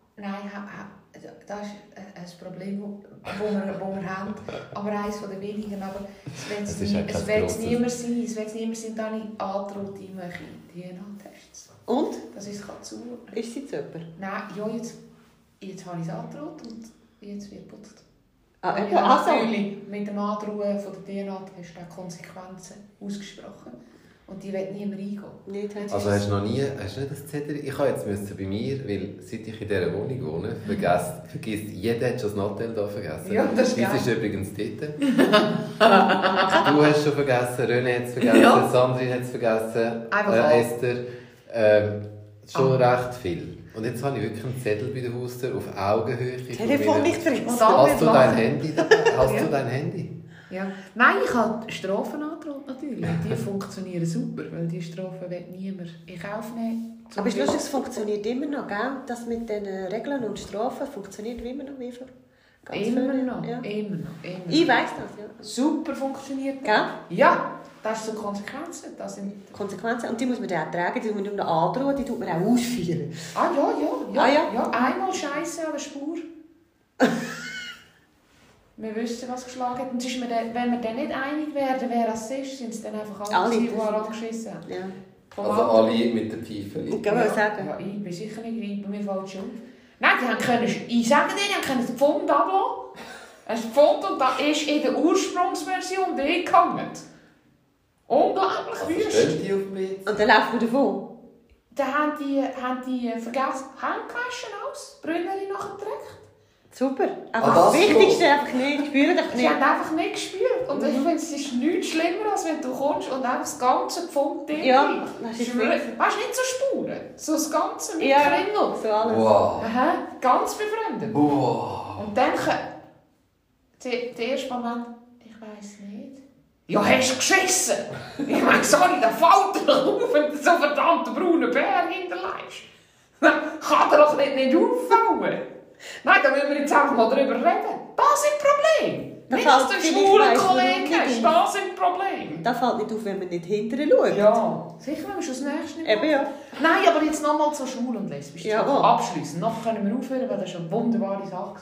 das ist ein Problem, das wir haben. Aber eines der wenigen. Aber Es es ist ja wird kein es grosses. niemand sein. Es wird niemand sein, da ich angedroht immer DNA-Tests. Und? Das ist gerade zu. Ist sie zu jemand? Nein, ja, jetzt habe ich es angedroht und jetzt wird geputzt. Ah, Ich eben. habe Also. natürlich mit dem Androhen von der DNA-Test auch Konsequenzen ausgesprochen. Und die wird niemand eingehen. Nicht, hat sie- Also hast du nicht das Zettel? Ich habe jetzt müssen bei mir, weil seit ich in dieser Wohnung wohne, vergisst jeder hat schon das Nattel da vergessen. Ja, das ist Dies geil. ist übrigens dort. Du hast schon vergessen, René hat es vergessen, Ja. Sandrine hat es vergessen, Einfach alle. Esther. Schon recht viel. Und jetzt habe ich wirklich einen Zettel bei der Haustür auf Augenhöhe. von Telefon meiner- nicht vergessen. Und alle Hast du dein lachen. Handy dabei? Hast Ja. du dein Handy? Ja. Nein, ich habe Strafen angedroht natürlich. Die funktionieren super, weil die Strafen will niemand in Kauf nehmen. Aber es ist lustig, es funktioniert immer noch, gell? Das mit den Regeln und Strafen funktioniert immer noch wie vor ganz Immer früher. noch, Ja. immer noch. Ich weiss das, ja. Super funktioniert. Gell? Ja, das sind so Konsequenzen. Das sind... Konsequenzen. Und die muss man dann auch tragen, die muss man nicht nur androhen, die tut man auch ausführen. Ah ja. Ah, ja. Einmal Scheiße an der Spur. Wir wissen, was geschlagen hat. Und sonst, wenn wir dann nicht einig werden, wer es ist, sind es dann einfach alle, Alle, die das- angeschissen haben. Ja. Vom Also Auto. alle mit der Pfeife. Und kann man sagen. Ja, ich bin sicher nicht, bei mir fällt es schon auf. Nein, die haben können, ich sage dir, die haben können den Pfund ablassen. Ein Pfund und da ist in der Ursprungsversion weggegangen. Unglaublich Also wüst. stellen die auf dem WC? Und dann läuft man davon. Dann haben die vergessen, Handgewaschen aus, Brülleri nachher gedreckt. Super. Ah, Aber das das Wichtigste einfach nicht, spüren einfach Sie nicht. haben einfach nicht gespürt. Und ich finde, es ist nichts schlimmer, als wenn du kommst und einfach das ganze Pfund drin Ja, liegt. das ist Schwöre. wirklich- Weißt du, nicht so Spuren. So das Ganze mit Ja, Kringel. so alles. Wow. Aha, ganz befremdet. Wow. Und dann der erste Moment, ich weiss nicht. Ja, hast du geschissen? Ich meine, sorry, der fällt dir auf, wenn du so verdammten braunen Bär hinterlässt. Kann dir doch nicht auffallen. Nein, da müssen wir jetzt einfach mal drüber reden. Das ist das Problem. Da Nicht, dass du fällt einen vielleicht schwulen weiss, warum Kollegen nicht. hast. Das ist das Problem. Das fällt nicht auf, wenn man nicht hinterher schaut. Ja, sicher, wenn wir schon das nächste nicht Eben ja. Nein, aber jetzt nochmal zu schwul und lesbisch. Jawohl. Abschließen. Nachher können wir aufhören, weil das schon eine wunderbare Sache war.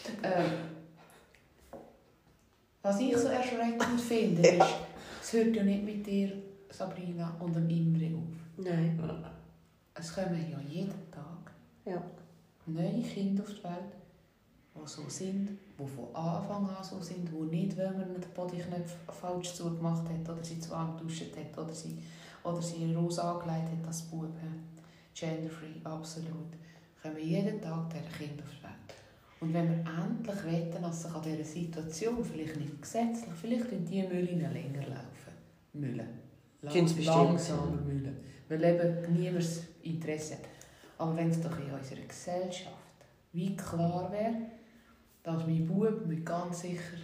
Was ich so erschreckend finde, ist, es hört ja nicht mit dir, Sabrina, und dem Imre auf. Nein. Es kommen ja jeden Tag Ja. neue Kinder auf die Welt, die so sind, die von Anfang an so sind, die nicht, weil man den Bodyknopf falsch zugemacht hat oder sie zu warm geduscht hat oder sie in rosa angelegt hat als Bub. Genderfree, absolut. Kommen jeden Tag diese Kinder auf die Welt. Und wenn wir endlich wetten, dass sich an dieser Situation, vielleicht nicht gesetzlich, vielleicht in diese Mühlen länger laufen. Mühlen. Tun's bestimmt. Langsamer Mühlen. Weil eben niemand Interesse hat. Aber wenn es doch in unserer Gesellschaft wie klar wäre, dass mein Bub mit ganz sicher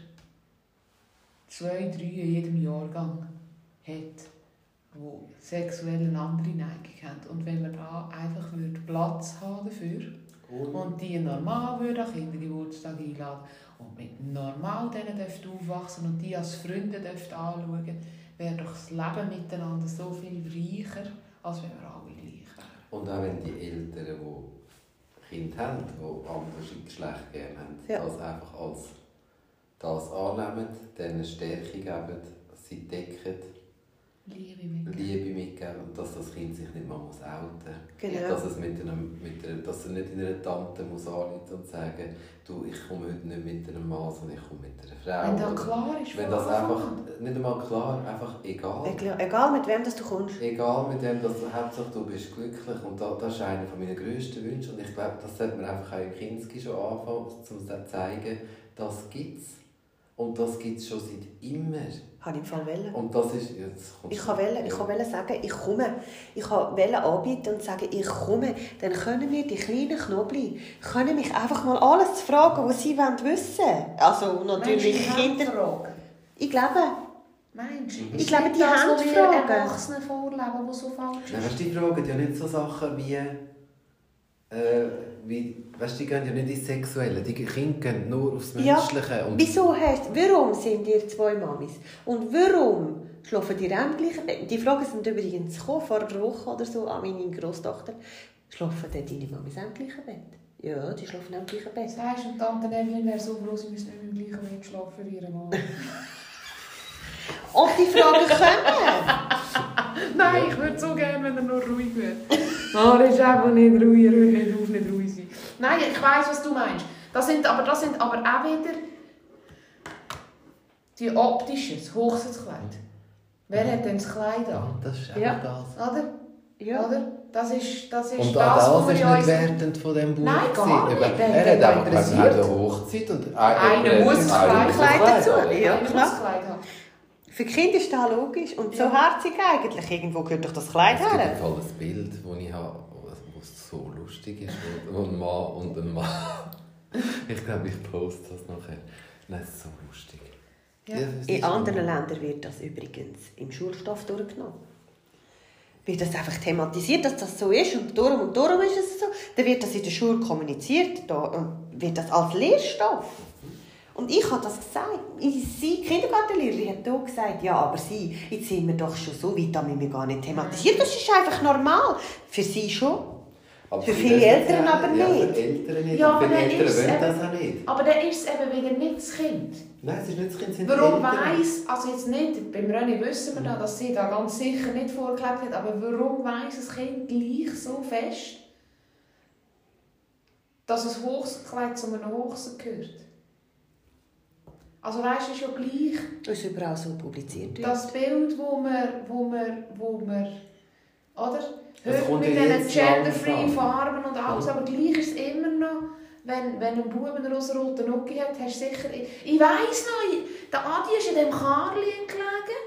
2, 3 in jedem Jahrgang hat, die sexuell eine andere Neigung haben. Und wenn wir da einfach Platz haben dafür und die normal an Kindergeburtstag einladen und mit normal denen aufwachsen und die als Freunde anschauen, wäre doch das Leben miteinander so viel reicher, als wenn wir alle gleich wären. Und auch wenn die Eltern, die Kinder haben, die andere Geschlecht gerne haben, Ja. das einfach als das annehmen, denen Stärke geben, sie decken Liebe mitgeben und dass das Kind sich nicht mal muss outen muss. Genau. Dass es dass er nicht in einer Tante muss anrufen und sagen, du, ich komme heute nicht mit einem Mann, sondern ich komme mit einer Frau. Wenn das klar ist. Wenn das einfach, nicht einmal klar, einfach egal. Egal mit wem du kommst. Egal mit dem, dass Hauptsache du bist glücklich und das ist einer meiner grössten Wünsche und ich glaube, das sollte man einfach auch im Kinski schon anfangen, um zu zeigen, das gibt es. Und das gibt es schon seit immer. Habe ich im Fall wollen. Und das ist... Ich wollte sagen, ich komme. Ich wollte anbieten und sagen, ich komme. Dann können wir, die kleinen Knobli, können mich einfach mal alles fragen, was sie wissen wollen. Also natürlich Kinder... Ich glaube... Meinst du? Ich glaube, die haben Fragen. Erwachsene vorleben, die so falsch sind. Weißt du, die fragen ja nicht so Sachen wie... weißt, die gehen ja nicht ins Sexuelle, die Kinder gehen nur aufs Menschliche. Ja, warum sind ihr 2 Mamis? Und warum schlafen ihr auch im gleichen Bett? Die Fragen sind übrigens gekommen, vor einer Woche oder so an meine Grosstochter. Schlafen denn deine Mamis auch im gleichen Bett? Ja, die schlafen auch im gleichen Bett. Sagst du, Tante Evelyn wäre so froh, sie müssen nicht im gleichen Bett schlafen für ihren Mann. Und die Fragen kommen. Nein, ich würde so gerne, wenn er noch ruhig wäre. Er ist einfach nicht ruhig, er hört nicht auf, nicht ruhig sein. Nein, ich weiss, was du meinst. Das sind aber auch wieder die optischen, das Hochzeitskleid. Wer hat denn das Kleid an? Das ist einfach das. Oder? Ja. Oder? Das ist Und das, das wo ist wir nicht wertend von diesem Buch. Nein, gar nicht. Er hat einfach eine Hochzeit und einer muss das Kleid dazu. Ja, Einer muss klar. das Kleid haben. Für Kinder ist das logisch und so herzig eigentlich. Irgendwo gehört doch das Kleid Es gibt her. ein tolles Bild, das ich habe, das so lustig ist, wo ein Mann und ein Mann... Ich glaube, ich poste das nachher. Nein, es ist so lustig. Ja. In anderen Ländern wird das übrigens im Schulstoff durchgenommen. Wird das einfach thematisiert, dass das so ist und darum ist es so. Dann wird das in der Schule kommuniziert, da wird das als Lehrstoff. Und ich habe das gesagt. Die Kindergartenlehrerin hat hier gesagt, ja, aber jetzt sind wir doch schon so weit, da müssen wir gar nicht thematisieren. Das ist einfach normal. Für sie schon. Aber für viele Eltern aber nicht. Ja, für Eltern nicht. Ja, und viele aber Eltern wollen das auch nicht. Aber dann ist es eben wieder nicht das Kind. Nein, es ist nicht das Kind, es sind Warum Eltern. weiss, also jetzt nicht, beim René wissen wir da, dass sie da ganz sicher nicht vorgelebt hat, aber warum weiss das Kind gleich so fest, dass ein Hochkleid zu einem Hochse gehört? Also weißt du, ist ja gleich... Das ist überall so publiziert. Das Bild, wo wir oder? Hört mit ja diesen genderfree Farben und alles, aber gleich ist es immer noch, wenn ein Bub einen rosa-roten Nucki hat, hast du sicher... Ich weiss noch, der Adi ist in diesem Karli gelegen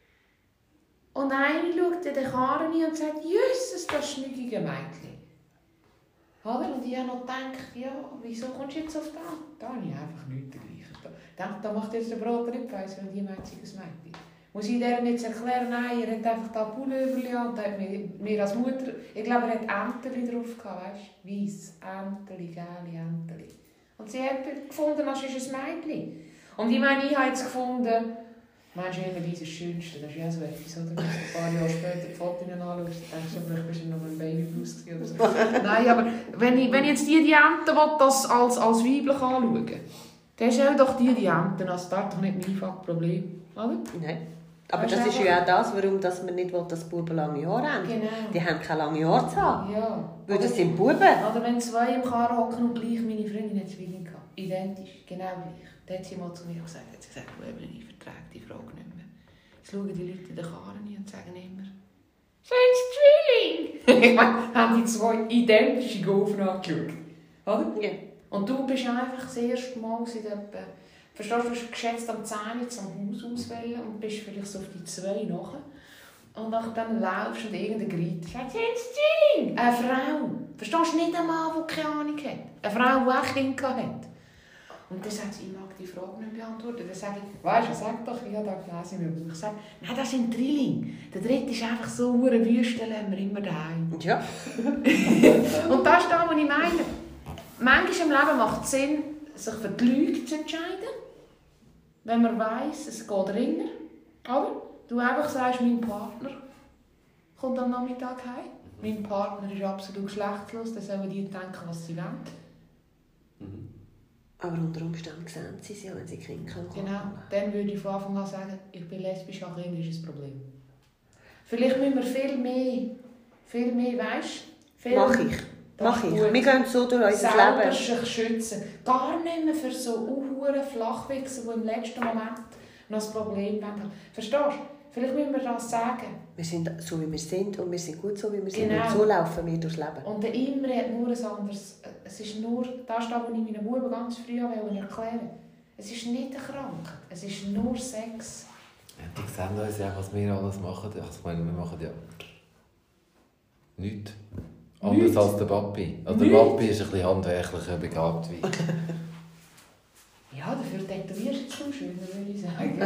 und eine schaut in den Karren und sagt, «Jesus, das schnickige Mädchen.» Oder? Und ich habe noch gedacht, ja, wieso kommst du jetzt auf das? Da habe ich einfach nichts dergleichen. Ich dachte, da macht jetzt der Brot nicht weiss, wenn die meint, sie ist ein Mädchen. Muss ich dir jetzt erklären, nein, er hat einfach da Pullover und hat mir als Mutter, ich glaube, er hat Enteli drauf gehabt, weißt du? Weiss, Enteli, gelbe Enteli. Und sie hat gefunden, das ist ein Mädchen. Und ich meine, ich habe jetzt gefunden, meinst du immer dieses Schönste, das ist ja so etwas, oder? Wenn du ein paar Jahre später die Fotos anschaust, denkst du, vielleicht bist du noch ein Babyblues oder so. Nein, aber wenn ich jetzt die Ente das als weiblich anschauen, dann ist auch doch die Enten, also das ist doch nicht mein Fachproblem, oder? Nein. Aber das ist ja auch das, warum man nicht will, dass Buben lange Haare haben. Genau. Die haben keine lange Haare zu haben. Ja. Weil das sind Buben. Oder wenn 2 im Karren hocken und gleich meine Freundin hat Zwilling gehabt. Identisch, genau gleich. Dann hat sie mal zu mir gesagt, ich vertrage die Frage nicht mehr. Jetzt schauen die Leute in den Karren ein und sagen immer, «Sind es Zwilling?» Ich meine, haben die 2 identische Gaufen angeschaut. Oder? Ja. Und du bist einfach das erste Mal seit etwa... Verstehst du, du hast geschätzt am 10 zum Haus auswählen und bist vielleicht so auf die 2 nachher. Und nachher dann laufst du und irgendein Greit sagt, «Sind es Zwilling?» Eine Frau. Verstehst du, nicht ein Mann, der keine Ahnung hat. Eine Frau, die auch Kinder hat. Und dann sagt sie, ich mag die Frage nicht beantworten. Dann sage ich, weißt du, sag doch, ich habe da gelesen in meinem Buch. Ich sage, nein, das sind Drillinge. Der dritte ist einfach so eine Wüste, lassen wir immer daheim. Ja. Und das ist das, was ich meine. Manchmal im Leben macht es Sinn, sich für die Lüge zu entscheiden. Wenn man weiss, es geht ringer. Oder? Du einfach sagst, mein Partner kommt am Nachmittag heim. Mein Partner ist absolut geschlechtslos, dann sollen die denken, was sie wollen. Aber unter Umständen sehen sie es ja, wenn sie Kinder haben. Genau, dann würde ich von Anfang an sagen, ich bin lesbisch, auch Kinder ist ein Problem. Vielleicht müssen wir viel mehr, weißt du? Mach ich. Wir gehen so durch unser selber Leben. sich schützen. Gar nicht mehr für so unhure Flachwichser, die im letzten Moment noch das Problem haben. Verstehst du? Vielleicht müssen wir das sagen. Wir sind so, wie wir sind und wir sind gut so, wie wir sind. Genau. Und so laufen wir durchs Leben. Und der Imre hat nur ein anderes... Es ist nur... Das ist das, was ich meinen Buben ganz früh erklären wollte. Es ist nicht eine Krankheit. Es ist nur Sex. Ja, die sehen uns ja, was wir alles machen. Also, ich meine, wir machen ja nichts. Anders als der Papi. Also der Papi ist ein bisschen handwerklicher begabt wie ich. Ja, dafür tätowierst du schöner, würde ich sagen.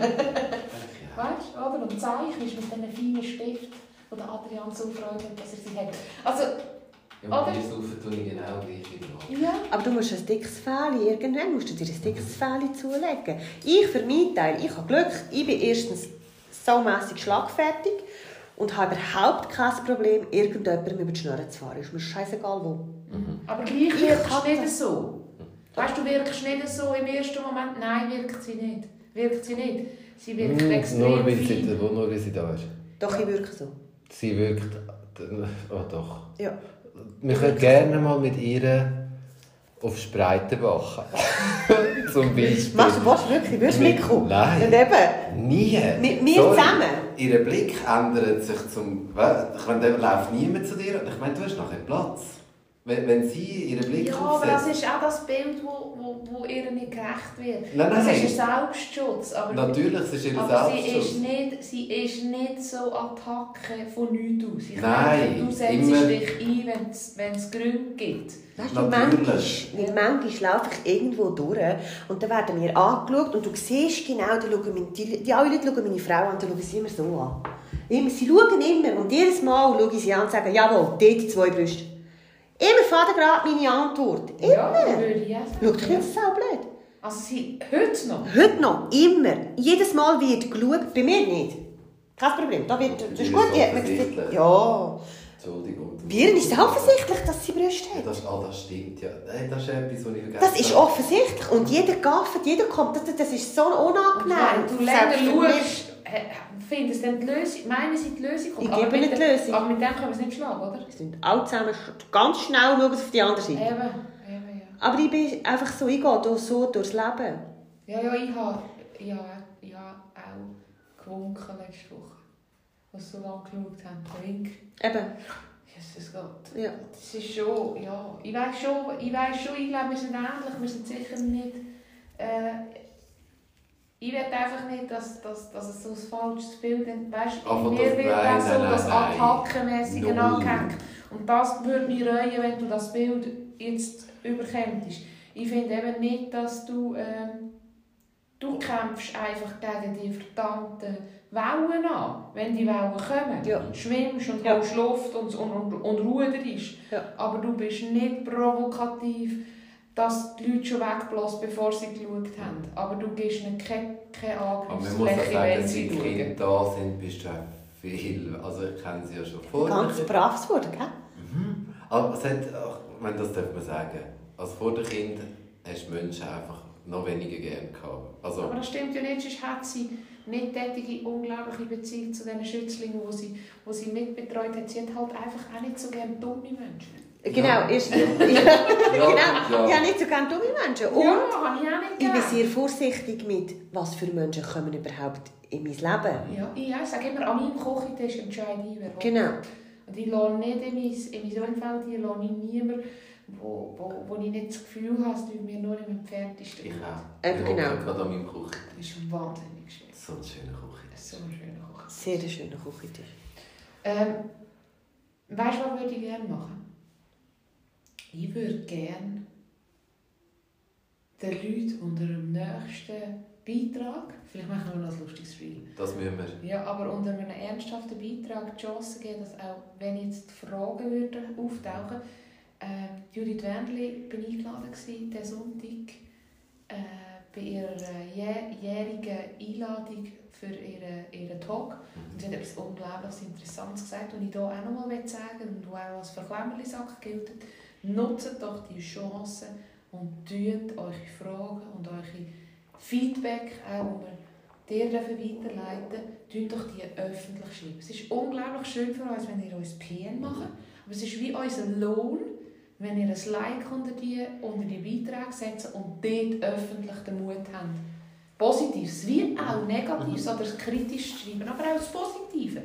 Weißt du, oder? Und zeichnest mit diesen feinen Stift, die der Adrian so freut, dass er sie hat. Also, ja, und die saufen tue ich genau gleich wie du. ja. Aber du musst ein dickes Fell, irgendwann musst du dir ein dickes Fell zulegen. Ich für meinen Teil, ich habe Glück, ich bin erstens saumässig schlagfertig und habe überhaupt kein Problem, irgendjemandem über die Schnurren zu fahren. Ist mir scheißegal wo. Aber gleich wirkst du nicht so. Weißt du, wirkst nicht so im ersten Moment. Nein, wirkt sie nicht. Sie wirkt extrem nur weil sie da ist. Doch, ich wirke so. Sie wirkt... Oh doch. Ja. Wir können gerne mal mit ihr auf Spreitenbach. Zum Beispiel. Machst du was wirklich? Würdest du mitkommen? Nein. Und eben, Nie. mit mir zusammen? Ihr Blick ändert sich zum... Ich meine, da läuft niemand zu dir. Ich meine, du hast nachher Platz. Wenn sie ihren Blick Ja, aber das ist auch das Bild, wo ihr nicht gerecht wird. Nein. Das ist ein Selbstschutz. Aber Natürlich, es ist ihr aber Selbstschutz. sie ist nicht so Attacke von nichts aus. Ich Nein, denke, du setzt immer. dich ein, wenn es Gründe gibt. Weißt du, Natürlich. manchmal laufe ich irgendwo durch und dann werden wir angeschaut und du siehst genau, die alle Leute schauen meine Frau an, dann schauen sie immer so an. Sie schauen immer und jedes Mal schaue ich sie an und sagen, jawohl, dort 2 Brüste. Immer gerade meine Antwort. Immer. Ja, würde ich auch sagen. Schau dich jetzt auch blöd. Also heute noch? Heute noch, immer. Jedes Mal wird geschaut, bei mir nicht. Kein Problem, das ist gut. Ja. Entschuldigung. Bei ihr ist es offensichtlich, dass sie Brüste hat. Das stimmt, ja. Das ist etwas, was ich vergessen Das ist offensichtlich. Und jeder gafft, jeder kommt. Das ist so unangenehm. Wenn du länger schaust, findest du dann die Lösung? Meinen sie die Lösung? Ich gebe nicht die Lösung. Aber mit dem können wir es nicht schlagen, oder? Wir sind alle zusammen ganz schnell schauen auf die andere Seite. Eben, ja. Aber ich bin einfach so, ich gehe so durchs Leben. Ja, ich habe auch gewunken letzte Woche. Was so lange geschaut haben. Der Wink. Eben. Jesus Gott. Ja. Das ist schon, ja. Ich weiss schon, ich glaube, wir sind ähnlich. Wir sind sicher nicht... ich will einfach nicht, dass es so ein falsches Bild ist. Weißt du, mir wird auch so das Attackenmäßige angehängt. Und das würde mich reuen, wenn du das Bild jetzt überkämpfst. Ich finde eben nicht, dass du kämpfst einfach gegen die verdammten Wellen an, wenn die Wellen kommen. Ja. Schwimmst und holst Luft und ruderst. Ja. Aber du bist nicht provokativ, dass die Leute schon wegblasen, bevor sie geschaut haben. Aber du gibst ihnen keine Aber man muss auch Angriffsfläche, sagen, wenn sie seit schauen. Kinder da sind, bist du auch viel... Also ich kenne sie ja schon vor. Ganz braves Wort, gell? Aber es hat, das darf man sagen, also vor den Kindern hast du Menschen einfach noch weniger gerne gehabt. Also, Aber das stimmt ja nicht, sonst hat sie nicht diese unglaubliche Beziehung zu den Schützlingen, die sie mitbetreut hat. Sie hat halt einfach auch nicht so gerne dumme Menschen. Genau, Ja. Ich habe nicht so gerne dumme Menschen. Und Ja, habe ich auch nicht ich bin gerne. sehr vorsichtig mit, was für Menschen kommen überhaupt in mein Leben. Ja, ich sage immer, an meinem Küchentisch entscheide ich, wer will. Genau. Und ich lasse nicht in mein Umfeld, ich lasse niemanden, wo ich nicht das Gefühl habe, es tut mir nur im Entferntesten. ich auch. Eben, Ich genau. hocke gerade an meinem Küchentisch. Das ist wahnsinnig schön. So ein schöner Küchentisch. Das ist so ein schöner Küchentisch. Sehr schöner Küchentisch. Weißt du, was würde ich gerne machen? Ich würde gerne den Leuten unter dem nächsten Beitrag, vielleicht machen wir noch ein lustiges Reel, Das müssen wir. ja, aber unter einem ernsthaften Beitrag die Chance geben, dass auch, wenn jetzt die Fragen würden auftauchen, Judith Wendli war eingeladen diesen Sonntag bei ihrer jährigen Einladung für ihren Talk. Und sie hat etwas unglaublich Interessantes gesagt, und ich hier auch noch mal sagen will und auch als Verklemmerli-Sache gilt. Nutzt doch die Chance und tut eure Fragen und eure Feedback auch, dir weiterleiten dürfen, doch die öffentlich schreiben. Es ist unglaublich schön für uns, wenn ihr uns PN macht, aber es ist wie unser Lohn, wenn ihr ein Like unter die Beiträge setzt und dort öffentlich den Mut habt. Positives, wie auch Negatives oder kritisch zu schreiben, aber auch das Positive.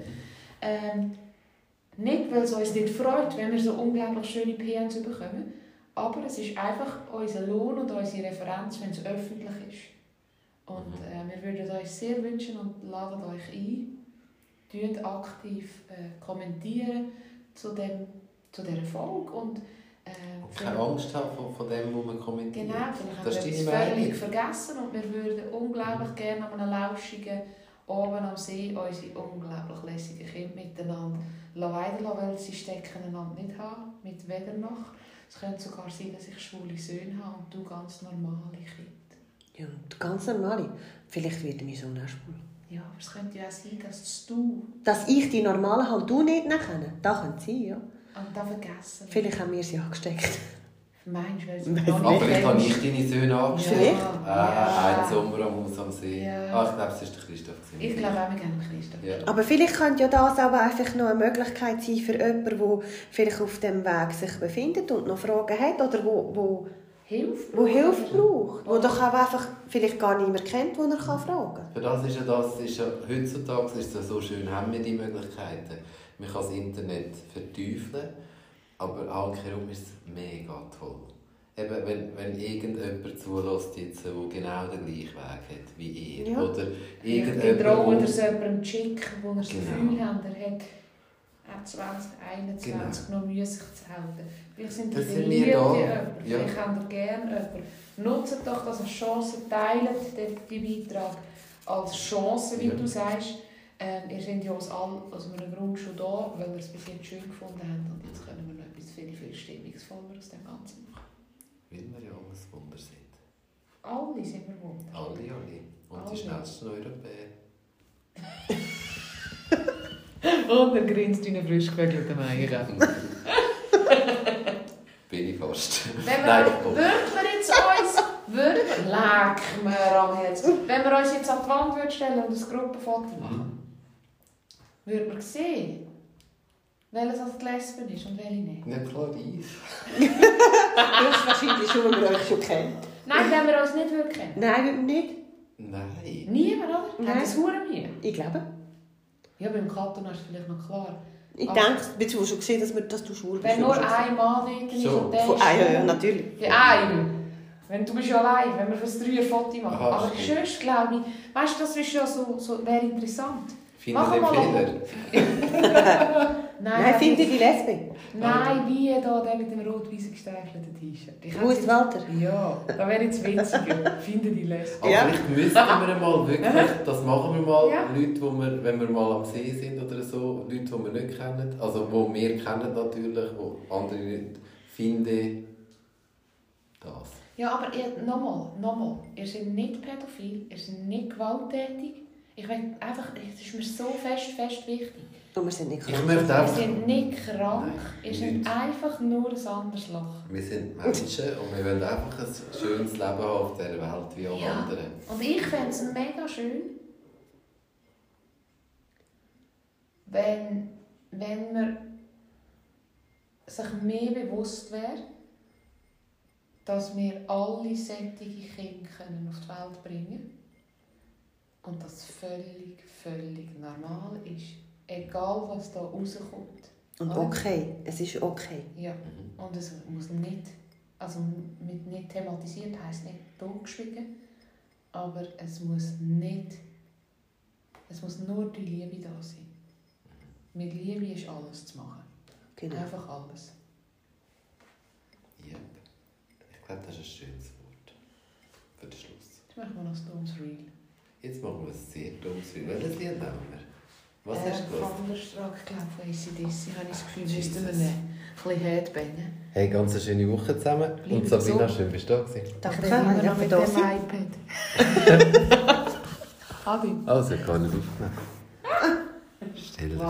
Nicht, weil es uns nicht freut, wenn wir so unglaublich schöne PNs bekommen, aber es ist einfach unser Lohn und unsere Referenz, wenn es öffentlich ist. Und wir würden euch sehr wünschen und laden euch ein, tut aktiv kommentieren zu dieser Folge. Und keine Angst haben von dem, was man kommentiert. Genau, vielleicht haben wir etwas völlig vergessen und wir würden unglaublich gerne an einem lauschigen oben am See unsere unglaublich lässigen Kinder miteinander weiterlassen, weil sie stecken einander nicht haben, mit weder noch. Es könnte sogar sein, dass ich schwule Söhne habe und du ganz normale Kinder. Ja, ganz normale. Vielleicht wird mein Sohn auch schwul. Ja, aber es könnte ja auch sein, dass du... Dass ich die normalen habe, du nicht nachher. Das könnte sein, ja. Und das vergessen. Vielleicht haben wir sie angesteckt. Meinst du, weil sie Aber vielleicht habe ich deine Söhne angesteckt. Ja. Ein Sommer am Haus am See. Ja. Ich glaube, es ist der Christoph. Ich glaube auch, wir kennen Christoph. Ja. Aber vielleicht könnte ja das auch einfach noch eine Möglichkeit sein für jemanden, der vielleicht auf dem Weg sich befindet und noch Fragen hat oder wo Hilfe braucht. Wo doch auch einfach vielleicht gar niemand kennt, wo er fragen kann. Für das ist ja heutzutage ist es so schön, haben wir die Möglichkeiten. Man kann das Internet verteufeln, aber handherum ist es mega toll. Eben, wenn irgendjemand zulässt, der genau den gleichen Weg hat wie ihr. Ja. Oder irgendjemand, oder so jemandem schicken, wo er das Genau. Gefühl hat, er hat 2021 noch Mühe, sich zu halten. Vielleicht sind Das die sind verliebt wir da. in jemanden, Ja. vielleicht habt ihr gerne jemanden. Nutzt doch das als Chance, teilt den Beitrag als Chance, wie du sagst. Ihr seid ja aus einem Grund schon da, weil wir es bis jetzt schön gefunden haben und jetzt können wir noch etwas viel, viel Stimmungsvoller aus dem Ganzen machen. Weil wir ja alles Wunder sind. Alle sind wir Wunder. Alle. Und Alle. die schnellsten Europäer. Und er grinst wie ein frisch gewägelter Meier. Bin ich fast. Wenn Nein, wir jetzt uns leck mir am Herz. Wenn wir uns jetzt an die Wand stellen und ein Gruppenfoto machen, würde man sehen, welches als die Lesben ist und welche nicht. Nicht klar, ich. Das ist wahrscheinlich schon, wenn wir euch schon kennt. Nein, wenn wir uns nicht wirklich kennen. Nein, nicht. Nein. Niemand, oder? Nein. Hat das Huren mir? Ich glaube. Ja, beim Karton ist es vielleicht noch klar. Ich Aber denke, jetzt hast du schon gesehen, dass du schwul bist. wenn nur ein Mann dort ist So. und der Von ist einem, ja, schwul. natürlich. Ja, ein. Wenn du bist ja allein, wenn wir fürs 3 ein Foto machen. Aha, aber stimmt. sonst glaube ich, weißt du, das ist ja wäre interessant. Finde Mach den mal Fehler. Nein, finde die Lesbe. Nein, wie da der mit dem rot-weißen gestreichelten T-Shirt. Ich hätte Ruth Walter. Ja, da wäre jetzt witziger. Finde die Lesbe. Aber Ja. vielleicht müssten wir mal wirklich, das machen wir mal, Ja. Leute, wenn wir mal am See sind oder so, Leute, die wir nicht kennen, also die wir kennen natürlich, die andere nicht, finde das. Ja, aber nochmal. Ihr seid nicht pädophil, ihr seid nicht gewalttätig. Ich will einfach, es ist mir so fest wichtig. Und wir sind nicht Ich krank. möchte Ihr einfach, seid nicht krank, Nein, ihr seid nicht. einfach nur ein anderes Loch. wir sind Menschen und wir wollen einfach ein schönes Leben haben auf dieser Welt wie alle Ja. anderen. Und ich fände es mega schön, wenn man sich mehr bewusst wäre, dass wir alle solche Kinder können auf die Welt bringen können. Und das völlig normal ist. Egal, was da rauskommt. Und okay, es ist okay. Ja, und es muss nicht, also mit nicht thematisiert heisst nicht totgeschwiegen, aber es muss nur die Liebe da sein. Mit Liebe ist alles zu machen. Genau. Einfach alles. Ja. Ich glaube, das ist ein schönes Wort für den Schluss. Jetzt machen wir noch das dummes Reel. Jetzt machen wir ein sehr dummes Lied. Welches Lied nehmen wir? Was hast du gehört? Thunderstruck, glaube ich, von AC/DC. Habe ich das Gefühl, Jesus. müssten wir ein bisschen headbangen. Hey, ganz eine schöne Woche zusammen. Bleiben Und Sabrina, gesund. schön bist du da gewesen. Danke, Ich rede immer ja, noch für mit das. dem iPad. Adi. Also, ich kann nicht aufnehmen. Still.